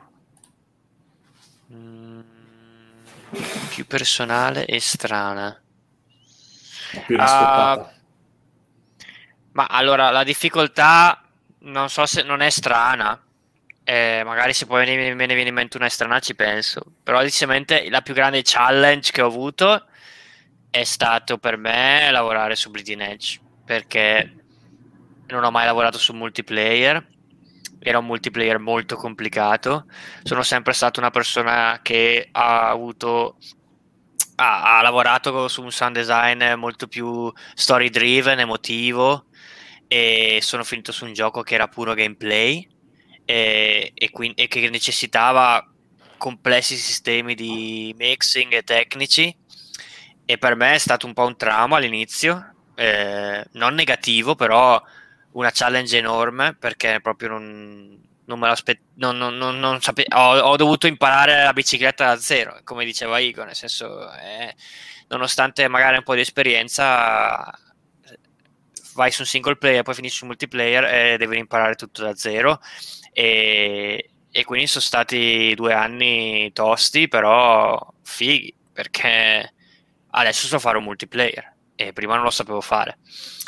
Mm, più personale e strana. Più inaspettata. Uh, ma allora, la difficoltà, non so se non è strana, eh, magari se poi me ne viene in mente una strana ci penso, però decisamente la più grande challenge che ho avuto è stato per me lavorare su Bleeding Edge, perché non ho mai lavorato su multiplayer, era un multiplayer molto complicato, sono sempre stato una persona che ha avuto ha, ha lavorato su un sound design molto più story driven, emotivo, e sono finito su un gioco che era puro gameplay e, e, quindi, e che necessitava complessi sistemi di mixing e tecnici, e per me è stato un po' un trauma all'inizio, eh, non negativo, però una challenge enorme, perché proprio non, non me l'aspettavo, non, non, non, non sape- ho, ho dovuto imparare la bicicletta da zero, come diceva Igor, nel senso, eh, nonostante magari un po' di esperienza, vai su un single player, poi finisci su multiplayer e devi imparare tutto da zero, e, e quindi sono stati due anni tosti, però fighi, perché adesso so fare un multiplayer e prima non lo sapevo fare,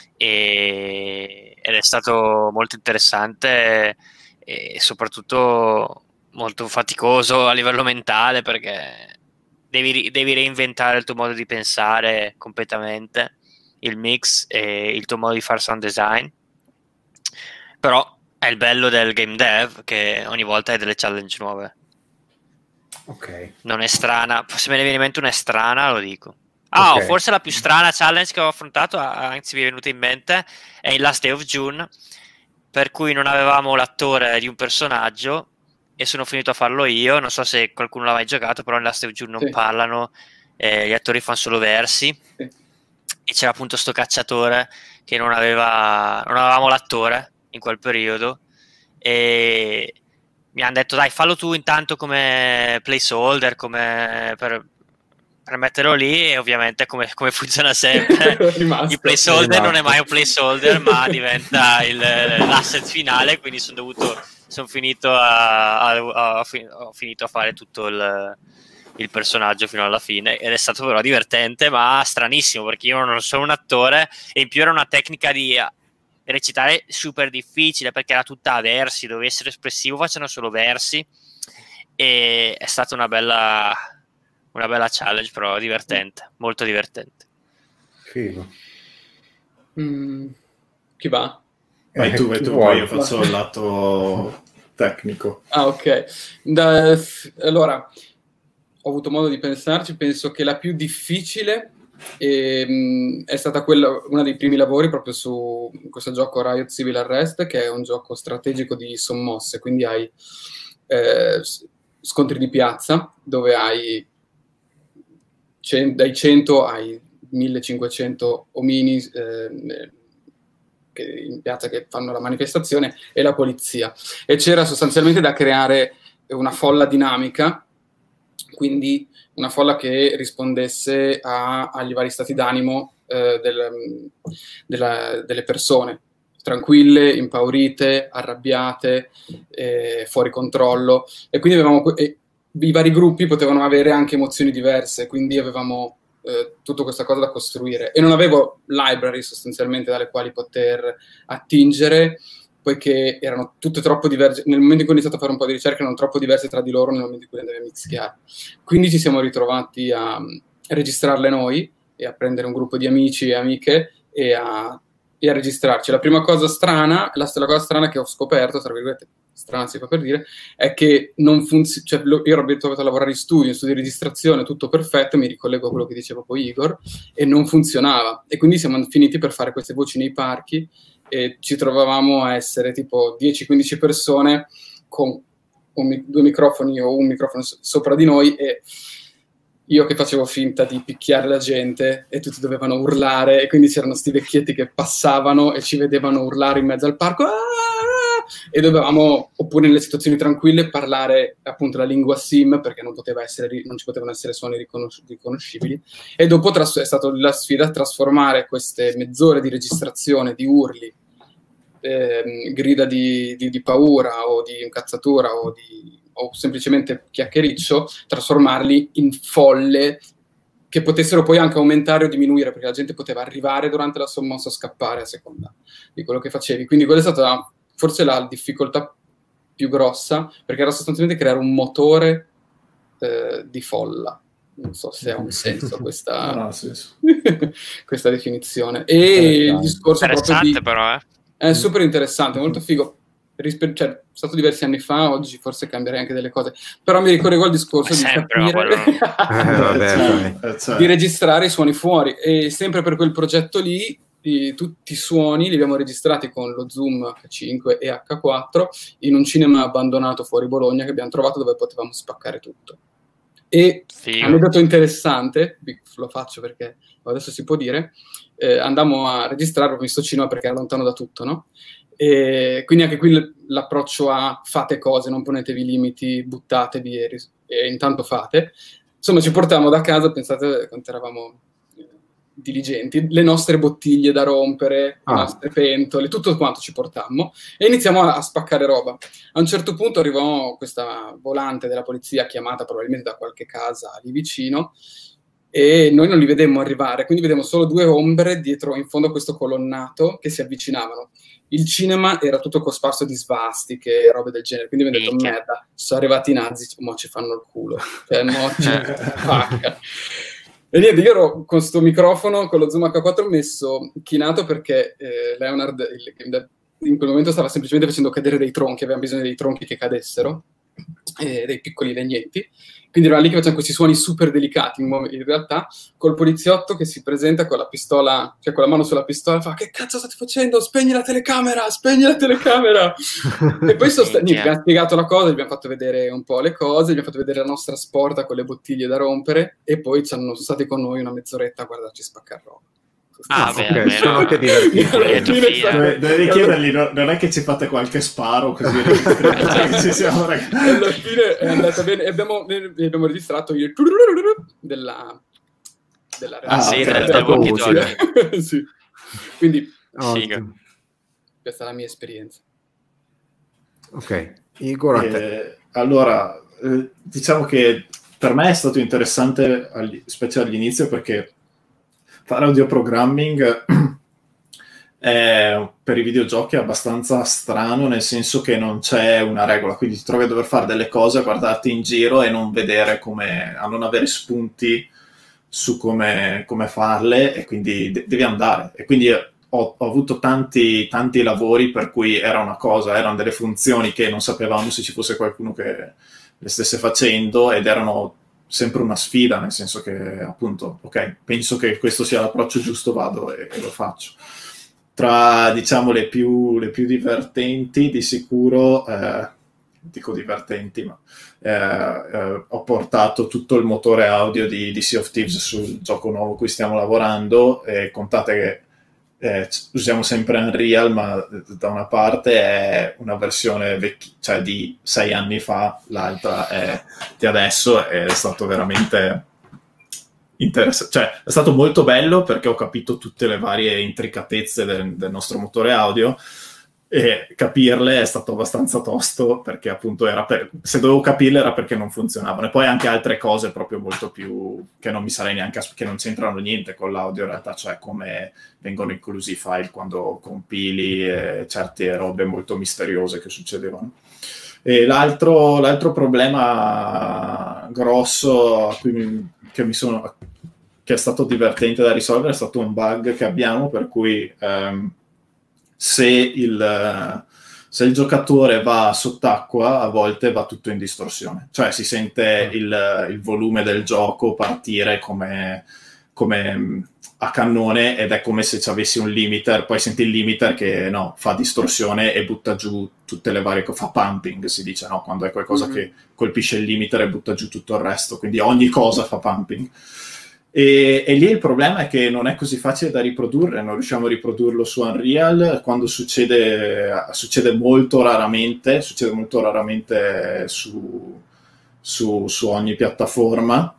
e, ed è stato molto interessante e soprattutto molto faticoso a livello mentale, perché devi, devi reinventare il tuo modo di pensare completamente, il mix e il tuo modo di fare sound design. Però è il bello del game dev, che ogni volta hai delle challenge nuove. Ok. Non è strana, se me ne viene in mente una strana lo dico. Ah, okay. Forse la più strana challenge che ho affrontato, anzi mi è venuta in mente, è in Last Day of June, per cui non avevamo l'attore di un personaggio e sono finito a farlo io. Non so se qualcuno l'ha mai giocato, però in Last Day of June non sì. parlano, eh, gli attori fanno solo versi, sì. E c'era appunto sto cacciatore che non aveva, non avevamo l'attore in quel periodo, e mi hanno detto dai, fallo tu intanto come placeholder, come per per metterlo lì, e ovviamente come, come funziona sempre il placeholder non è mai un placeholder, ma diventa il, l'asset finale, quindi sono dovuto sono finito a, a, a, ho finito a fare tutto il, il personaggio fino alla fine, ed è stato però divertente ma stranissimo, perché io non sono un attore e in più era una tecnica di recitare super difficile, perché era tutta a versi, dovevi essere espressivo facendo solo versi, e è stata una bella una bella challenge, però divertente, molto divertente. Figo. Mm, chi va? Vai tu, vai tu, poi io faccio il lato tecnico. Ah, ok. Da, allora, ho avuto modo di pensarci, penso che la più difficile è, è stata quella, uno dei primi lavori proprio su questo gioco Riot Civil Arrest, che è un gioco strategico di sommosse, quindi hai eh, scontri di piazza, dove hai dai cento ai millecinquecento omini eh, che in piazza che fanno la manifestazione, e la polizia. E c'era sostanzialmente da creare una folla dinamica, quindi una folla che rispondesse a, agli vari stati d'animo eh, del, della, delle persone, tranquille, impaurite, arrabbiate, eh, fuori controllo, e quindi avevamo... E, i vari gruppi potevano avere anche emozioni diverse, quindi avevamo eh, tutta questa cosa da costruire, e non avevo library sostanzialmente dalle quali poter attingere, poiché erano tutte troppo diverse. Nel momento in cui ho iniziato a fare un po' di ricerca erano troppo diverse tra di loro nel momento in cui le andavi a mischiare, quindi ci siamo ritrovati a, a registrarle noi e a prendere un gruppo di amici e amiche e a, e a registrarci. La prima cosa strana, la, la cosa strana che ho scoperto, tra virgolette, strana si fa per dire, è che non funziona, cioè, io ero abituato a lavorare in studio, in studio di registrazione, tutto perfetto, mi ricollego a quello che diceva poi Igor, e non funzionava, e quindi siamo finiti per fare queste voci nei parchi, e ci trovavamo a essere tipo dieci quindici persone con un, due microfoni o un microfono sopra di noi, e io che facevo finta di picchiare la gente e tutti dovevano urlare, e quindi c'erano sti vecchietti che passavano e ci vedevano urlare in mezzo al parco, Aaah! E dovevamo, oppure nelle situazioni tranquille, parlare appunto la lingua sim, perché non poteva essere, non ci potevano essere suoni riconos- riconoscibili, e dopo tras- è stata la sfida trasformare queste mezz'ore di registrazione di urli, ehm, grida di, di, di paura o di incazzatura o di o semplicemente chiacchiericcio, trasformarli in folle che potessero poi anche aumentare o diminuire, perché la gente poteva arrivare durante la sommossa o scappare a seconda di quello che facevi. Quindi quella è stata forse la difficoltà più grossa, perché era sostanzialmente creare un motore eh, di folla. Non so se ha un senso questa, no, no, senso. questa definizione. E il discorso interessante proprio di, però, eh. è super interessante, molto figo. Rispe- cioè, è stato diversi anni fa, oggi forse cambierei anche delle cose, però mi ricordo il discorso di sempre, capire eh, vabbè, di registrare i suoni fuori, e sempre per quel progetto lì i, tutti i suoni li abbiamo registrati con lo Zoom acca cinque e acca quattro in un cinema abbandonato fuori Bologna che abbiamo trovato, dove potevamo spaccare tutto. E Figo. Aneddoto interessante, lo faccio perché adesso si può dire, eh, andammo a registrare in questo cinema perché era lontano da tutto, no? E quindi anche qui l'approccio a fate cose, non ponetevi limiti, buttatevi e, ris- e intanto fate. Insomma, ci portiamo da casa, pensate quanto eravamo eh, diligenti, le nostre bottiglie da rompere, ah. le nostre pentole, tutto quanto ci portammo, e iniziamo a, a spaccare roba. A un certo punto arrivò questa volante della polizia, chiamata probabilmente da qualche casa lì vicino, e noi non li vedemmo arrivare, quindi vedemmo solo due ombre dietro, in fondo a questo colonnato, che si avvicinavano. Il cinema era tutto cosparso di svastiche e robe del genere, quindi abbiamo detto, merda, sono arrivati i nazi, mo ci fanno il culo, cioè mo ci pacca. E niente, io ero con questo microfono, con lo Zoom acca quattro messo chinato, perché eh, Leonard il, in quel momento stava semplicemente facendo cadere dei tronchi, avevamo bisogno dei tronchi che cadessero, eh, dei piccoli legnetti, quindi era lì che facciamo questi suoni super delicati, in, in realtà, col poliziotto che si presenta con la pistola, cioè con la mano sulla pistola, fa, che cazzo state facendo? Spegni la telecamera, spegni la telecamera! E poi sost- niente, abbiamo spiegato la cosa, gli abbiamo fatto vedere un po' le cose, gli abbiamo fatto vedere la nostra sporta con le bottiglie da rompere, e poi ci hanno stati con noi una mezz'oretta a guardarci spaccare roba. Ah, no, beh, okay, sono anche divertiti. Devi chiedergli, no, non è che ci fate qualche sparo così ci siamo, alla fine è andata bene, e abbiamo, abbiamo registrato il della della ah, sì, del, del walkie-talkie. Sì. Quindi oh, questa è la mia esperienza. Ok, Igor, eh, allora eh, diciamo che per me è stato interessante, specie all'inizio, perché fare audioprogramming è, per i videogiochi è abbastanza strano, nel senso che non c'è una regola, quindi ti trovi a dover fare delle cose, a guardarti in giro e non vedere come, a non avere spunti su come, come farle, e quindi de- devi andare. E quindi ho, ho avuto tanti, tanti lavori per cui era una cosa, erano delle funzioni che non sapevamo se ci fosse qualcuno che le stesse facendo, ed erano sempre una sfida, nel senso che appunto, ok, penso che questo sia l'approccio giusto, vado e, e lo faccio. Tra, diciamo, le più, le più divertenti, di sicuro, eh, dico divertenti, ma eh, eh, ho portato tutto il motore audio di, di Sea of Thieves sul gioco nuovo cui stiamo lavorando, e contate che Eh, usiamo sempre Unreal, ma da una parte è una versione vecchia, cioè di sei anni fa, l'altra è di adesso, ed è stato veramente interessante, cioè è stato molto bello perché ho capito tutte le varie intricatezze del, del nostro motore audio, e capirle è stato abbastanza tosto, perché appunto era per, se dovevo capirle era perché non funzionavano. E poi anche altre cose proprio molto più che non mi sarei neanche, che non c'entrano niente con l'audio in realtà, cioè come vengono inclusi i file quando compili, e certe robe molto misteriose che succedevano. E l'altro, l'altro problema grosso a cui mi, che mi sono che è stato divertente da risolvere è stato un bug che abbiamo, per cui ehm, se il, se il giocatore va sott'acqua, a volte va tutto in distorsione, cioè si sente il, il volume del gioco partire come, come a cannone, ed è come se ci avessi un limiter, poi senti il limiter che no, fa distorsione e butta giù tutte le varie cose, fa pumping si dice, no? Quando è qualcosa mm-hmm. che colpisce il limiter e butta giù tutto il resto, quindi ogni cosa fa pumping. E, e lì il problema è che non è così facile da riprodurre, non riusciamo a riprodurlo su Unreal, quando succede, succede molto raramente, succede molto raramente su, su, su ogni piattaforma.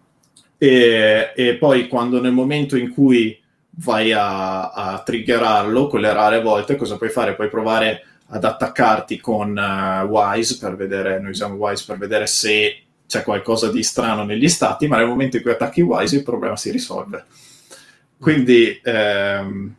E, e poi quando nel momento in cui vai a, a triggerarlo, quelle rare volte, cosa puoi fare? Puoi provare ad attaccarti con uh, Wise per vedere, noi usiamo Wise per vedere se c'è qualcosa di strano negli stati, ma nel momento in cui attacchi Wise il problema si risolve. Quindi ehm,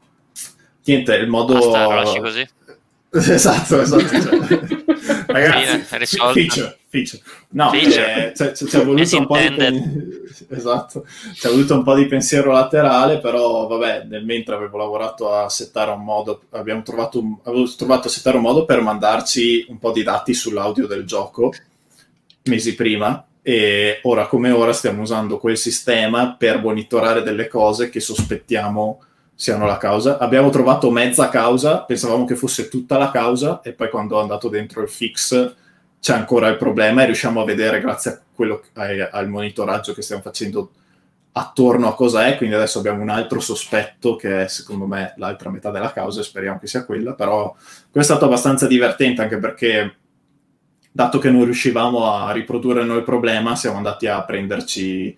niente, il modo... Basta, lo lasci così. esatto, esatto. Ragazzi, feature, feature. No, feature. Eh, c'è, c'è voluto un po' di pen... esatto, c'è voluto un po' di pensiero laterale, però vabbè, nel mentre avevo lavorato a settare un modo, abbiamo trovato un, avevo trovato a settare un modo per mandarci un po' di dati sull'audio del gioco mesi prima, e ora come ora stiamo usando quel sistema per monitorare delle cose che sospettiamo siano la causa. Abbiamo trovato mezza causa, pensavamo che fosse tutta la causa, e poi quando è andato dentro il fix c'è ancora il problema, e riusciamo a vedere grazie a quello, al monitoraggio che stiamo facendo attorno a cosa è. Quindi adesso abbiamo un altro sospetto che è secondo me l'altra metà della causa, e speriamo che sia quella. Però questo è stato abbastanza divertente, anche perché dato che non riuscivamo a riprodurre noi il problema, siamo andati a prenderci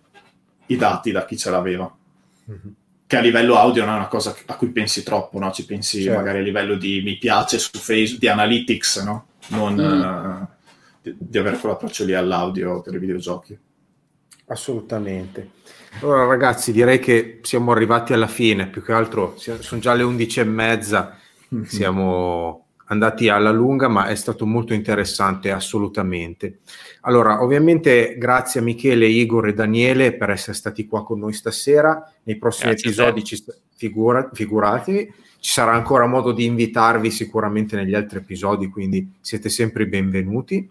i dati da chi ce l'aveva. Mm-hmm. Che a livello audio non è una cosa a cui pensi troppo, no? Ci pensi certo. magari a livello di mi piace su Facebook, di analytics, no? Non mm. uh, di, di avere quell'approccio lì all'audio per i videogiochi. Assolutamente. Allora ragazzi, direi che siamo arrivati alla fine, più che altro sono già le undici e mezza, mm-hmm. siamo andati alla lunga, ma è stato molto interessante, assolutamente. Allora, ovviamente grazie a Michele, Igor e Daniele per essere stati qua con noi stasera. Nei prossimi grazie episodi ci, figura, figuratevi, ci sarà ancora modo di invitarvi sicuramente negli altri episodi, quindi siete sempre benvenuti.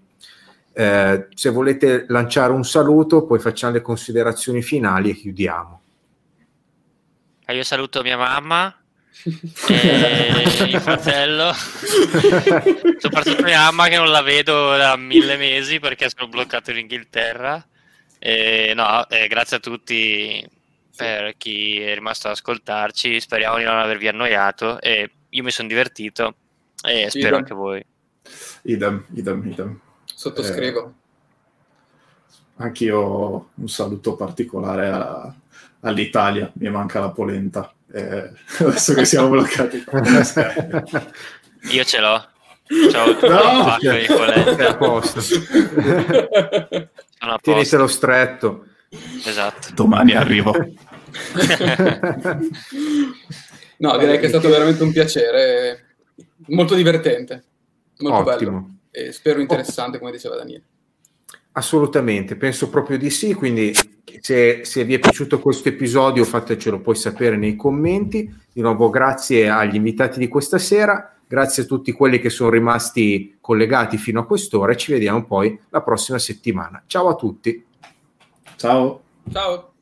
Eh, se volete lanciare un saluto, poi facciamo le considerazioni finali e chiudiamo. Io saluto mia mamma e mio fratello, soprattutto mia mamma che non la vedo da mille mesi perché sono bloccato in Inghilterra. E no, eh, grazie a tutti per chi è rimasto ad ascoltarci, speriamo di non avervi annoiato, e io mi sono divertito e spero idem. Anche voi. Idem, idem, idem. Sottoscrivo. Eh, anch'io un saluto particolare a, all'Italia, mi manca la polenta. Eh, adesso che siamo bloccati io ce l'ho, c'ho un no, pacco di polenta a posto. Tienitelo stretto, esatto, domani arrivo. No, direi che è stato veramente un piacere, molto divertente, molto ottimo. Bello e spero interessante, come diceva Daniele. Assolutamente, penso proprio di sì, quindi se, se vi è piaciuto questo episodio fatecelo poi sapere nei commenti. Di nuovo grazie agli invitati di questa sera, grazie a tutti quelli che sono rimasti collegati fino a quest'ora, e ci vediamo poi la prossima settimana. Ciao a tutti. Ciao. Ciao.